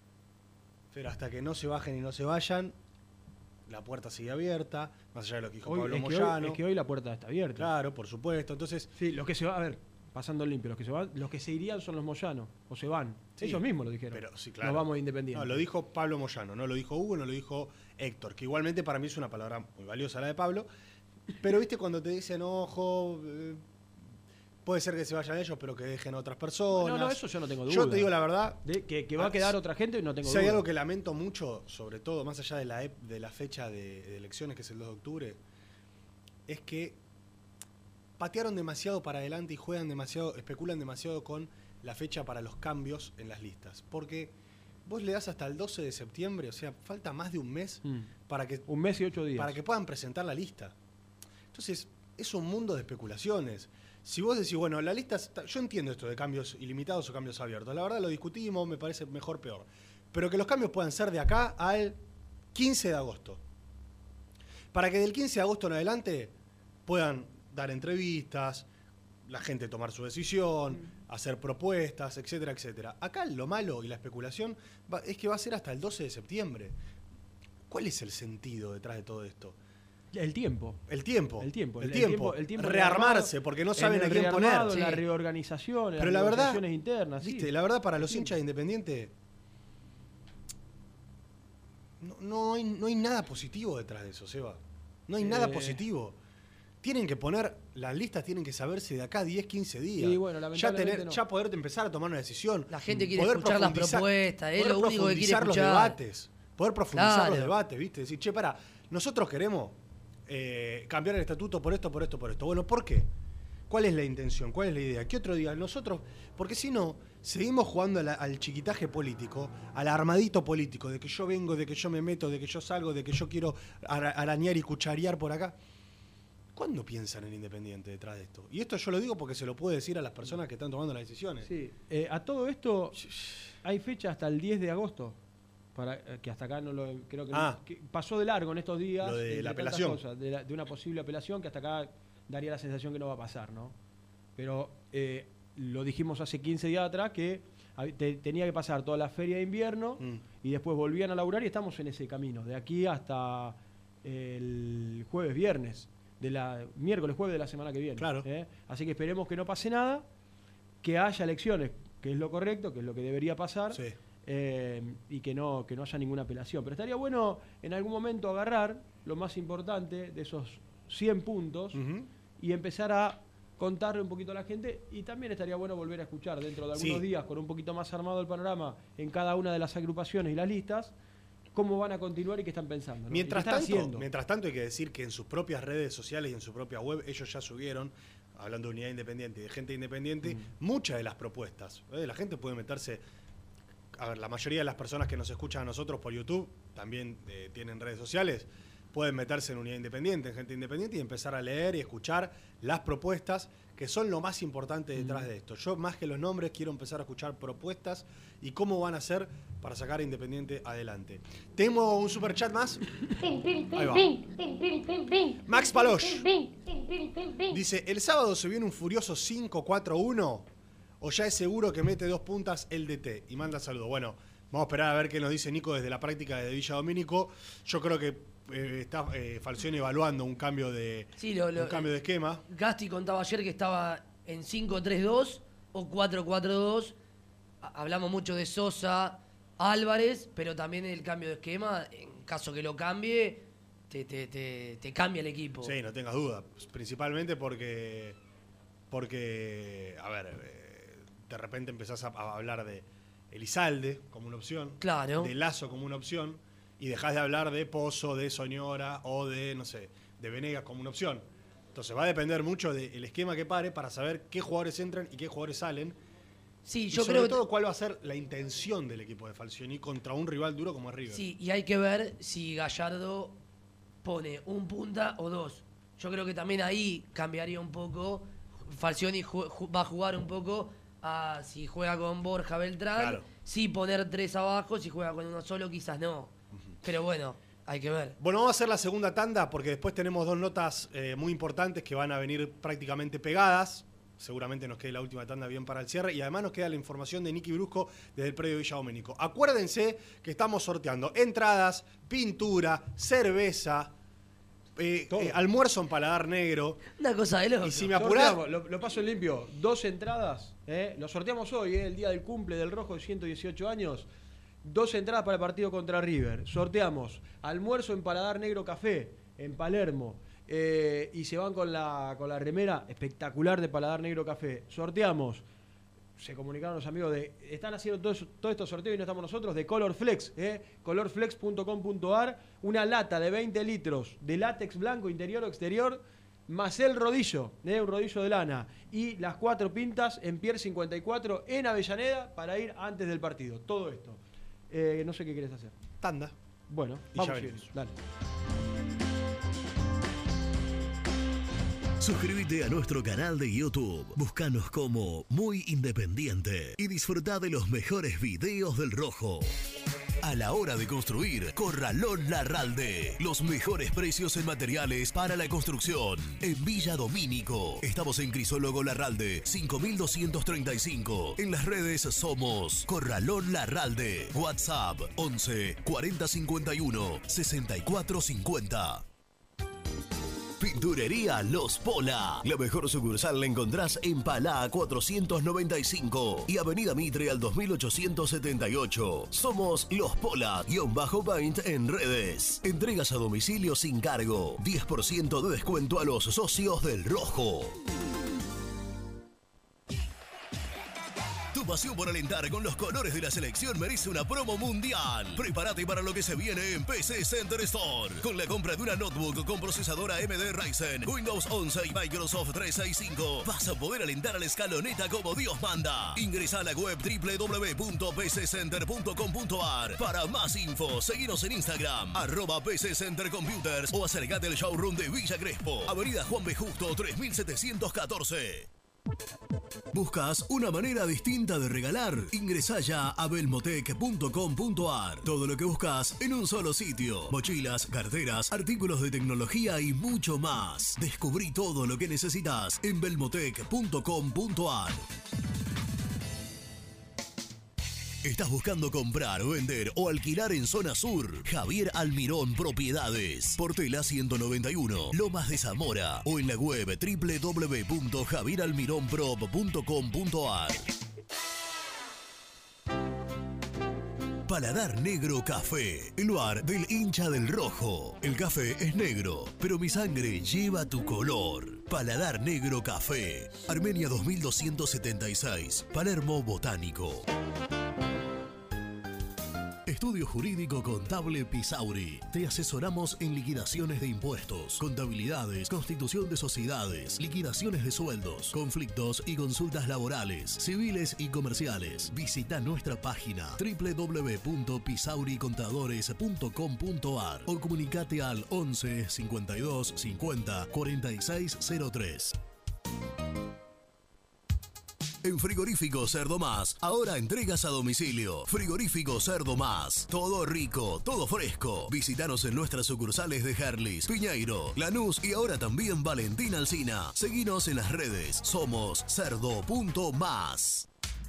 pero hasta que no se bajen y no se vayan, la puerta sigue abierta, más allá de lo que dijo Hoy- Pablo es, que Moyano. hoy, es que hoy la puerta está abierta. Claro, por supuesto. Entonces, Sí, los que se van, a ver, pasando limpio, los que se van, los que se irían son los Moyanos, o se van. Sí, Ellos mismos lo dijeron. pero sí, claro. Nos vamos de Independiente. No, lo dijo Pablo Moyano, no lo dijo Hugo, no lo dijo Héctor, que igualmente para mí es una palabra muy valiosa la de Pablo. Pero viste cuando te dicen, ojo, eh, puede ser que se vayan ellos, pero que dejen a otras personas. No, no, eso yo no tengo duda. Yo te digo la verdad. De que, que va ah, a quedar otra gente, no tengo Si duda. hay algo que lamento mucho, sobre todo más allá de la, ep- de la fecha de, de elecciones, que es el dos de octubre, es que patearon demasiado para adelante y juegan demasiado, especulan demasiado con la fecha para los cambios en las listas. Porque vos le das hasta el doce de septiembre, o sea, falta más de un mes Mm. para que, Un mes y ocho días. para que puedan presentar la lista. Entonces, es un mundo de especulaciones. Si vos decís, bueno, la lista está, yo entiendo esto de cambios ilimitados o cambios abiertos. La verdad lo discutimos, me parece mejor, peor. Pero que los cambios puedan ser de acá al quince de agosto. Para que del quince de agosto en adelante puedan dar entrevistas, la gente tomar su decisión, hacer propuestas, etcétera, etcétera. Acá lo malo y la especulación va- es que va a ser hasta el doce de septiembre. ¿Cuál es el sentido detrás de todo esto? El tiempo. El tiempo. El tiempo. El tiempo. el tiempo Rearmarse, rearmado, porque no en saben el a quién poner. rearmado, en La Sí. reorganización, en Pero las la verdad, negociaciones internas. sí. viste, la verdad para los Sí. hinchas de Independiente no, no hay, no hay nada positivo detrás de eso, Seba. No hay nada Eh. positivo. Tienen que poner, las listas tienen que saberse de acá a diez, quince días. Y bueno, ya, lamentablemente tener, no. ya poder empezar a tomar una decisión. La gente quiere poder escuchar las profundizar- propuestas, es poder lo único que quiere profundizar los escuchar. debates. Poder profundizar Claro. los debates, ¿viste? Decir, che, pará, nosotros queremos eh, cambiar el estatuto por esto, por esto, por esto. Bueno, ¿por qué? ¿Cuál es la intención? ¿Cuál es la idea? ¿Qué otro día? Nosotros, porque si no, seguimos jugando a la- al chiquitaje político, al armadito político, de que yo vengo, de que yo me meto, de que yo salgo, de que yo quiero ara- arañar y cucharear por acá. ¿Cuándo piensan en Independiente detrás de esto? Y esto yo lo digo porque se lo puedo decir a las personas que están tomando las decisiones. Sí. Eh, a todo esto, hay fecha hasta el diez de agosto. Para, eh, que hasta acá no lo creo que, no- Ah. que pasó de largo en estos días. Lo de entre la tantas apelación. cosas, de, la- de una posible apelación que hasta acá daría la sensación que no va a pasar, ¿no? Pero eh, lo dijimos hace quince días atrás que hab- te- tenía que pasar toda la feria de invierno Mm. y después volvían a laburar y estamos en ese camino, de aquí hasta el jueves, viernes, de la miércoles, jueves de la semana que viene. Claro. ¿eh? Así que esperemos que no pase nada, que haya elecciones, que es lo correcto, que es lo que debería pasar. Sí. eh, y que no, que no haya ninguna apelación. Pero estaría bueno en algún momento agarrar lo más importante de esos cien puntos Ujú. y empezar a contarle un poquito a la gente, y también estaría bueno volver a escuchar dentro de algunos Sí. días, con un poquito más armado el panorama en cada una de las agrupaciones y las listas, cómo van a continuar y qué están pensando, ¿no? Mientras y qué están tanto, haciendo. mientras tanto hay que decir que en sus propias redes sociales y en su propia web ellos ya subieron, hablando de unidad independiente y de gente independiente, Mm. muchas de las propuestas. ¿eh? La gente puede meterse, a ver, la mayoría de las personas que nos escuchan a nosotros por YouTube también eh, tienen redes sociales. pueden meterse en Unidad Independiente, en Gente Independiente, y empezar a leer y escuchar las propuestas que son lo más importante detrás mm. de esto. Yo, más que los nombres, quiero empezar a escuchar propuestas y cómo van a hacer para sacar a Independiente adelante. ¿Tenemos un superchat más? Ahí va. Max Palosh dice, ¿el sábado se viene un furioso cinco cuatro uno o ya es seguro que mete dos puntas el D T? Y manda saludos. Bueno, vamos a esperar a ver qué nos dice Nico desde la práctica de Villa Domínico. Yo creo que eh, está eh, Falcioni evaluando un cambio de, sí, lo, lo, un cambio de esquema. Gasti contaba ayer que estaba en cinco tres dos o cuatro cuatro dos. Hablamos mucho de Sosa, Álvarez, pero también el cambio de esquema, en caso que lo cambie, te, te, te, te cambia el equipo. Sí, no tengas duda. Principalmente porque, porque a ver, eh, de repente empezás a, a hablar de Elizalde como una opción, claro, de Lazo como una opción, y dejás de hablar de Pozo, de Soñora o de, no sé, de Venegas como una opción. Entonces va a depender mucho del esquema que pare para saber qué jugadores entran y qué jugadores salen. Sí, y yo sobre creo todo cuál va a ser la intención del equipo de Falcioni contra un rival duro como es River. Sí, y hay que ver si Gallardo pone un punta o dos. Yo creo que también ahí cambiaría un poco. Falcioni va a jugar un poco a si juega con Borja Beltrán, claro, sí poner tres abajo, si juega con uno solo quizás no. Uh-huh. Pero bueno, hay que ver. Bueno, vamos a hacer la segunda tanda porque después tenemos dos notas eh, muy importantes que van a venir prácticamente pegadas. Seguramente nos quede la última tanda bien para el cierre. Y además nos queda la información de Nicky Brusco desde el predio Villa Domínico. Acuérdense que estamos sorteando entradas, pintura, cerveza, eh, eh, almuerzo en Paladar Negro. Una cosa de loco. Y si me apurás... Lo, lo paso en limpio. Dos entradas. Eh, lo sorteamos hoy, eh, el día del cumple del Rojo de ciento dieciocho años. Dos entradas para el partido contra River. Sorteamos almuerzo en Paladar Negro Café, en Palermo. Eh, y se van con la, con la remera espectacular de Paladar Negro Café. Sorteamos, se comunicaron los amigos de, están haciendo todos todo estos sorteos y no estamos nosotros, de Color Flex, eh, color flex punto com punto a r, una lata de veinte litros de látex blanco interior o exterior, más el rodillo, eh, un rodillo de lana, y las cuatro pintas en Pier cincuenta y cuatro en Avellaneda para ir antes del partido. Todo esto. Eh, no sé qué quieres hacer. Tanda. Bueno, y vamos ya a ir. Dale. Suscríbete a nuestro canal de YouTube, búscanos como Muy Independiente y disfruta de los mejores videos del Rojo. A la hora de construir, Corralón Larralde. Los mejores precios en materiales para la construcción. En Villa Domínico. Estamos en Crisólogo Larralde, cinco mil doscientos treinta y cinco. En las redes somos Corralón Larralde. WhatsApp once cuarenta cincuenta y uno sesenta y cuatro cincuenta. Pinturería Los Pola. La mejor sucursal la encontrás en Palá cuatrocientos noventa y cinco y Avenida Mitre al dos mil ochocientos setenta y ocho. Somos Los Pola, guión bajo paint en redes. Entregas a domicilio sin cargo. diez por ciento de descuento a los socios del Rojo. Tu pasión por alentar con los colores de la selección merece una promo mundial. Prepárate para lo que se viene en P C Center Store. Con la compra de una notebook con procesadora A M D Ryzen, Windows once y Microsoft trescientos sesenta y cinco, vas a poder alentar a la escaloneta como Dios manda. Ingresa a la web doble u doble u doble u punto p c center punto com punto a r. Para más info, seguinos en Instagram, arroba P C Center Computers, o acercate al showroom de Villa Crespo, Avenida Juan B. Justo tres mil setecientos catorce. ¿Buscas una manera distinta de regalar? Ingresá ya a belmotec punto com punto a r. Todo lo que buscas en un solo sitio. Mochilas, carteras, artículos de tecnología y mucho más. Descubrí todo lo que necesitas en belmotec punto com punto a r. ¿Estás buscando comprar, vender o alquilar en Zona Sur? Javier Almirón Propiedades. Portela ciento noventa y uno, Lomas de Zamora. O en la web doble u doble u doble u punto javier almirón prop punto com punto a r. Paladar Negro Café, el bar del hincha del Rojo. El café es negro, pero mi sangre lleva tu color. Paladar Negro Café, Armenia dos mil doscientos setenta y seis, Palermo Botánico. Estudio Jurídico Contable Pisauri. Te asesoramos en liquidaciones de impuestos, contabilidades, constitución de sociedades, liquidaciones de sueldos, conflictos y consultas laborales, civiles y comerciales. Visita nuestra página doble u doble u doble u punto pisauri contadores punto com punto a r o comunicate al once cincuenta y dos cincuenta cuarenta y seis cero tres. En Frigorífico Cerdo Más, ahora entregas a domicilio. Frigorífico Cerdo Más, todo rico, todo fresco. Visítanos en nuestras sucursales de Herlis, Piñeiro, Lanús y ahora también Valentín Alsina. Seguinos en las redes, somos cerdo punto más.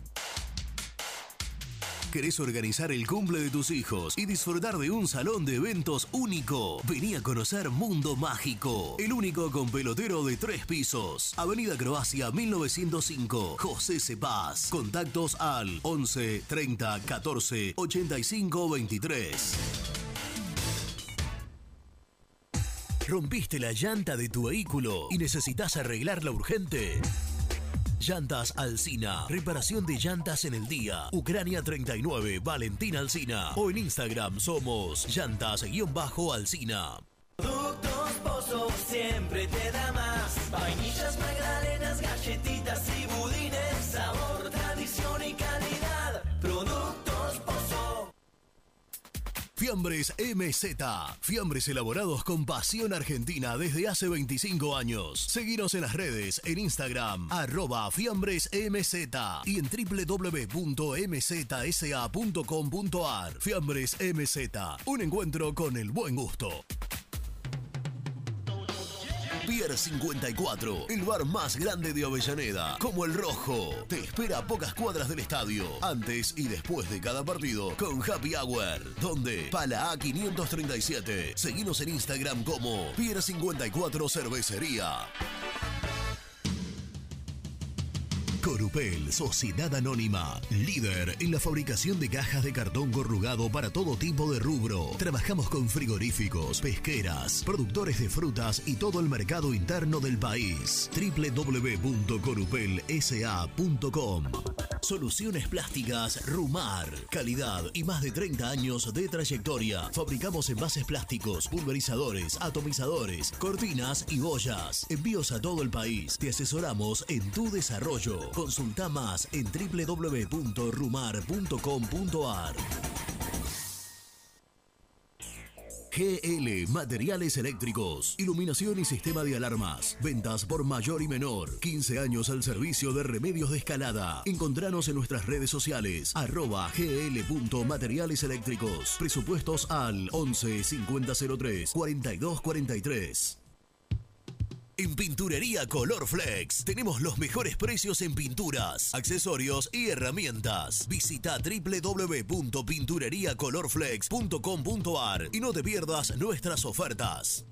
¿Querés organizar el cumple de tus hijos y disfrutar de un salón de eventos único? Vení a conocer Mundo Mágico, el único con pelotero de tres pisos. Avenida Croacia mil novecientos cinco, José Cepaz. Contactos al once treinta catorce ochenta y cinco veintitrés. ¿Rompiste la llanta de tu vehículo y necesitas arreglarla urgente? Llantas Alsina, reparación de llantas en el día. Ucrania treinta y nueve, Valentín Alsina. O en Instagram somos llantas-alsina. Productos Pozo siempre te da más. Vainillas, magdalenas, galletitas y budines. Sabor, tradición y calidad. Productos Pozo. Fiambres M Z. Fiambres elaborados con pasión argentina desde hace veinticinco años. Seguinos en las redes, en Instagram, arroba Fiambres M Z y en doble u doble u doble u punto m z s a punto com punto a r. Fiambres M Z. Un encuentro con el buen gusto. Pier cincuenta y cuatro, el bar más grande de Avellaneda, como el Rojo. Te espera a pocas cuadras del estadio, antes y después de cada partido, con Happy Hour. ¿Dónde? Pala A quinientos treinta y siete. Seguinos en Instagram como Pier cincuenta y cuatro Cervecería. Corupel, Sociedad Anónima, líder en la fabricación de cajas de cartón corrugado para todo tipo de rubro. Trabajamos con frigoríficos, pesqueras, productores de frutas y todo el mercado interno del país. doble u doble u doble u punto corupel s a punto com. Soluciones plásticas Rumar, calidad y más de treinta años de trayectoria. Fabricamos envases plásticos, pulverizadores, atomizadores, cortinas y boyas. Envíos a todo el país. Te asesoramos en tu desarrollo. Consulta más en doble u doble u doble u punto rumar punto com punto a r. G L Materiales Eléctricos, iluminación y sistema de alarmas, ventas por mayor y menor, quince años al servicio de remedios de escalada. Encontranos en nuestras redes sociales, arroba gl.materiales eléctricos, presupuestos al once cincuenta cero tres cuarenta y dos cuarenta y tres. En Pinturería Color Flex tenemos los mejores precios en pinturas, accesorios y herramientas. Visita doble u doble u doble u punto pinturería color flex punto com punto a r y no te pierdas nuestras ofertas.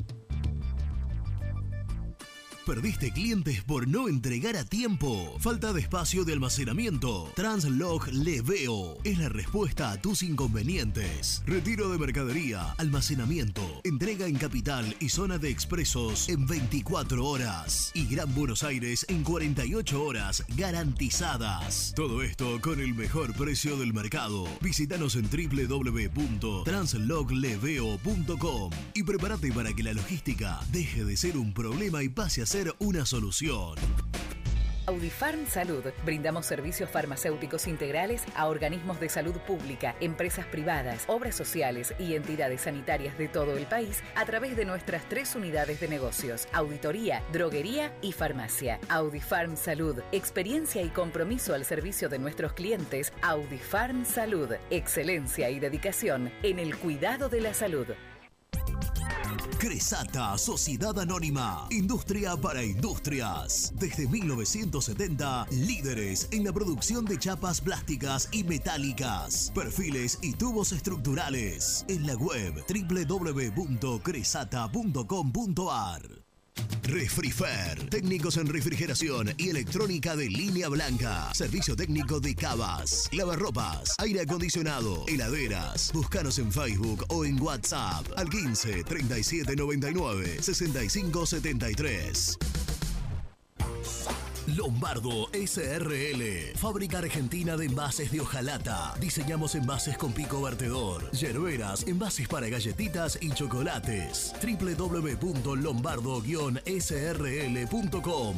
¿Perdiste clientes por no entregar a tiempo? ¿Falta de espacio de almacenamiento? Translog Leveo es la respuesta a tus inconvenientes. Retiro de mercadería, almacenamiento, entrega en capital y zona de expresos en veinticuatro horas y Gran Buenos Aires en cuarenta y ocho horas garantizadas. Todo esto con el mejor precio del mercado. Visítanos en doble u doble u doble u punto translog leveo punto com y prepárate para que la logística deje de ser un problema y pase a ser una solución. Audifarm Salud. Brindamos servicios farmacéuticos integrales a organismos de salud pública, empresas privadas, obras sociales y entidades sanitarias de todo el país a través de nuestras tres unidades de negocios: auditoría, droguería y farmacia. Audifarm Salud. Experiencia y compromiso al servicio de nuestros clientes. Audifarm Salud. Excelencia y dedicación en el cuidado de la salud. Cresata, Sociedad Anónima, industria para industrias. Desde mil novecientos setenta, líderes en la producción de chapas plásticas y metálicas, perfiles y tubos estructurales. En la web doble u doble u doble u punto cresata punto com punto a r. Refrifer, técnicos en refrigeración y electrónica de línea blanca. Servicio técnico de cavas, lavarropas, aire acondicionado, heladeras. Búscanos en Facebook o en WhatsApp al quince treinta y siete noventa y nueve sesenta y cinco setenta y tres. Lombardo S R L, fábrica argentina de envases de hojalata. Diseñamos envases con pico vertedor, yerberas, envases para galletitas y chocolates. w w w punto lombardo guion s r l punto com.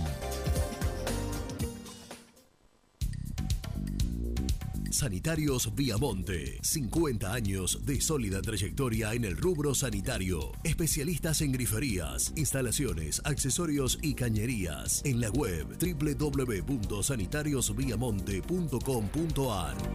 Sanitarios Viamonte, cincuenta años de sólida trayectoria en el rubro sanitario. Especialistas en griferías, instalaciones, accesorios y cañerías. En la web w w w punto sanitarios viamonte punto com punto a r.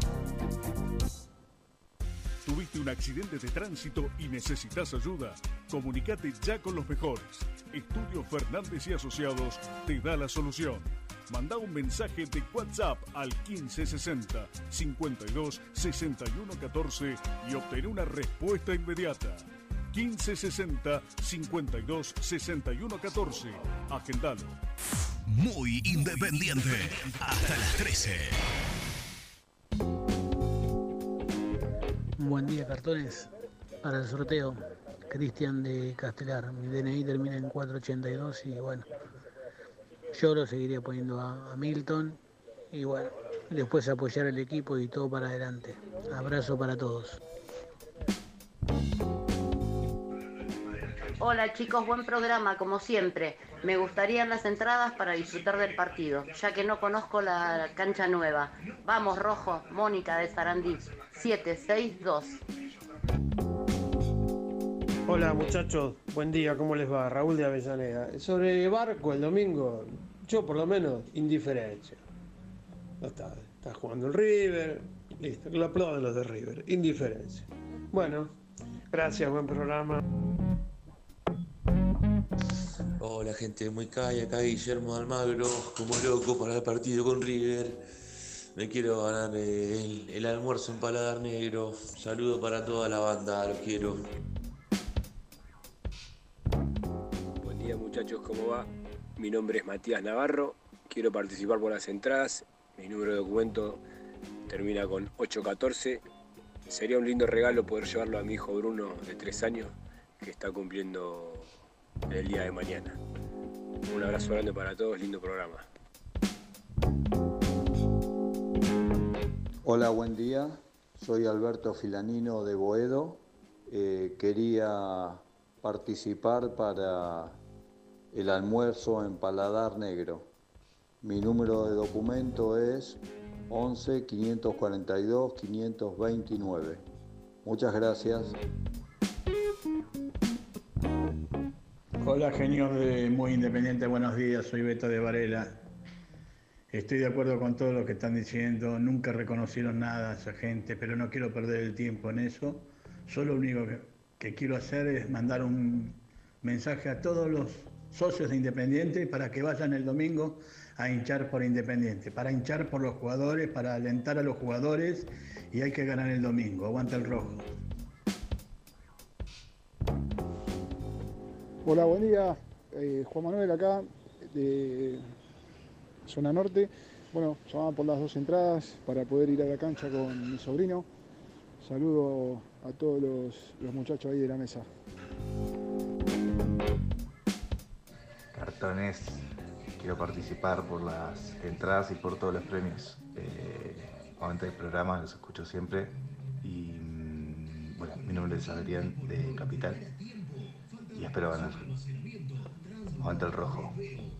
¿Tuviste un accidente de tránsito y necesitas ayuda? Comunicate ya con los mejores. Estudio Fernández y Asociados te da la solución. Manda un mensaje de WhatsApp al quince sesenta, cincuenta y dos, sesenta y uno catorce y obtén una respuesta inmediata. quince sesenta, cincuenta y dos, sesenta y uno catorce. Agendalo. Muy independiente. Hasta las trece. Buen día, cartones. Para el sorteo, Cristian de Castelar. Mi D N I termina en cuatrocientos ochenta y dos y bueno, yo lo seguiría poniendo a, a Milton y bueno, después apoyar al equipo y todo para adelante. Abrazo para todos. Hola chicos, buen programa como siempre. Me gustarían las entradas para disfrutar del partido, ya que no conozco la cancha nueva. Vamos Rojo, Mónica de Sarandí, siete seis dos. Hola muchachos, buen día, ¿cómo les va? Raúl de Avellaneda. Sobre Barco el domingo, yo por lo menos indiferencia. No está, está jugando el River, listo, que lo aplauden los de River, indiferencia. Bueno, gracias, buen programa. Hola gente de Muicay, acá Guillermo de Almagro, como loco para el partido con River. Me quiero ganar el, el almuerzo en Paladar Negro. Saludo para toda la banda, los quiero. Buen día muchachos, ¿cómo va? Mi nombre es Matías Navarro, quiero participar por las entradas. Mi número de documento termina con ocho catorce. Sería un lindo regalo poder llevarlo a mi hijo Bruno de tres años, que está cumpliendo el día de mañana. Un abrazo grande para todos, lindo programa. Hola, buen día. Soy Alberto Filanino de Boedo. Eh, quería participar para el almuerzo en Paladar Negro. Mi número de documento es once, quinientos cuarenta y dos, quinientos veintinueve. Muchas gracias. Hola, genios de Muy Independiente, buenos días, soy Beto de Varela. Estoy de acuerdo con todo lo que están diciendo, nunca reconocieron nada a esa gente, pero no quiero perder el tiempo en eso. Solo lo único que, que quiero hacer es mandar un mensaje a todos los socios de Independiente para que vayan el domingo a hinchar por Independiente, para hinchar por los jugadores, para alentar a los jugadores, y hay que ganar el domingo. Aguanta el rojo. Hola, buen día. Eh, Juan Manuel acá, de Zona Norte. Bueno, llamaba por las dos entradas para poder ir a la cancha con mi sobrino. Saludo a todos los, los muchachos ahí de la mesa. Cartones, quiero participar por las entradas y por todos los premios. Eh, aguanta el programa, los escucho siempre. Y bueno, mi nombre es Adrián de Capital. Y espero ganar. Aguanta el rojo.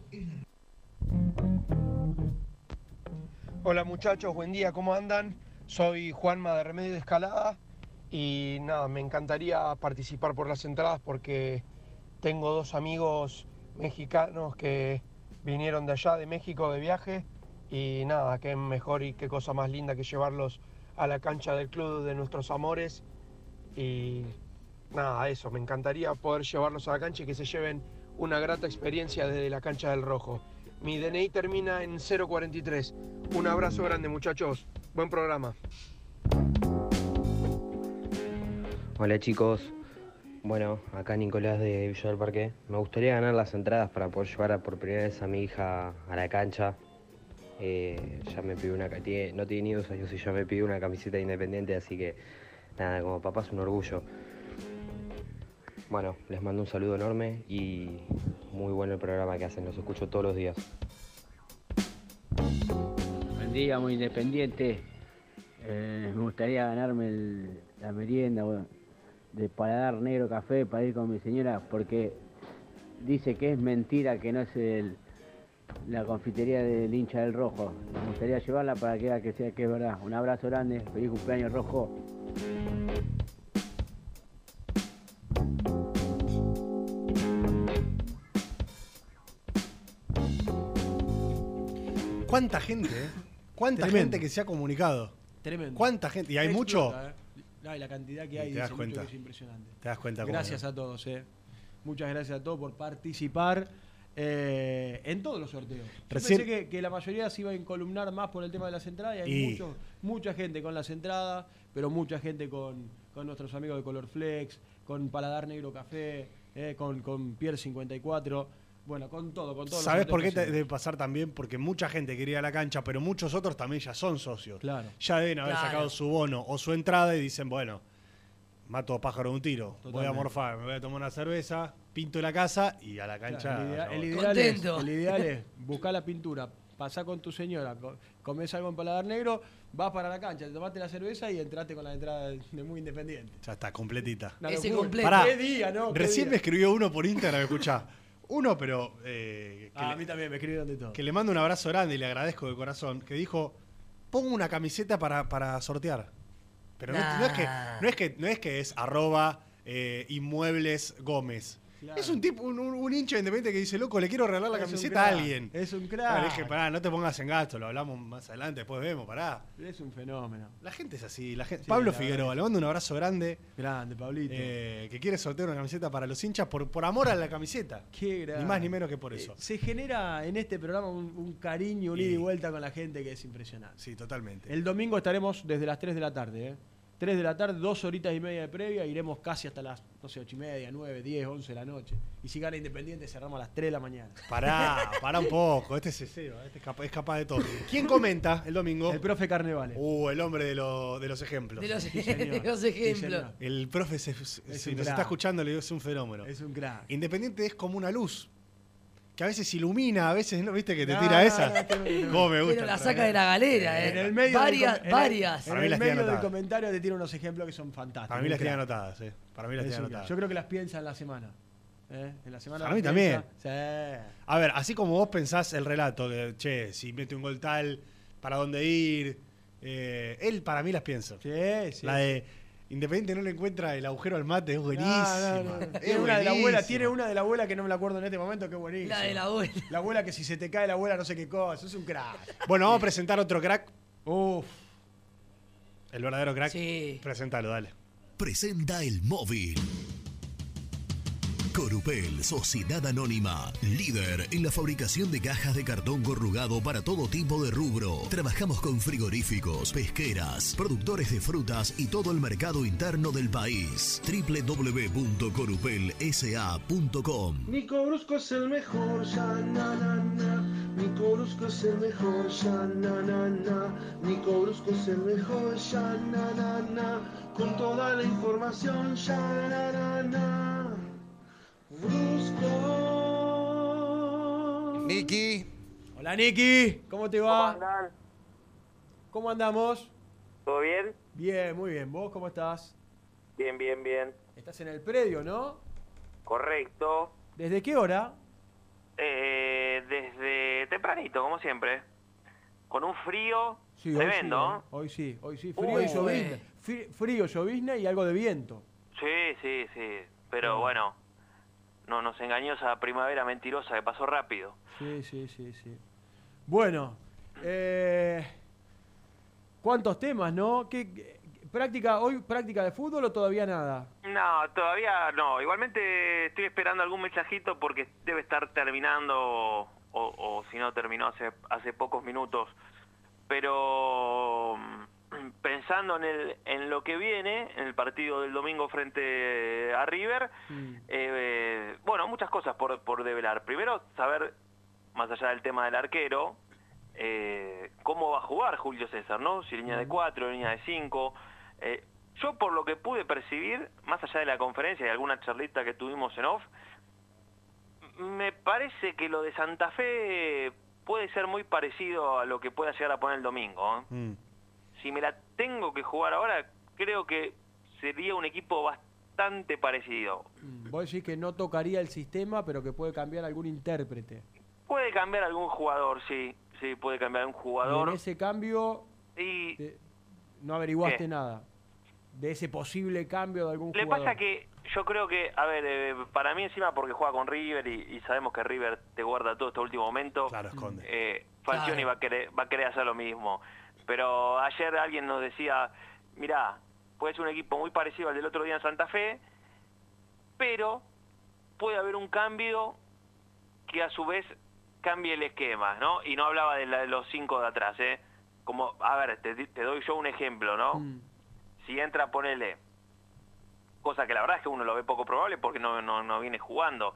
Hola muchachos, buen día, ¿cómo andan? Soy Juanma de Remedio de Escalada y nada, me encantaría participar por las entradas porque tengo dos amigos mexicanos que vinieron de allá, de México, de viaje, y nada, qué mejor y qué cosa más linda que llevarlos a la cancha del club de nuestros amores. Y nada, eso, me encantaría poder llevarlos a la cancha y que se lleven una grata experiencia desde la cancha del Rojo. Mi D N I termina en cero cuarenta y tres. Un abrazo grande muchachos, buen programa. Hola chicos, bueno, acá Nicolás de Villa del Parque. Me gustaría ganar las entradas para poder llevar a, por primera vez a mi hija a la cancha. Eh, ya me pidió una, tiene, no tiene ni dos años y ya me pidió una camiseta Independiente, así que nada, como papá es un orgullo. Bueno, les mando un saludo enorme y muy bueno el programa que hacen, los escucho todos los días. Buen día, muy independiente. Eh, me gustaría ganarme el- la merienda bueno, de Paladar Negro Café para ir con mi señora porque dice que es mentira que no es el, la confitería del hincha del Rojo. Me gustaría llevarla para que vea que sea que es verdad. Un abrazo grande, feliz cumpleaños Rojo. ¿Cuánta gente, eh? ¿Cuánta Tremendo. gente que se ha comunicado? Tremendo. ¿Cuánta gente? ¿Y hay mucho? Explota, ¿eh? No, y la cantidad que Y hay te das dice mucho cuenta. que es impresionante. Te das cuenta cómo Gracias no. a todos, eh. Muchas gracias a todos por participar eh, en todos los sorteos. Yo Recién- pensé que, que la mayoría se iba a encolumnar más por el tema de las entradas y hay Y- mucho- mucha gente con las entradas, pero mucha gente con, con nuestros amigos de Color Flex, con Paladar Negro Café, eh, con, con Pierre cincuenta y cuatro. Bueno, con todo, con todo. ¿Sabés por qué te- debe pasar también? Porque mucha gente quería ir a la cancha, pero muchos otros también ya son socios. Claro. Ya deben haber Claro. sacado su bono o su entrada y dicen, bueno, mato pájaro de un tiro, voy a Totalmente. morfar, me voy a tomar una cerveza, pinto la casa y a la cancha. Claro, el, idea- ya el voy. ideal es, el ideal es buscar la pintura, pasar con tu señora, co- comés algo en Paladar Negro, vas para la cancha, te tomaste la cerveza y entraste con la entrada de, de Muy Independiente. Ya está, completita. Una Ese locura. completo. Pará, ¿Qué día, no? ¿Qué Recién día? me escribió uno por Instagram, escuchá. Uno, pero eh, que, Ah, a le, mí también me escribieron de todo. que le mando un abrazo grande y le agradezco de corazón, que dijo, pongo una camiseta para, para sortear. Pero no, no es que, no, es que, no es que es arroba eh, inmuebles Gómez. Claro. Es un tipo, un, un- un hincha independiente que dice, loco, le quiero regalar la Es un camiseta a crack, alguien. es un crack. Ah, le dije, pará, no te pongas en gasto, lo hablamos más adelante, después vemos, pará. Es un fenómeno. La gente es así. La gente, Sí, Pablo la Figueroa, verdad. le mando un abrazo grande. Grande, Pablito. eh, que quiere sortear una camiseta para los hinchas por, por amor a la camiseta. Qué grande. Ni más ni menos que por eso. Eh, se genera en este programa un, un cariño, un Y- ida y vuelta con la gente que es impresionante. Sí, totalmente. El domingo estaremos desde las tres de la tarde, ¿eh? tres de la tarde, dos horitas y media de previa, iremos casi hasta las, no sé, ocho y media, nueve, diez, once de la noche. Y si gana Independiente cerramos a las tres de la mañana. Pará, pará un poco. Este es Seba, este es capaz, es capaz de todo. ¿Quién comenta el domingo? El profe Carnevale. Uh, el hombre de, lo- de los ejemplos. De los, Sí, señor. de los Sí, ejemplos. señor. El profe, se- si un nos crack. está escuchando, le digo, es un fenómeno. Es un crack. Independiente es como una luz. Que a veces ilumina, a veces no, viste que te No, tira no, esa. no, que no. ¿Cómo me gusta? Pero la el saca profe? de la galera, ¿eh? En el medio varias, del, com- en el- varias. En Para mí el las tiene medio del anotadas. comentario te tira unos ejemplos que son fantásticos. Para mí Un las tiene crack. anotadas, eh. Para mí las Es tiene un crack. anotadas. Yo creo que las piensa en la semana. ¿eh? En la semana Para las mí también. piensa. Sí. A ver, así como vos pensás el relato de, che, si mete un gol tal, para dónde ir, eh, él para mí las piensa. Sí, sí. La de Independiente no le encuentra el agujero al mate, es buenísima. No, no, no. Es Tiene una de la abuela, buenísima. tiene una de la abuela que no me la acuerdo en este momento, que es buenísima. La de la abuela. La abuela que si se te cae la abuela no sé qué cosa, es un crack. Bueno, vamos a presentar otro crack. Uf. El verdadero crack. Sí. Presentalo, dale. Presenta el móvil. Corupel, Sociedad Anónima, líder en la fabricación de cajas de cartón corrugado para todo tipo de rubro. Trabajamos con frigoríficos, pesqueras, productores de frutas y todo el mercado interno del país. doble u doble u doble u punto corupel s a punto com. Nico Brusco es el mejor, ya na na na. Nico Brusco es el mejor, ya na na na. Nico Brusco es el mejor, ya na na na. Con toda la información, ya na na na. Brusco. Niki. Hola Niki, ¿cómo te va? ¿Cómo andan? ¿Cómo andamos? ¿Todo bien? Bien, muy bien. ¿Vos cómo estás? Bien, bien, bien. Estás en el predio, ¿no? Correcto. ¿Desde qué hora? Eh, desde tempranito, como siempre. Con un frío Sí, tremendo. Hoy sí, ¿eh? hoy sí, hoy sí. Frío Uy, y llovizna. Fri- Frío, llovizna y algo de viento. Sí, sí, sí. Pero Ah. bueno, no nos engañó esa primavera mentirosa que pasó rápido. Sí, sí, sí, sí. Bueno, eh, ¿cuántos temas, no? ¿Qué, qué- práctica, ¿Hoy práctica de fútbol o todavía nada? No, todavía no. Igualmente estoy esperando algún mensajito porque debe estar terminando o, o si no terminó hace, hace pocos minutos. Pero mm, pensando en, el, en lo que viene, en el partido del domingo frente a River, eh, bueno, muchas cosas por, por develar. Primero, saber, más allá del tema del arquero, eh, cómo va a jugar Julio César, ¿no? Si línea de cuatro, línea de cinco. Eh, yo por lo que pude percibir, más allá de la conferencia y alguna charlita que tuvimos en off, me parece que lo de Santa Fe puede ser muy parecido a lo que pueda llegar a poner el domingo. ¿eh? Mm. Si me la tengo que jugar ahora, creo que sería un equipo bastante parecido. Vos decís que no tocaría el sistema, pero que puede cambiar algún intérprete. Puede cambiar algún jugador, sí, sí, puede cambiar un Y jugador. en ese cambio Y te- no averiguaste ¿Qué? nada de ese posible cambio de algún le jugador. pasa que yo creo que, a ver, eh, para mí encima porque juega con River y, y sabemos que River te guarda todo este último momento. Claro, esconde. Eh, Falcioni Claro. va a querer va a querer hacer lo mismo. Pero ayer alguien nos decía, mirá, puede ser un equipo muy parecido al del otro día en Santa Fe, pero puede haber un cambio que a su vez cambie el esquema, ¿no? Y no hablaba de, la- de los cinco de atrás, ¿eh? Como, a ver, te, te doy yo un ejemplo, ¿no? Si entra, ponele, cosa que la verdad es que uno lo ve poco probable porque no, no, no viene jugando,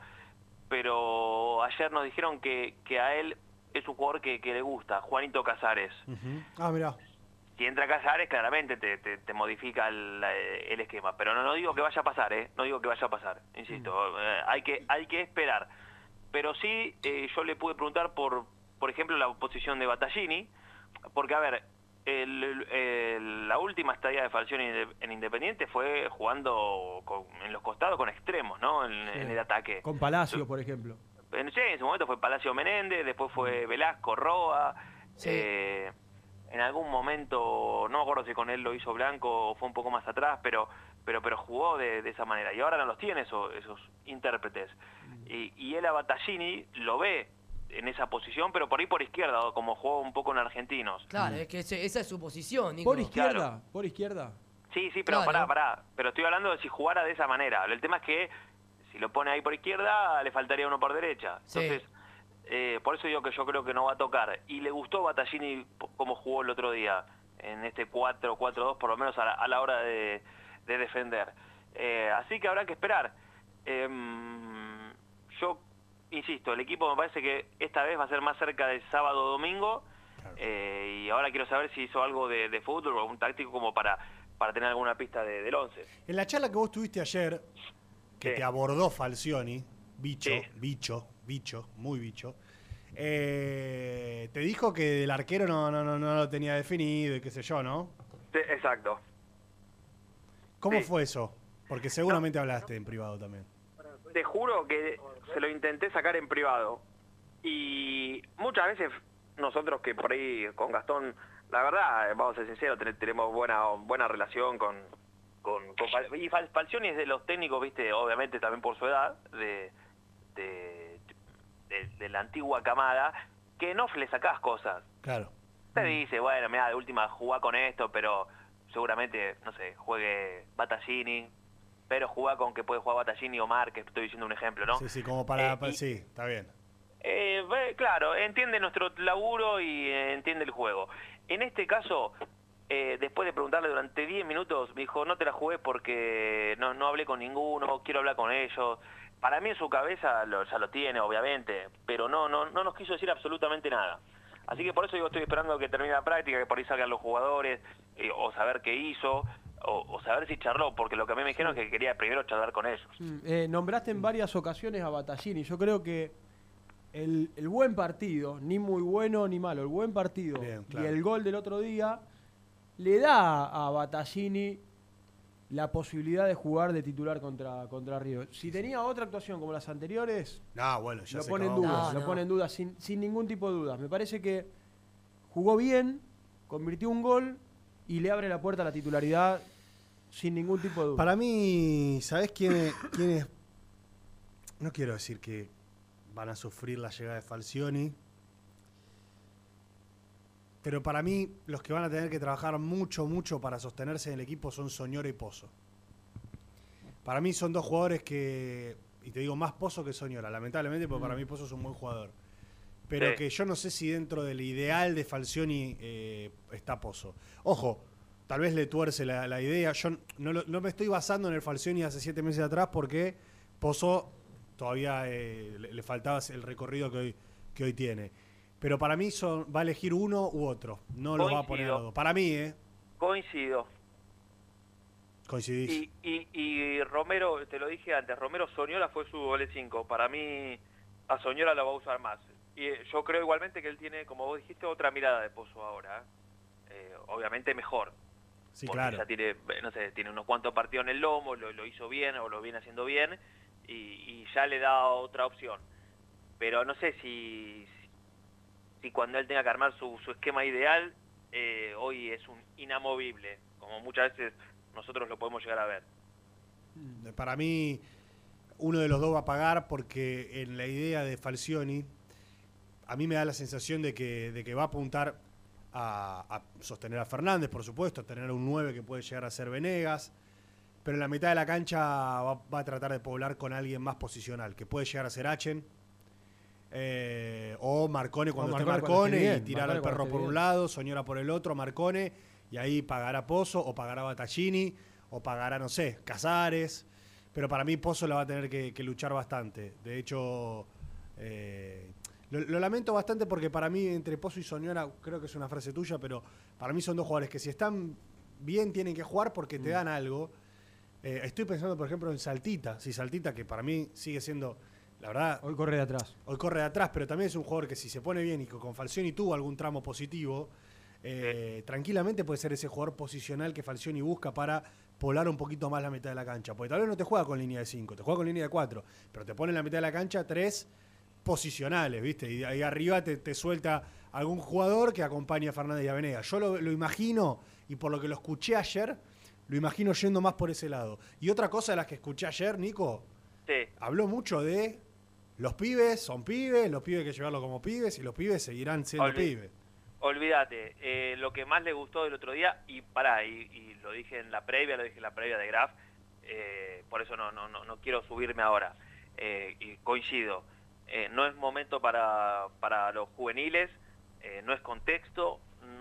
pero ayer nos dijeron que, que a él es un jugador que, que le gusta, Juanito Casares. Ah, mirá. Si entra Casares, claramente te, te, te modifica el, el esquema, pero no, no digo que vaya a pasar, ¿eh? No digo que vaya a pasar, insisto, eh, hay que hay que esperar. Pero sí, eh, yo le pude preguntar por, por ejemplo, la posición de Battaglini, porque, a ver, el, el- el- la última estadía de Falcioni en, en Independiente fue jugando con- en los costados con extremos, ¿no? En, en el ataque. Con Palacio, por ejemplo. En, sí, en su momento fue Palacio Menéndez, después fue Velasco, Roa. Sí. eh, en algún momento, no me acuerdo si con él lo hizo Blanco o fue un poco más atrás, pero pero pero jugó de, de esa manera. Y ahora no los tiene esos, esos intérpretes. Y, y él a Battaglini lo ve en esa posición, pero por ahí por izquierda, como jugó un poco en Argentinos. Claro, es que ese- esa es su posición, Nico. Por izquierda, por izquierda. Sí, sí, pero Claro. pará, pará. Pero estoy hablando de si jugara de esa manera. El tema es que si lo pone ahí por izquierda, le faltaría uno por derecha. Sí. Entonces, eh, por eso digo que yo creo que no va a tocar. Y le gustó Battaglini p- como jugó el otro día, en este cuatro cuatro dos, por lo menos a la, a la hora de, de defender. Eh, así que habrá que esperar. Em, yo insisto, el equipo me parece que esta vez va a ser más cerca del sábado o domingo. Eh, y ahora quiero saber si hizo algo de, de fútbol o un táctico como para, para tener alguna pista de- del once. En la charla que vos tuviste ayer, que Sí. te abordó Falcioni, bicho, Sí. bicho, bicho, muy bicho, eh, te dijo que el arquero no, no, no, no lo tenía definido y qué sé yo, ¿no? Sí, exacto. ¿Cómo Sí. fue eso? Porque seguramente hablaste en privado también. Te juro que se lo intenté sacar en privado. Y muchas veces nosotros que por ahí con Gastón, la verdad, vamos a ser sinceros, ten- tenemos buena buena relación con... con, con Fal- y Fal- Falcioni es de los técnicos, viste, obviamente también por su edad, de, de, de, de la antigua camada, que no le sacás cosas. Claro. Te dice, bueno, mira, de última jugá con esto, pero seguramente, no sé, juegue Battaglini, pero jugá con que puede jugar Battaglini o Omar, que estoy diciendo un ejemplo, ¿no? Sí, sí, como para... Eh, para- y- sí, está bien. Eh, ve- claro, entiende nuestro laburo y eh, entiende el juego. En este caso, eh, después de preguntarle durante diez minutos, me dijo, no te la jugué porque no, no hablé con ninguno, quiero hablar con ellos. Para mí en su cabeza lo- ya lo tiene, obviamente, pero no, no, no nos quiso decir absolutamente nada. Así que por eso yo estoy esperando que termine la práctica, que por ahí salgan los jugadores, eh, o saber qué hizo, o, o saber si charló, porque lo que a mí me dijeron es que quería primero charlar con ellos. Mm, eh, nombraste en varias ocasiones a Battaglini. Yo creo que el, el buen partido, ni muy bueno ni malo, el buen partido claro. y el gol del otro día le da a Battaglini la posibilidad de jugar de titular contra, contra River. Si tenía otra actuación como las anteriores, No, bueno, ya lo se pone en acabó. duda, No, lo no. pone en duda sin, sin ningún tipo de dudas. Me parece que jugó bien, convirtió un gol y le abre la puerta a la titularidad sin ningún tipo de duda. Para mí, ¿sabés quién, quién es? No quiero decir que van a sufrir la llegada de Falcioni, pero para mí los que van a tener que trabajar mucho, mucho para sostenerse en el equipo son Soñora y Pozo. Para mí son dos jugadores que, y te digo más Pozo que Soñora, lamentablemente, porque para mí Pozo es un buen jugador. Pero Sí. que yo no sé si dentro del ideal de Falcioni eh, está Pozo. Ojo, tal vez le tuerce la, la idea. Yo no, lo- no me estoy basando en el Falcioni hace siete meses atrás porque Pozo todavía eh, le, le faltaba el recorrido que hoy, que hoy tiene. Pero para mí son, va a elegir uno u otro. No los va a poner a Coincido. los dos. Para mí, ¿eh? Coincido. Coincidís. Y, y, y Romero, te lo dije antes, Romero Soñora fue su doble cinco. Para mí, a Soñora la va a usar más. Y eh, yo creo igualmente que él tiene, como vos dijiste, otra mirada de Pozo ahora. Eh, obviamente mejor. Sí, porque claro. ya tiene, eh, no sé, tiene unos cuantos partidos en el lomo, lo, lo hizo bien o lo viene haciendo bien y, y ya le da otra opción. Pero no sé si, si, si cuando él tenga que armar su, su esquema ideal, eh, hoy es un inamovible, como muchas veces nosotros lo podemos llegar a ver. Para mí, uno de los dos va a pagar porque en la idea de Falcioni, a mí me da la sensación de que, de que va a apuntar a, a sostener a Fernández, por supuesto, a tener un nueve que puede llegar a ser Venegas, pero en la mitad de la cancha va, va a tratar de poblar con alguien más posicional, que puede llegar a ser Achen, eh, o Marcone cuando O esté Marcone Marcone, cuando esté y bien, tirar Marcone al perro cuando esté por un bien. lado, Soñora por el otro, Marcone, y ahí pagará Pozo, o pagará Battaglini, o pagará, no sé, Casares. Pero para mí Pozo la va a tener que, que luchar bastante. De hecho, eh, lo, lo lamento bastante porque para mí entre Pozo y Soñora, creo que es una frase tuya, pero para mí son dos jugadores que si están bien tienen que jugar porque te dan algo. Eh, estoy pensando, por ejemplo, en Saltita. Si Saltita, que para mí sigue siendo, la verdad... Hoy corre de atrás. Hoy corre de atrás, pero también es un jugador que si se pone bien y que con Falcioni tuvo algún tramo positivo, eh, tranquilamente puede ser ese jugador posicional que Falcioni busca para poblar un poquito más la mitad de la cancha. Porque tal vez no te juega con línea de cinco, te juega con línea de cuatro, pero te pone en la mitad de la cancha tres posicionales, ¿viste? Y ahí arriba te, te suelta algún jugador que acompañe a Fernández y a Venegas. Yo lo, lo imagino, y por lo que lo escuché ayer, lo imagino yendo más por ese lado. Y otra cosa de las que escuché ayer, Nico, Sí. habló mucho de los pibes son pibes, los pibes hay que llevarlo como pibes y los pibes seguirán siendo Olvi- pibes. Olvídate, eh, lo que más le gustó del otro día, y pará, y, y lo dije en la previa, lo dije en la previa de Graf, eh, por eso no, no, no, no quiero subirme ahora, eh, y coincido, eh, no es momento para, para los juveniles, eh, no es contexto,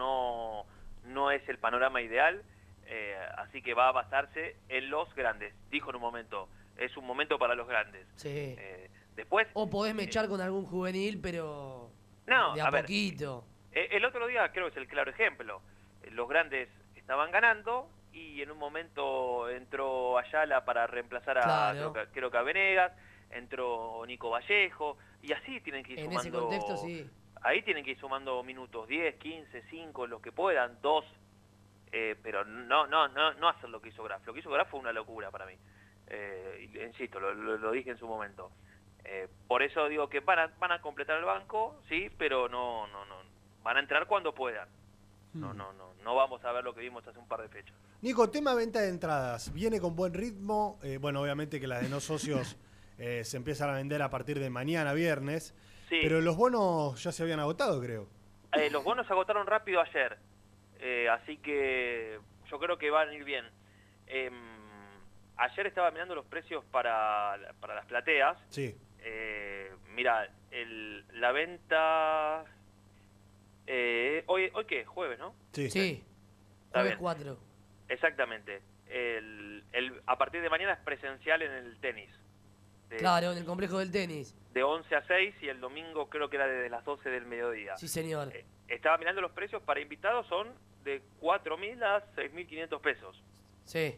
no, no es el panorama ideal, eh, así que va a basarse en los grandes, dijo en un momento, es un momento para los grandes. Sí. Eh, después... O podés mechar con algún juvenil, pero No, de a, a ver, poquito. Eh, El otro día creo que es el claro ejemplo. Eh, Los grandes estaban ganando y en un momento entró Ayala para reemplazar a Claro. creo, que, creo que a Venegas, entró Nico Vallejo y así tienen que ir En sumando. ese contexto, sí. Ahí tienen que ir sumando minutos, diez, quince, cinco, los que puedan, dos, eh, pero no, no, no, no hacer lo que hizo Graf. Lo que hizo Graf fue una locura para mí. Eh, y- insisto, lo, lo- lo dije en su momento. Eh, por eso digo que van a, van a completar el banco, sí, pero no, no, no, van a entrar cuando puedan. No, no, no, no vamos a ver lo que vimos hace un par de fechas. Nico, tema venta de entradas, viene con buen ritmo, eh, bueno, obviamente que las de no socios eh, se empiezan a vender a partir de mañana, viernes, Sí. pero los bonos ya se habían agotado, creo. Eh, los bonos se agotaron rápido ayer, eh, así que yo creo que van a ir bien. Em, ayer estaba mirando los precios para, para las plateas. Sí. Eh, mira, el, la venta... Eh, hoy, ¿Hoy qué? Jueves, ¿no? Sí. Sí. Está Jueves bien. cuatro. Exactamente. El, el, a partir de mañana es presencial en el tenis. De, Claro, en el complejo del tenis. de once a seis y el domingo creo que era desde las doce del mediodía. Sí, señor. Eh, estaba mirando los precios para invitados, son de cuatro mil a seis mil quinientos pesos. Sí.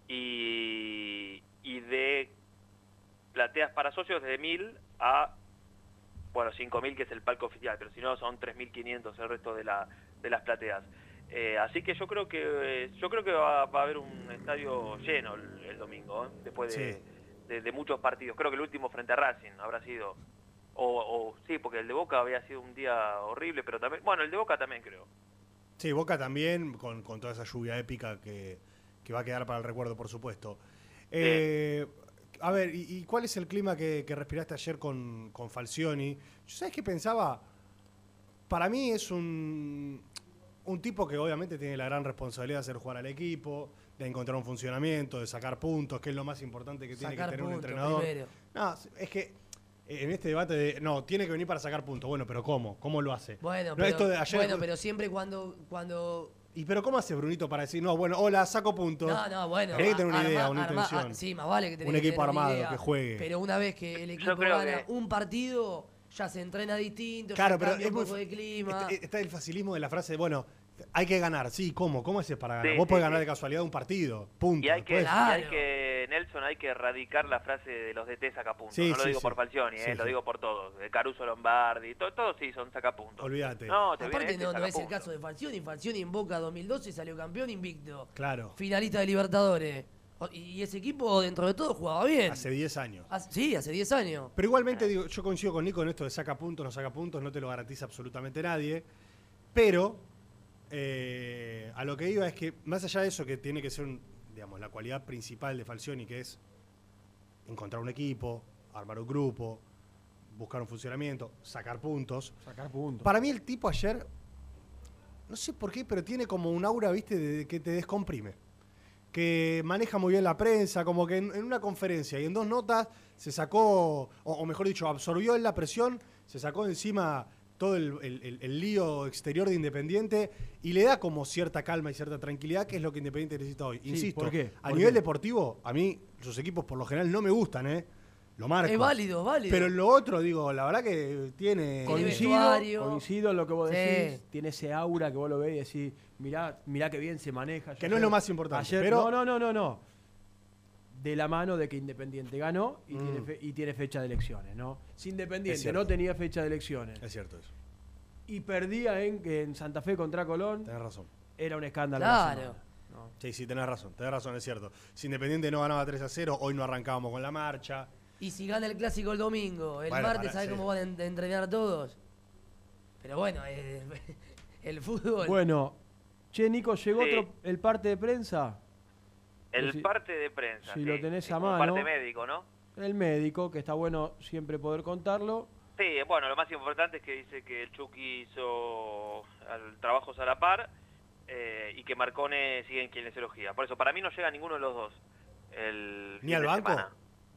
Y, y de plateas para socios de mil a, bueno, cinco mil que es el palco oficial, pero si no son tres mil quinientos el resto de, la, de las plateas. Eh, así que yo creo que eh, yo creo que va, va a haber un estadio lleno el, el domingo, ¿eh? Después de, Sí. de, de muchos partidos. Creo que el último frente a Racing habrá sido, o, o sí, porque el de Boca había sido un día horrible, pero también, bueno, el de Boca también creo. Sí, Boca también, con, con toda esa lluvia épica que, que va a quedar para el recuerdo, por supuesto. Eh, a ver, ¿y, y cuál es el clima que, que respiraste ayer con, con Falcioni? ¿Yo sabes qué pensaba? Para mí es un, un tipo que obviamente tiene la gran responsabilidad de hacer jugar al equipo, de encontrar un funcionamiento, de sacar puntos, que es lo más importante que tiene Sacar que tener un puntos entrenador. primero. No, es que en este debate de, no, tiene que venir para sacar puntos. Bueno, pero ¿cómo? ¿Cómo lo hace? Bueno, No, pero, esto de ayer- bueno, pero siempre cuando, cuando ¿Y pero cómo hace Brunito para decir, no, bueno, hola, saco puntos? No, no, bueno. Tiene que tener una arma- idea, una arma- intención. ah, sí, más vale que tenés Un que equipo tener una armado idea. que juegue. Pero una vez que el equipo creo gana que- un partido, ya se entrena distinto, Claro, ya pero cambia es un muy poco fa- de clima. Está, está el facilismo de la frase de, bueno, hay que ganar. Sí, ¿cómo? ¿Cómo haces para ganar? Sí, Vos sí, podés sí. ganar de casualidad un partido, punto. Y hay que, Después- y hay que Nelson, hay que erradicar la frase de los D T sacapuntos. Sí, no lo sí, digo sí. por Falcioni, Sí, eh, lo sí. digo por todos. De Caruso Lombardi, to- todos sí son sacapuntos. Olvídate. No, te Aparte viene este no, no es el sacapuntos. caso de Falcioni. Falcioni en Boca dos mil doce salió campeón invicto. Claro. Finalista de Libertadores. O- Y ese equipo, dentro de todo, jugaba bien. Hace diez años. Hace- sí, hace diez años. Pero igualmente, digo, yo coincido con Nico en esto de saca puntos, no saca puntos, no te lo garantiza absolutamente nadie. Pero eh, a lo que iba es que, más allá de eso, que tiene que ser, un, digamos, la cualidad principal de Falcioni, que es encontrar un equipo, armar un grupo, buscar un funcionamiento, sacar puntos. Sacar puntos. Para mí el tipo ayer, no sé por qué, pero tiene como un aura, viste, de que te descomprime. Que maneja muy bien la prensa, como que en, en una conferencia y en dos notas se sacó, o, o mejor dicho, absorbió en la presión, se sacó de encima todo el, el- el- el lío exterior de Independiente y le da como cierta calma y cierta tranquilidad, que es lo que Independiente necesita hoy. Sí, Insisto, ¿por qué? a ¿Por nivel qué? deportivo, a mí sus equipos por lo general no me gustan, ¿eh? Lo marco. Es válido, válido. Pero en lo otro, digo, la verdad que tiene... Coincido, vestuario. coincido en lo que vos Sí. decís. Tiene ese aura que vos lo ves y decís, mirá, mirá qué bien se maneja. Que Yo no es ayer- lo más importante, Ayer, pero- No, no, no, no, no. De la mano de que Independiente ganó y, Mm. tiene, fe- y tiene fecha de elecciones, ¿no? Si Es Independiente cierto. no tenía fecha de elecciones Es cierto eso. y perdía en, en Santa Fe contra Colón, Tenés razón. era un escándalo. Claro. la semana, ¿no? Sí, sí, tenés razón, tenés razón, es cierto. Si Independiente no ganaba tres a cero, hoy no arrancábamos con la marcha. Y si gana el clásico el domingo, el Bueno, martes, para- ¿sabes sí. cómo van a en- entrenar todos? Pero bueno, eh, el fútbol. Bueno, che, Nico, llegó Sí. otro, el parte de prensa. El Si- parte de prensa. si sí, lo tenés sí, a como mano. parte médico, ¿no? El médico, que está bueno siempre poder contarlo. Sí, bueno, lo más importante es que dice que el Chucky hizo al- trabajos a la par eh, y que Marcone sigue en kinesiología. Por eso, para mí no llega ninguno de los dos. El ¿Ni fin al de banco? semana.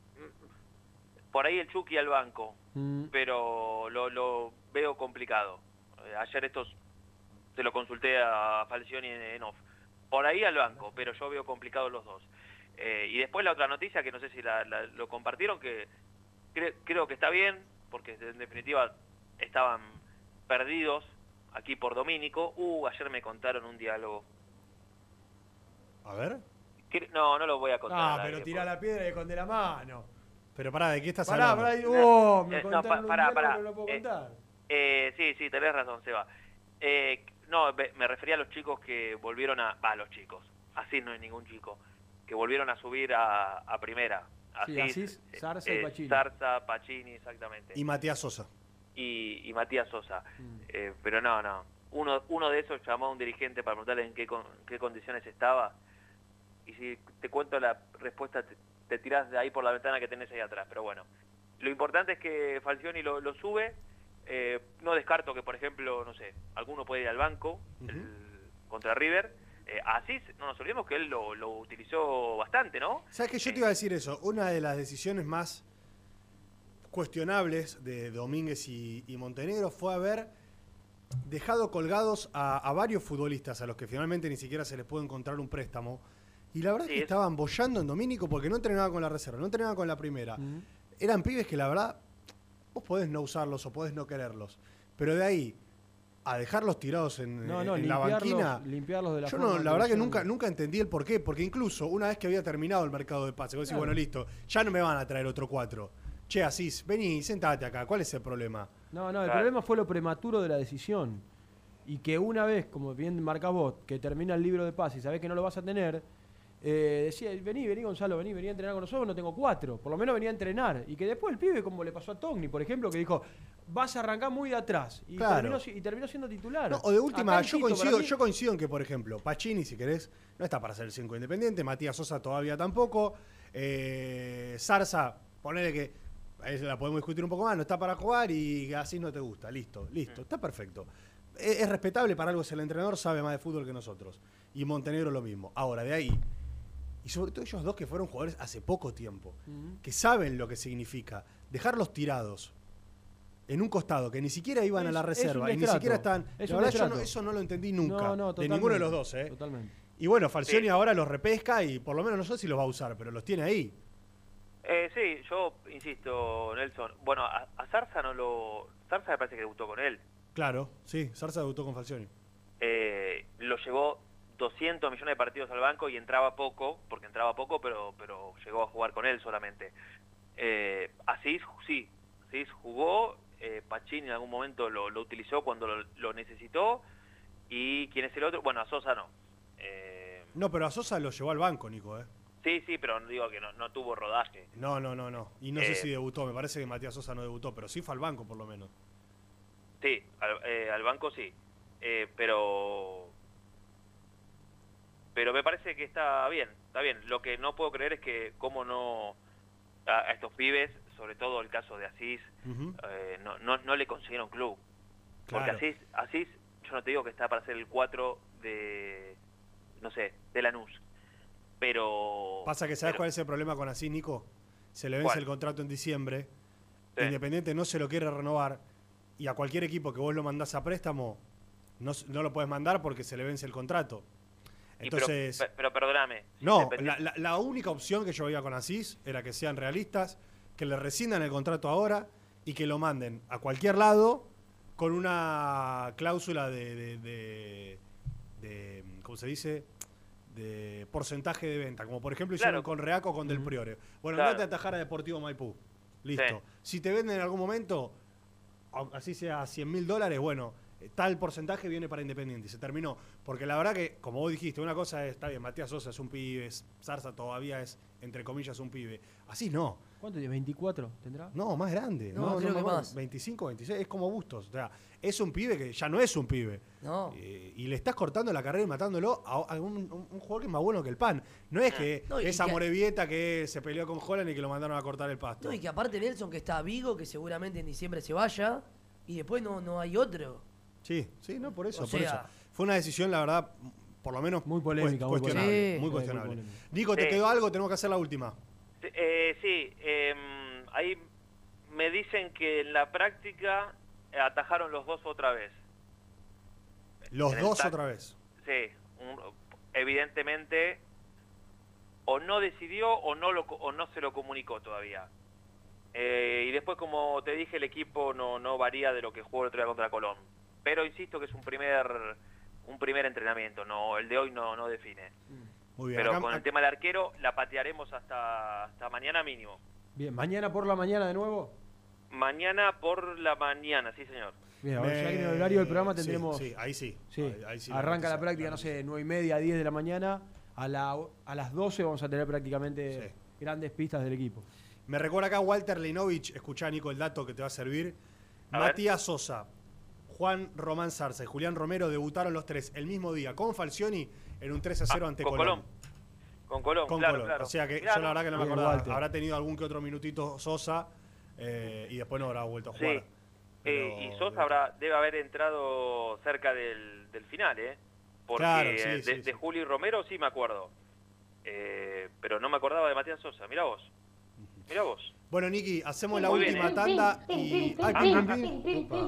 Por ahí el Chucky al banco, Mm. pero lo, lo veo complicado. Eh, ayer estos se lo consulté a Falcioni en, en off. Por ahí al banco, pero yo veo complicados los dos. Eh, y después la otra noticia, que no sé si la, la- lo compartieron, que cre- creo que está bien, porque en definitiva estaban perdidos aquí por Domínico. Uh, ayer me contaron un diálogo. A ver. Que- No, no lo voy a contar. Ah, al aire, pero tirá por- la piedra y esconde la mano. Pero pará, ¿de qué estás Pará, hablando? pará, oh, me Eh, no, contaron pa- un pará, diálogo pará. que no lo puedo Eh, contar. Eh, sí, sí, tenés razón, Seba. Eh, no, me me refería a los chicos que volvieron a... Va, los chicos. Así no hay ningún chico. Que volvieron a subir a, a primera. Sí, Asís, eh, Zarza y eh, Pacini. Zarza, Pacini, exactamente. Y Matías Sosa. Y, y Matías Sosa. Mm. Eh, pero no, no. Uno, uno de esos llamó a un dirigente para preguntarle en qué, con- qué condiciones estaba. Y si te cuento la respuesta, te, te tirás de ahí por la ventana que tenés ahí atrás. Pero bueno, lo importante es que Falcioni lo, lo sube. Eh, no descarto que, por ejemplo, no sé, alguno puede ir al banco el- contra River. Eh, así, no nos olvidemos que él lo, lo utilizó bastante, ¿no? ¿Sabes qué? Yo te iba a decir eso. Una de las decisiones más cuestionables de Domínguez y, y Montenegro fue haber dejado colgados a, a varios futbolistas a los que finalmente ni siquiera se les pudo encontrar un préstamo. Y la verdad Sí, es que es- estaban bollando en Domínico porque no entrenaba con la reserva, no entrenaba con la primera. Mm. Eran pibes que la verdad vos podés no usarlos o podés no quererlos. Pero de ahí a dejarlos tirados en, No, no, en la limpiarlos- banquina. limpiarlos de la Yo forma no, en la que verdad que lo nunca, hicieron. nunca entendí el porqué. Porque incluso una vez que había terminado el mercado de pases, vos decís, Claro. bueno, listo, ya no me van a traer otro cuatro. Che, Asís, vení, sentate acá. ¿Cuál es el problema? No, no, el Claro. problema fue lo prematuro de la decisión. Y que una vez, como bien marcás vos, que termina el libro de paz y sabés que no lo vas a tener, eh, decía, vení, vení Gonzalo, vení, vení a entrenar con nosotros, no tengo cuatro. Por lo menos venía a entrenar. Y que después el pibe, como le pasó a Togni, por ejemplo, que dijo, vas a arrancar muy de atrás. Y, Claro. terminó, si- y terminó siendo titular. No, o de última, Acá, yo insisto, coincido, para mí- yo coincido en que, por ejemplo, Pacini, si querés, no está para ser el cinco independiente, Matías Sosa todavía tampoco, eh, Zarza, ponele que ahí la podemos discutir un poco más, no está para jugar y así no te gusta, listo, listo, está perfecto. Es, es respetable, para algo es el entrenador, sabe más de fútbol que nosotros. Y Montenegro lo mismo. Ahora, de ahí, y sobre todo ellos dos que fueron jugadores hace poco tiempo, Ujú. que saben lo que significa dejarlos tirados en un costado, que ni siquiera iban Es- a la es un reserva y ni destrato. siquiera están. Es La un verdad, yo no- destrato. eso no lo entendí nunca. No, no, de ninguno de los totalmente, dos, ¿eh? Totalmente. Y bueno, Falcioni Sí. ahora los repesca y por lo menos no sé si los va a usar, pero los tiene ahí. Eh, sí, yo insisto, Nelson. Bueno, a, a Zarza no lo... Zarza me parece que debutó con él. Claro, sí, Zarza debutó con Falcioni. Eh, lo llevó doscientos millones de partidos al banco y entraba poco, porque entraba poco, pero pero llegó a jugar con él solamente. Eh, Asís, sí, Asís jugó, eh, Pacini en algún momento lo, lo utilizó cuando lo, lo necesitó, y ¿quién es el otro? Bueno, a Sosa no. Eh, No, pero a Sosa lo llevó al banco, Nico, ¿eh? sí, sí, pero digo que no, no tuvo rodaje. No, no, no, no. Y no Eh, sé si debutó, me parece que Matías Sosa no debutó, pero sí fue al banco por lo menos. Sí, al, eh, al banco sí, eh, pero pero me parece que está bien, está bien. Lo que no puedo creer es que cómo no a, a estos pibes, sobre todo el caso de Asís, Ujú. eh, no, no, no le consiguieron club. Claro. Porque Asís, Asís, yo no te digo que está para ser el cuatro de, no sé, de Lanús, pero... Pasa que, ¿sabes pero- cuál es el problema con así, Nico? Se le vence ¿Cuál? el contrato en diciembre, Sí. Independiente no se lo quiere renovar, y a cualquier equipo que vos lo mandás a préstamo, no, s- no lo puedes mandar porque se le vence el contrato. y pero- Entonces, pe- pero, perdóname. si no, Independiente- la, la- la única opción que yo veía con Asís era que sean realistas, que le rescindan el contrato ahora y que lo manden a cualquier lado con una cláusula de, de, de- de, ¿cómo se dice? De porcentaje de venta, como por ejemplo hicieron Claro. con Reaco o con Del Priore. Bueno, Claro. andate a atajar a Deportivo Maipú. Listo. Sí. Si te venden en algún momento, au- así sea cien mil dólares, bueno, eh, tal porcentaje viene para Independiente. Y se terminó. Porque la verdad que, como vos dijiste, una cosa es, está bien, Matías Sosa es un pibe, es- Zarza todavía es, entre comillas, un pibe. Así no. ¿Cuánto tiene? ¿veinticuatro tendrá? No, más grande. No, No, creo me que acuerdo. más. veinticinco, veintiséis, es como Bustos. O sea, es un pibe que ya no es un pibe. No. Eh, y le estás cortando la carrera y matándolo a, a un, un- un jugador que es más bueno que el pan. No es que No, y esa que- Morevieta que se peleó con Holland y que lo mandaron a cortar el pasto. No, y que aparte Nelson, que está a Vigo, que seguramente en diciembre se vaya, y después no, no hay otro. Sí, sí, no, por eso, O por sea- eso. Fue una decisión, la verdad, por lo menos Muy polémica, muy cuestionable. polémica. Muy Sí. cuestionable. Muy polémica. Nico, ¿te Sí. quedó algo? Tenemos que hacer la última. Sí, eh, sí, em, ahí me dicen que en la práctica eh, atajaron los dos otra vez. Los En el dos tac- otra vez. Sí, un- evidentemente o no decidió o no lo co- o no se lo comunicó todavía. Eh, y después, como te dije, el equipo no, no varía de lo que jugó el otro día contra Colón. Pero insisto que es un primer un primer entrenamiento, no el de hoy no, no define. Muy bien. Pero Acá- con el tema del arquero la patearemos hasta, hasta mañana mínimo. Bien, mañana por la mañana de nuevo. Mañana por la mañana, sí señor. Bien, ahora Me- ya que en el horario del programa sí, tendremos. Sí, ahí sí. Sí, Ahí, ahí sí arranca la noticia, práctica, no sé, nueve y media, diez de la mañana. A, la, a las doce vamos a tener prácticamente Sí. grandes pistas del equipo. Me recuerda acá Walter Linovich, escuchá Nico el dato que te va a servir. A ver. Matías Sosa, Juan Román Zarza y Julián Romero debutaron los tres el mismo día con Falcioni en un tres a cero Ah, ante con Colón. Colón. Con Colón, Con claro, Colón. claro. O sea que Mirá, yo la verdad que no me Bien, acordaba. Walter. Habrá tenido algún que otro minutito Sosa eh, y después no habrá vuelto a Sí. jugar. Eh, Pero- y Sosa habrá, debe haber entrado cerca del, del final, ¿eh? Porque Claro, sí, de, sí, de sí. Julio y Romero sí me acuerdo. Eh, pero no me acordaba de Matías Sosa. Mirá vos. Mirá vos. Bueno, Niki, hacemos la Muy bien, última eh. tanda y. Ay, pin, pin,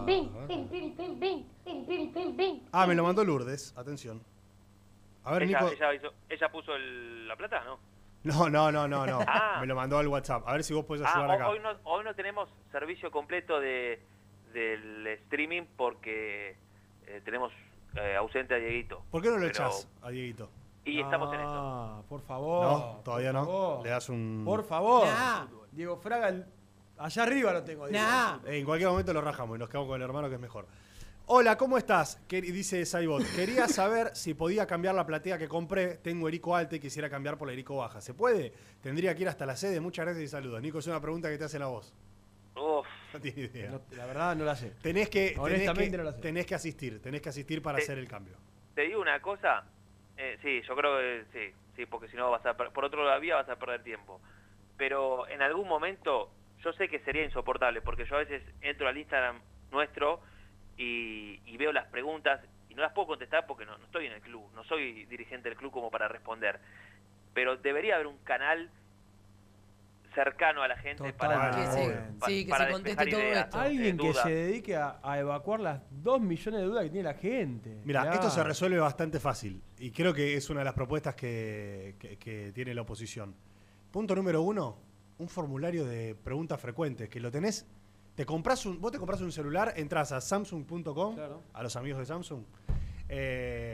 pin. Upa. Ah, me lo mandó Lourdes. Atención. A ver, ella, Nico. ella, hizo- ella puso el- la plata, ¿no? No, no, no, no, no. Ah. Me lo mandó al WhatsApp. A ver si vos podés ayudar Ah, acá. hoy no, hoy no tenemos servicio completo de del streaming porque eh, tenemos eh, ausente a Dieguito. ¿Por qué no lo Pero- echás a Dieguito? Y estamos en eso. Ah, por favor. No, todavía por no. favor. Le das un. Por favor. Nah. Diego Fraga, el- allá arriba lo tengo. Diego. Nah. Eh, En cualquier momento lo rajamos y nos quedamos con el hermano que es mejor. Hola, ¿cómo estás? Que- dice Saibot. Quería saber si podía cambiar la platea que compré. Tengo Erico alta y quisiera cambiar por la Erico baja. ¿Se puede? Tendría que ir hasta la sede. Muchas gracias y saludos. Nico, es una pregunta que te hacen a vos. Uf, No tienes idea. No, la verdad no la sé. Tenés que, tenés Honestamente que, no la sé. tenés que asistir. Tenés que asistir para Sí. hacer el cambio. te digo una cosa. Eh, sí, yo creo que sí, sí, porque si no vas a per- por otro lado vía vas a perder tiempo. Pero en algún momento yo sé que sería insoportable porque yo a veces entro al Instagram nuestro y, y veo las preguntas y no las puedo contestar porque no, no estoy en el club, no soy dirigente del club como para responder. Pero debería haber un canal cercano a la gente para, Que se- pa- sí, que para se conteste despejar todo ideas, esto. Alguien eh, que dudas. se dedique a, a evacuar las dos millones de dudas que tiene la gente. Mira, Mirá. esto se resuelve bastante fácil y creo que es una de las propuestas que, que- que tiene la oposición. Punto número uno, un formulario de preguntas frecuentes que lo tenés. Te compras un, vos te compras un celular, entras a samsung punto com, Claro. a los amigos de Samsung. eh,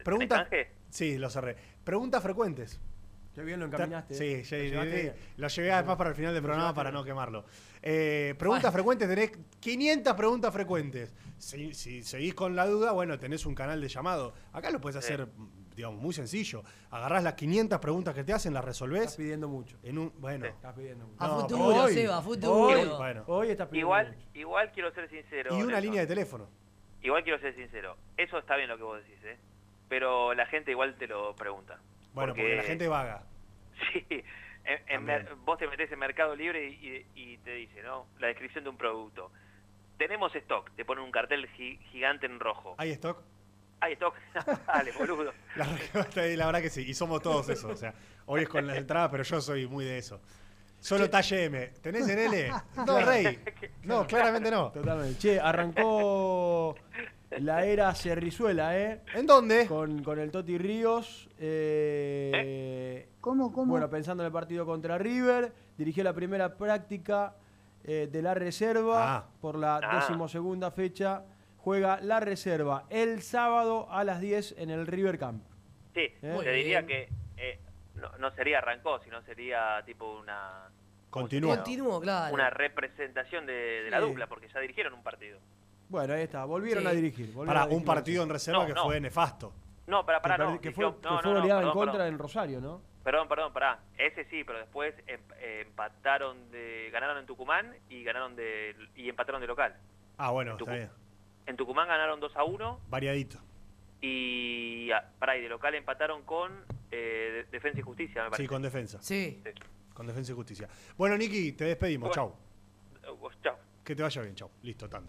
Pregunta, sí, lo cerré. Preguntas frecuentes. Qué bien lo encaminaste. Sí, ¿eh? ya, lo, llevaste lo llevé además para el final del programa para no quemarlo. Eh, preguntas frecuentes, tenés quinientas preguntas frecuentes. Si, si seguís con la duda, bueno, tenés un canal de llamado. Acá lo puedes hacer, digamos, muy sencillo. Agarrás las quinientas preguntas que te hacen, las resolvés. Estás pidiendo mucho. En un, bueno. Estás pidiendo mucho. A No, futuro, hoy, Seba, a futuro. Hoy, bueno. Hoy estás pidiendo Igual, mucho. igual quiero ser sincero. Y una Nelson. línea de teléfono. Igual quiero ser sincero. Eso está bien lo que vos decís, ¿eh? Pero la gente igual te lo pregunta. Bueno, porque, porque la gente vaga. Sí, en, en mer, vos te metés en Mercado Libre y, y, y te dice, ¿no? La descripción de un producto. Tenemos stock, te ponen un cartel gi, gigante en rojo. ¿Hay stock? Hay stock. Dale, boludo. La, la verdad que sí, y somos todos eso. O sea, hoy es con las entradas, pero yo soy muy de eso. Solo talle M. ¿Tenés en L? No, Rey. No, claramente no. Totalmente. Che, arrancó la era Cerrizuela, ¿eh? ¿En dónde? Con, con el Toti Ríos. Eh, ¿Eh? ¿Cómo, cómo? Bueno, pensando en el partido contra River, dirigió la primera práctica eh, de la reserva Ah. por la Ah. decimosegunda fecha. Juega la reserva el sábado a las diez en el River Camp. Sí, ¿Eh? te diría que eh, no, no sería arrancó, sino sería tipo una... Continúa. Continuó, claro. Una representación de, de la Sí. dupla, porque ya dirigieron un partido. Bueno, ahí está. Volvieron Sí. a dirigir. volvieron Para a un dirigir partido en reserva No, que no. fue nefasto. No, para, para, que, no. perdi- que fue, dijeron- que no, fue no, no, goleada en perdón, contra perdón. en Rosario, ¿no? Perdón, perdón, pará. Ese sí, pero después em- eh, empataron de... Ganaron en Tucumán y ganaron de... y empataron de local. Ah, bueno, Tucu- está bien. En Tucumán ganaron dos a uno Variadito. y... ah, pará, y de local empataron con eh, de- Defensa y Justicia, me parece. Sí, con defensa. Sí. Sí. Con defensa y justicia. Bueno, Niki, te despedimos. Bueno. Chau. Uh, vos, chao. Que te vaya bien. Chau. Listo, tanda.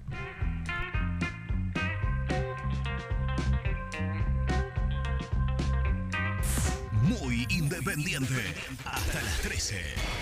Muy independiente. Hasta las trece.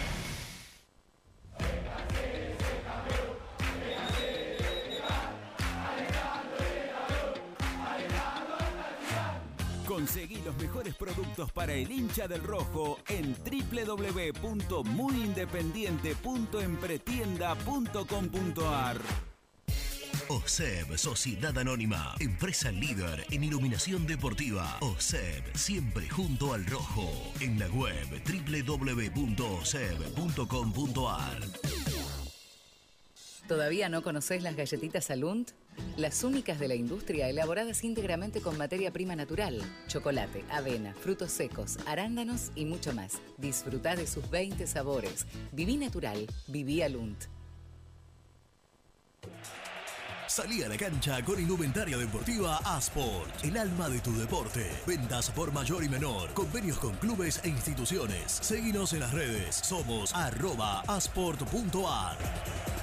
Conseguí los mejores productos para el hincha del rojo en doble u doble u doble u punto muy independiente punto empretienda punto com punto a r. OSEB, Sociedad Anónima, empresa líder en iluminación deportiva. OSEB, siempre junto al rojo. En la web doble u doble u doble u punto oseb punto com punto a r. ¿Todavía no conocés las galletitas Alunt? Las únicas de la industria elaboradas íntegramente con materia prima natural. Chocolate, avena, frutos secos, arándanos y mucho más. Disfrutá de sus veinte sabores. Viví natural, viví Alunt. Salí a la cancha con indumentaria deportiva Asport, el alma de tu deporte. Ventas por mayor y menor, convenios con clubes e instituciones. Seguinos en las redes, somos arroba asport punto a r.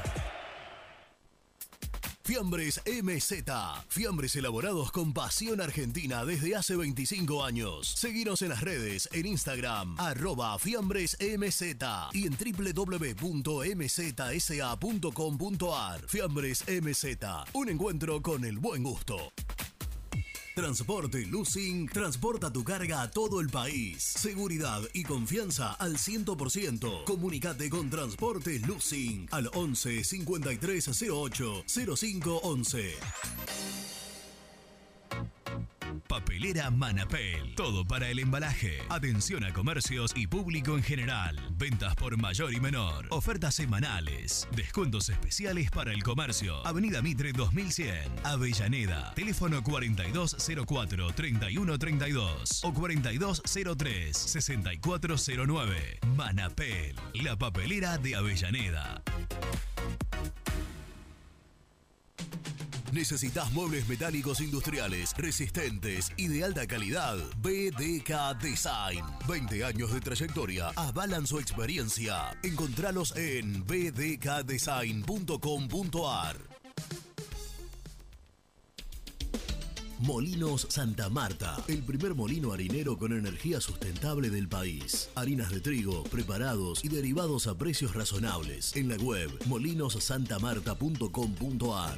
Fiambres M Z. Fiambres elaborados con pasión argentina desde hace veinticinco años. Seguinos en las redes, en Instagram, arroba Fiambres M Z y en doble u doble u doble u punto m z s a punto com punto a r. Fiambres M Z. Un encuentro con el buen gusto. Transporte Lucing transporta tu carga a todo el país. Seguridad y confianza al cien por ciento. Comunicate con Transporte Lucing al once cincuenta y tres cero ocho cero cinco once. Papelera Manapel. Todo para el embalaje. Atención a comercios y público en general. Ventas por mayor y menor. Ofertas semanales. Descuentos especiales para el comercio. Avenida Mitre dos mil cien. Avellaneda. Teléfono cuarenta y dos cero cuatro treinta y uno treinta y dos o cuarenta y dos cero tres sesenta y cuatro cero nueve. Manapel. La papelera de Avellaneda. ¿Necesitas muebles metálicos industriales, resistentes y de alta calidad? B D K Design. veinte años de trayectoria avalan su experiencia. Encontralos en b d k design punto com punto a r. Molinos Santa Marta, el primer molino harinero con energía sustentable del país. Harinas de trigo, preparados y derivados a precios razonables. En la web molinos santa marta punto com punto a r.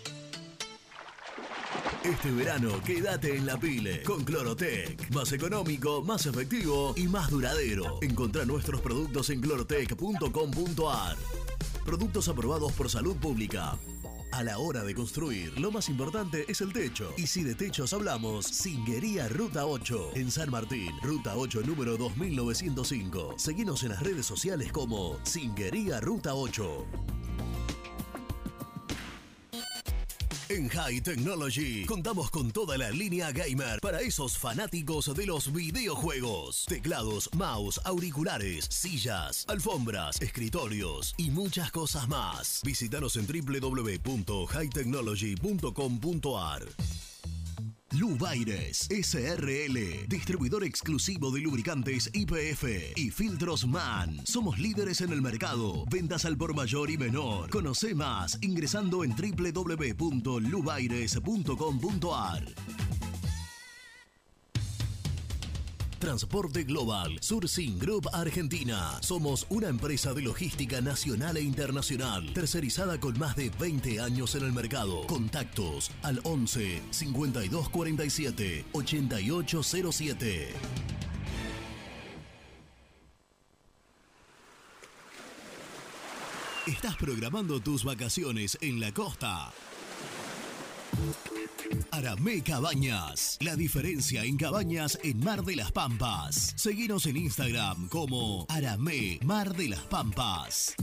Este verano quédate en la pile con Clorotec. Más económico, más efectivo y más duradero. Encontrá nuestros productos en clorotec punto com punto a r. Productos aprobados por Salud Pública. A la hora de construir, lo más importante es el techo. Y si de techos hablamos, Zinguería Ruta ocho. En San Martín, Ruta ocho número dos mil novecientos cinco. Seguinos en las redes sociales como Zinguería Ruta ocho. En High Technology contamos con toda la línea gamer para esos fanáticos de los videojuegos. Teclados, mouse, auriculares, sillas, alfombras, escritorios y muchas cosas más. Visítanos en w w w punto high technology punto com punto a r. Lubaires S R L, distribuidor exclusivo de lubricantes Y P F y filtros MAN. Somos líderes en el mercado. Ventas al por mayor y menor. Conoce más ingresando en w w w punto lubaires punto com punto a r. Transporte Global, Surcing Group Argentina. Somos una empresa de logística nacional e internacional, tercerizada con más de veinte años en el mercado. Contactos al once, cincuenta y dos cuarenta y siete, ochenta y ocho cero siete. ¿Estás programando tus vacaciones en la costa? Aramé Cabañas, la diferencia en cabañas en Mar de las Pampas. Seguinos en Instagram como Aramé Mar de las Pampas.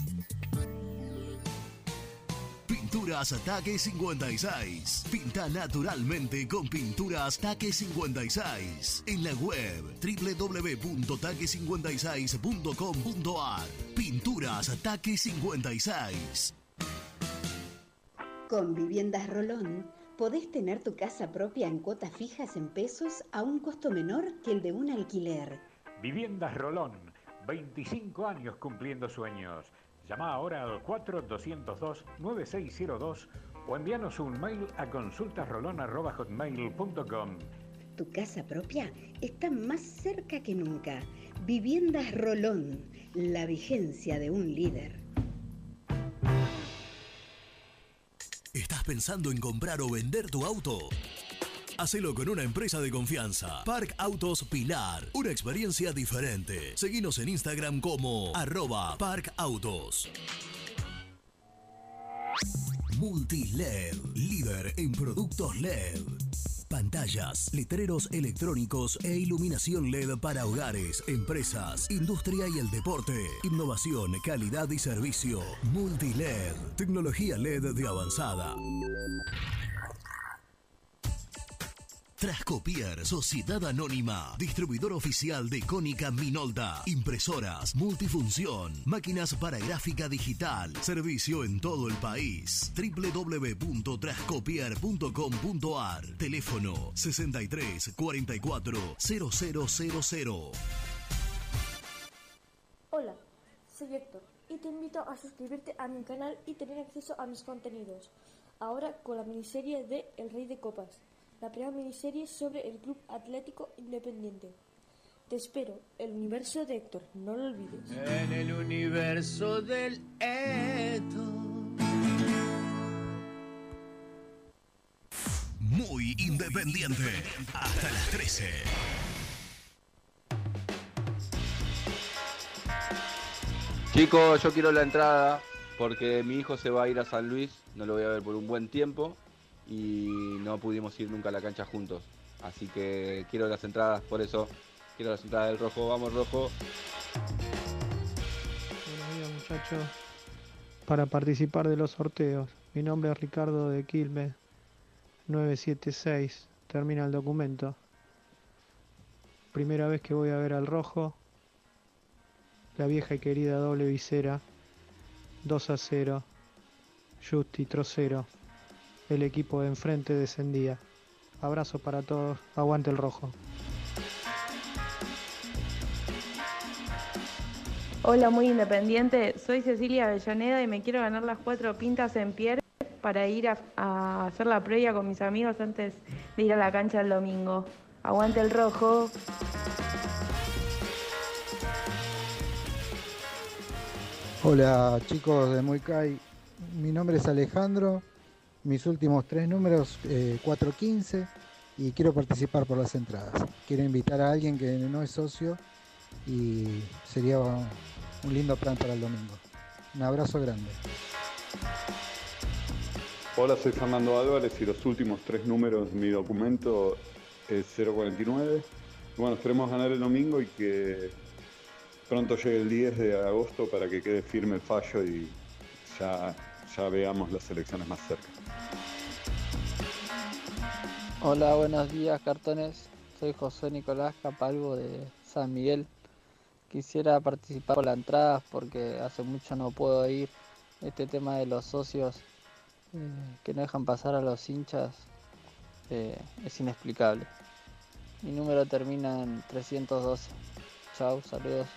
Pinturas Taque cincuenta y seis. Pinta naturalmente con Pinturas Taque cincuenta y seis. En la web w w w punto taque cincuenta y seis punto com punto a r. Pinturas Taque cincuenta y seis. Con Viviendas Rolón podés tener tu casa propia en cuotas fijas en pesos a un costo menor que el de un alquiler. Viviendas Rolón, veinticinco años cumpliendo sueños. Llama ahora al cuatro doscientos dos nueve seis cero dos o envíanos un mail a consultasrolón arroba hotmail punto com. Tu casa propia está más cerca que nunca. Viviendas Rolón, la vigencia de un líder. ¿Estás pensando en comprar o vender tu auto? Hacelo con una empresa de confianza. Park Autos Pilar. Una experiencia diferente. Seguinos en Instagram como arroba Park Autos. Multiled. Líder en productos L E D. Pantallas, letreros electrónicos e iluminación L E D para hogares, empresas, industria y el deporte. Innovación, calidad y servicio. Multiled. Tecnología L E D de avanzada. Trascopier, Sociedad Anónima, distribuidor oficial de Cónica Minolta, impresoras, multifunción, máquinas para gráfica digital, servicio en todo el país. w w w punto trascopier punto com punto a r, teléfono sesenta y tres cuarenta y cuatro cero cero cero cero. Hola, soy Héctor y te invito a suscribirte a mi canal y tener acceso a mis contenidos, ahora con la miniserie de El Rey de Copas. La primera miniserie sobre el Club Atlético Independiente. Te espero, el universo de Héctor, no lo olvides. En el universo del Héctor. Muy independiente. Hasta las trece. Chicos, yo quiero la entrada porque mi hijo se va a ir a San Luis. No lo voy a ver por un buen tiempo. Y no pudimos ir nunca a la cancha juntos. Así que quiero las entradas, por eso quiero las entradas del Rojo. Vamos, Rojo. Buenos días, muchachos. Para participar de los sorteos, mi nombre es Ricardo de Quilmes, nueve siete seis, termina el documento. Primera vez que voy a ver al Rojo. La vieja y querida doble visera, dos a cero, Justi Trocero. El equipo de enfrente descendía. Abrazo para todos. Aguante el Rojo. Hola, muy independiente. Soy Cecilia Avellaneda y me quiero ganar las cuatro pintas en Pierre para ir a, a hacer la previa con mis amigos antes de ir a la cancha el domingo. Aguante el Rojo. Hola chicos de Muicay. Mi nombre es Alejandro. Mis últimos tres números, eh, cuatro quince, y quiero participar por las entradas. Quiero invitar a alguien que no es socio y sería un lindo plan para el domingo. Un abrazo grande. Hola, soy Fernando Álvarez y los últimos tres números de mi documento es cero cuarenta y nueve. Bueno, esperemos ganar el domingo y que pronto llegue el diez de agosto para que quede firme el fallo y ya, ya veamos las elecciones más cerca. Hola, buenos días, cartones. Soy José Nicolás Capalvo de San Miguel. Quisiera participar por la entrada porque hace mucho no puedo ir. Este tema de los socios eh, que no dejan pasar a los hinchas eh, es inexplicable. Mi número termina en trescientos doce. Chau, saludos.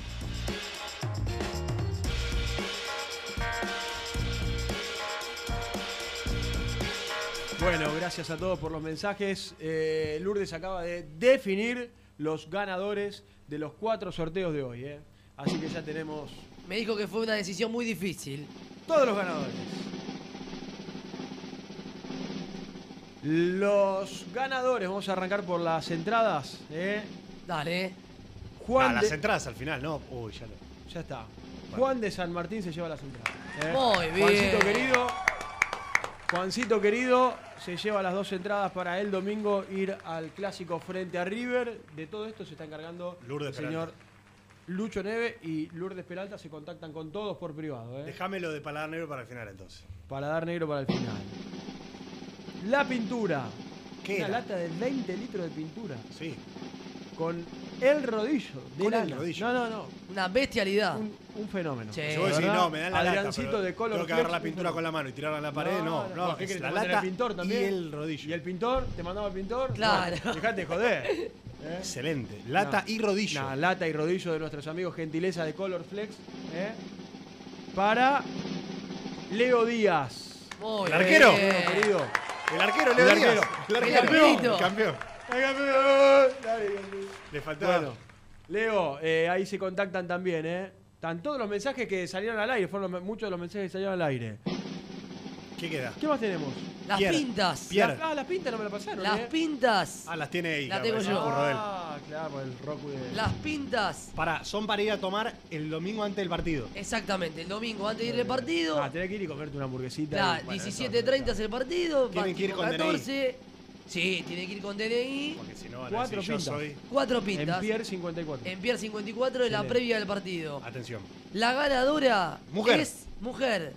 Bueno, gracias a todos por los mensajes. Eh, Lourdes acaba de definir los ganadores de los cuatro sorteos de hoy. ¿eh? Así que ya tenemos... Me dijo que fue una decisión muy difícil. Todos los ganadores. Los ganadores, vamos a arrancar por las entradas. ¿eh? Dale. Juan ah, de... las entradas al final, ¿no? Uy, ya lo... Ya está. Juan de San Martín se lleva las entradas. ¿eh? Muy bien. Juancito querido, Juancito querido, se lleva las dos entradas para el domingo ir al clásico frente a River. De todo esto se está encargando Lourdes el señor Lucho Neve y Lourdes Peralta. Se contactan con todos por privado. ¿eh? Déjamelo de paladar negro para el final entonces. Paladar negro para el final. La pintura. ¿Qué Una era? lata de veinte litros de pintura. Sí. Con el rodillo. De Con el lana. rodillo. No, no, no. Una bestialidad. Un, un fenómeno. Sí. Si vos decís, no, me dan la lata, Adriancito pero de Color tengo que agarrar Flex, la pintura un con la mano y tirarla en la pared, no, no, ¿qué es querés? la ¿Te mandé lata el pintor también? y el rodillo. ¿Y el pintor? ¿Te mandaba el pintor? Claro. Bueno, dejate de joder. ¿eh? Excelente. Lata No. y rodillo. No, lata y rodillo de nuestros amigos gentileza de Color Flex. ¿eh? Para Leo Díaz. Muy ¿El arquero? bien. Bueno, querido. El arquero, Leo El Díaz. arquero. El El arquero. arquerito. El campeón. ¡Ay, campeón! Dale, campeón. Le faltaba. Bueno, Leo, eh, ahí se contactan también, ¿eh? Están todos los mensajes que salieron al aire, fueron los- muchos de los mensajes que salieron al aire. ¿Qué queda? ¿Qué más tenemos? Las Pierre. pintas. Pierre. La- ah, las pintas no me la pasaron, Las ¿eh? pintas. Ah, las tiene ahí. La ya, tengo parece yo. el curro de él. Ah, claro, el Roku de... Las pintas. Pará, son para ir a tomar el domingo antes del partido. Exactamente, el domingo antes de ir al partido. Ah, tenés que ir y comerte una hamburguesita. La y- bueno, diecisiete eso- treinta es el partido. Tienen que ir tipo con D N I. catorce. Sí, tiene que ir con D N I. Porque si no van a Cuatro decir yo pintas. soy... Cuatro En pintas. Pier cincuenta y cuatro. En Pier cincuenta y cuatro de la Excelente. previa del partido. Atención. La ganadora Mujer. es mujer.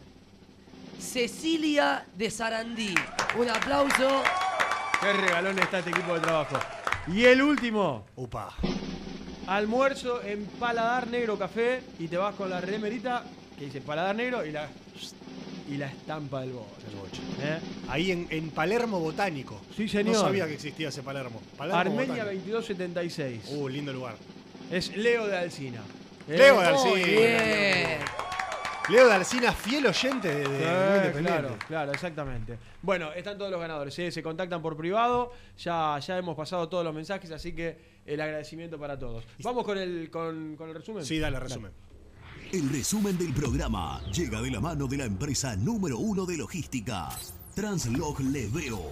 Cecilia de Sarandí. Un aplauso. Qué regalón está este equipo de trabajo. Y el último, Upa. almuerzo en Paladar Negro Café y te vas con la remerita que dice Paladar Negro y la, y la estampa del boche. El boche. ¿eh? Ahí en, en Palermo Botánico. Sí, señor. No sabía que existía ese Palermo. Palermo Armenia Botánico. veintidós setenta y seis. Uh, lindo lugar. Es Leo de Alsina. ¿eh? Leo de Muy Alsina. bien. Leo de Alsina, fiel oyente de, de Sí, Muy Independiente. claro, claro, exactamente. Bueno, están todos los ganadores, ¿eh? Se contactan por privado, ya, ya hemos pasado todos los mensajes, así que el agradecimiento para todos. Vamos con el, con, con el resumen. Sí, dale, resumen. El resumen del programa llega de la mano de la empresa número uno de logística, Translog Leveo.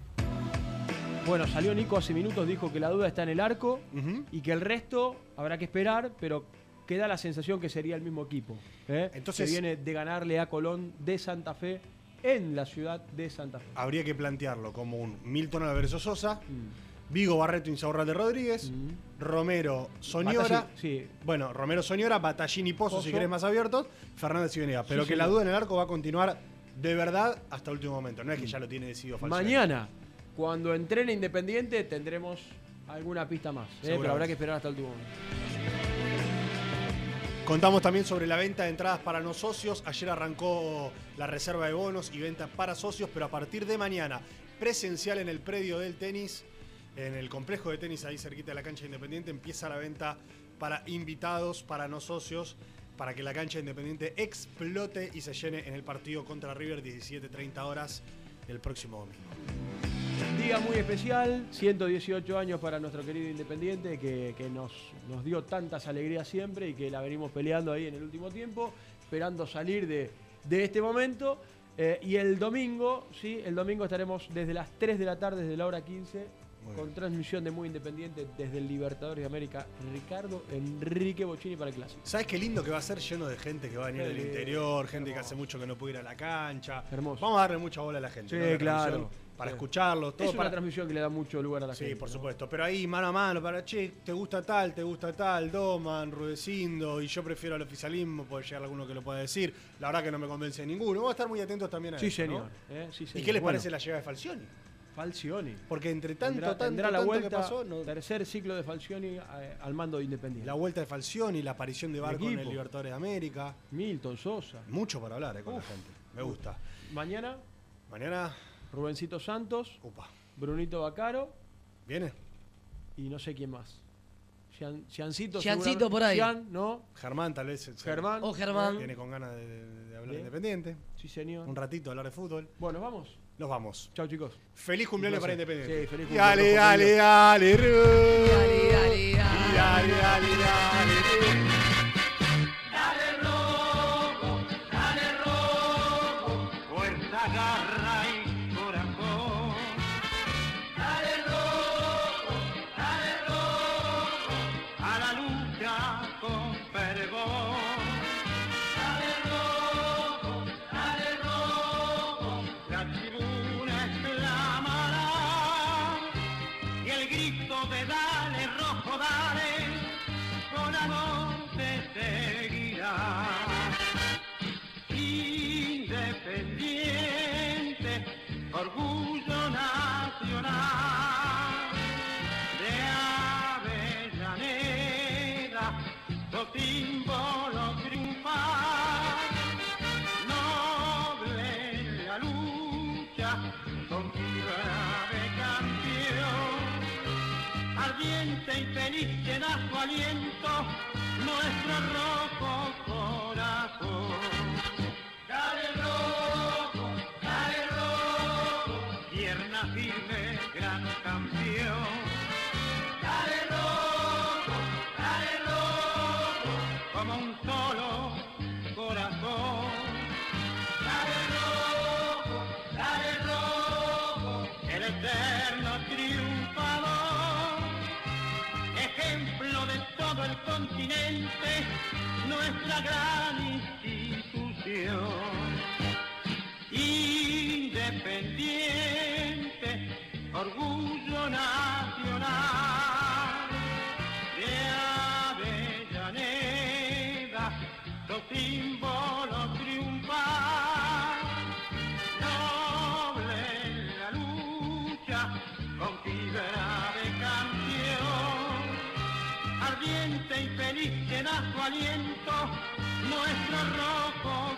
Bueno, salió Nico hace minutos, dijo que la duda está en el arco Ujú. y que el resto habrá que esperar, pero queda la sensación que sería el mismo equipo. ¿eh? Entonces- que viene de ganarle a Colón de Santa Fe en la ciudad de Santa Fe. Habría que plantearlo como un Milton Álvarez Sosa, Mm. Vigo Barreto Insaurralde Rodríguez, Mm. Romero Soñora. Batallín, sí. Bueno, Romero Soñora, Batallín y Pozo, si Pozo. querés más abiertos, Fernández y Venegas. Pero Sí, que la señor. duda en el arco va a continuar de verdad hasta el último momento. No es que ya lo tiene decidido Falcioni. Mañana, cuando entrene Independiente, tendremos alguna pista más. ¿eh? Pero Seguramente. habrá que esperar hasta el último momento. Contamos también sobre la venta de entradas para no socios. Ayer arrancó la reserva de bonos y venta para socios, pero a partir de mañana, presencial en el predio del tenis, en el complejo de tenis ahí cerquita de la cancha Independiente, empieza la venta para invitados, para no socios, para que la cancha Independiente explote y se llene en el partido contra River, diecisiete treinta horas el próximo domingo. Día muy especial, ciento dieciocho años para nuestro querido Independiente, que, que nos, nos dio tantas alegrías siempre y que la venimos peleando ahí en el último tiempo, esperando salir de, de este momento. Eh, y el domingo, sí, el domingo estaremos desde las tres de la tarde, desde la hora quince, con transmisión de Muy Independiente desde el Libertadores de América, Ricardo Enrique Bocchini para el Clásico. ¿Sabes qué lindo que va a ser? Lleno de gente que va a venir Qué del lindo, interior, gente hermoso. que hace mucho que no puede ir a la cancha. Hermoso. Vamos a darle mucha bola a la gente. Sí, ¿no? La claro. transmisión, Para Sí. escucharlos, todo Es una para... transmisión que le da mucho lugar a la Sí, gente. por ¿no? supuesto. Pero ahí, mano a mano, para, che, te gusta tal, te gusta tal, Doman, Rudecindo, y yo prefiero al oficialismo, puede llegar alguno que lo pueda decir. La verdad que no me convence ninguno. Vamos a estar muy atentos también a Sí, eso, señor. ¿no? eh, sí, ¿Y señor. qué les Bueno, parece la llegada de Falcioni? Falcioni. Porque entre tanto, Tendrá, tanto, tendrá la tanto vuelta, que pasó, no- tercer ciclo de Falcioni eh, al mando de Independiente. la vuelta de Falcioni, la aparición de El Barco en el equipo. Libertadores de América. Milton Sosa. Mucho para hablar eh, con Uf. la gente. Me gusta. Mañana, Mañana, Rubencito Santos, upa, Brunito Bacaro ¿viene? y no sé quién más. Gian- Giancito. Giancito seguramente. por ahí. Gian, ¿no? Germán tal vez. se- Germán. O Germán. Viene con ganas de, de hablar Bien. Independiente. Sí, señor. Un ratito hablar de fútbol. Bueno, vamos. Nos vamos. Chao, chicos. Feliz cumpleaños Un para placer. Independiente. Sí, feliz Dale, cumpleaños, dale, compañero. dale, Ru. Dale, dale, dale. Dale, dale, dale, Ru. Dale rojo, dale rojo, fuerza, garra y corazón. Dale rojo, dale rojo, a la lucha con fervor. Dale rojo, dale rojo, la tribuna exclamará y el grito de dale rojo, dale, con amor te seguirá. Independiente, orgullo nacional, de Avellaneda, tu símbolo triunfal, noble la lucha, con fibra de campeón, ardiente y feliz llena su aliento, nuestro rojo corazón. Dale rojo, dale rojo, pierna firme, gran campeón. Dale rojo, dale rojo, como un solo corazón. Dale rojo, dale rojo, el eterno triunfador, ejemplo de todo el continente, nuestra gran institución. Independiente, orgullo nacional, de Avellaneda, tu símbolo triunfal, noble la lucha, con fibra de campeón, ardiente y feliz llena su aliento, nuestro rojo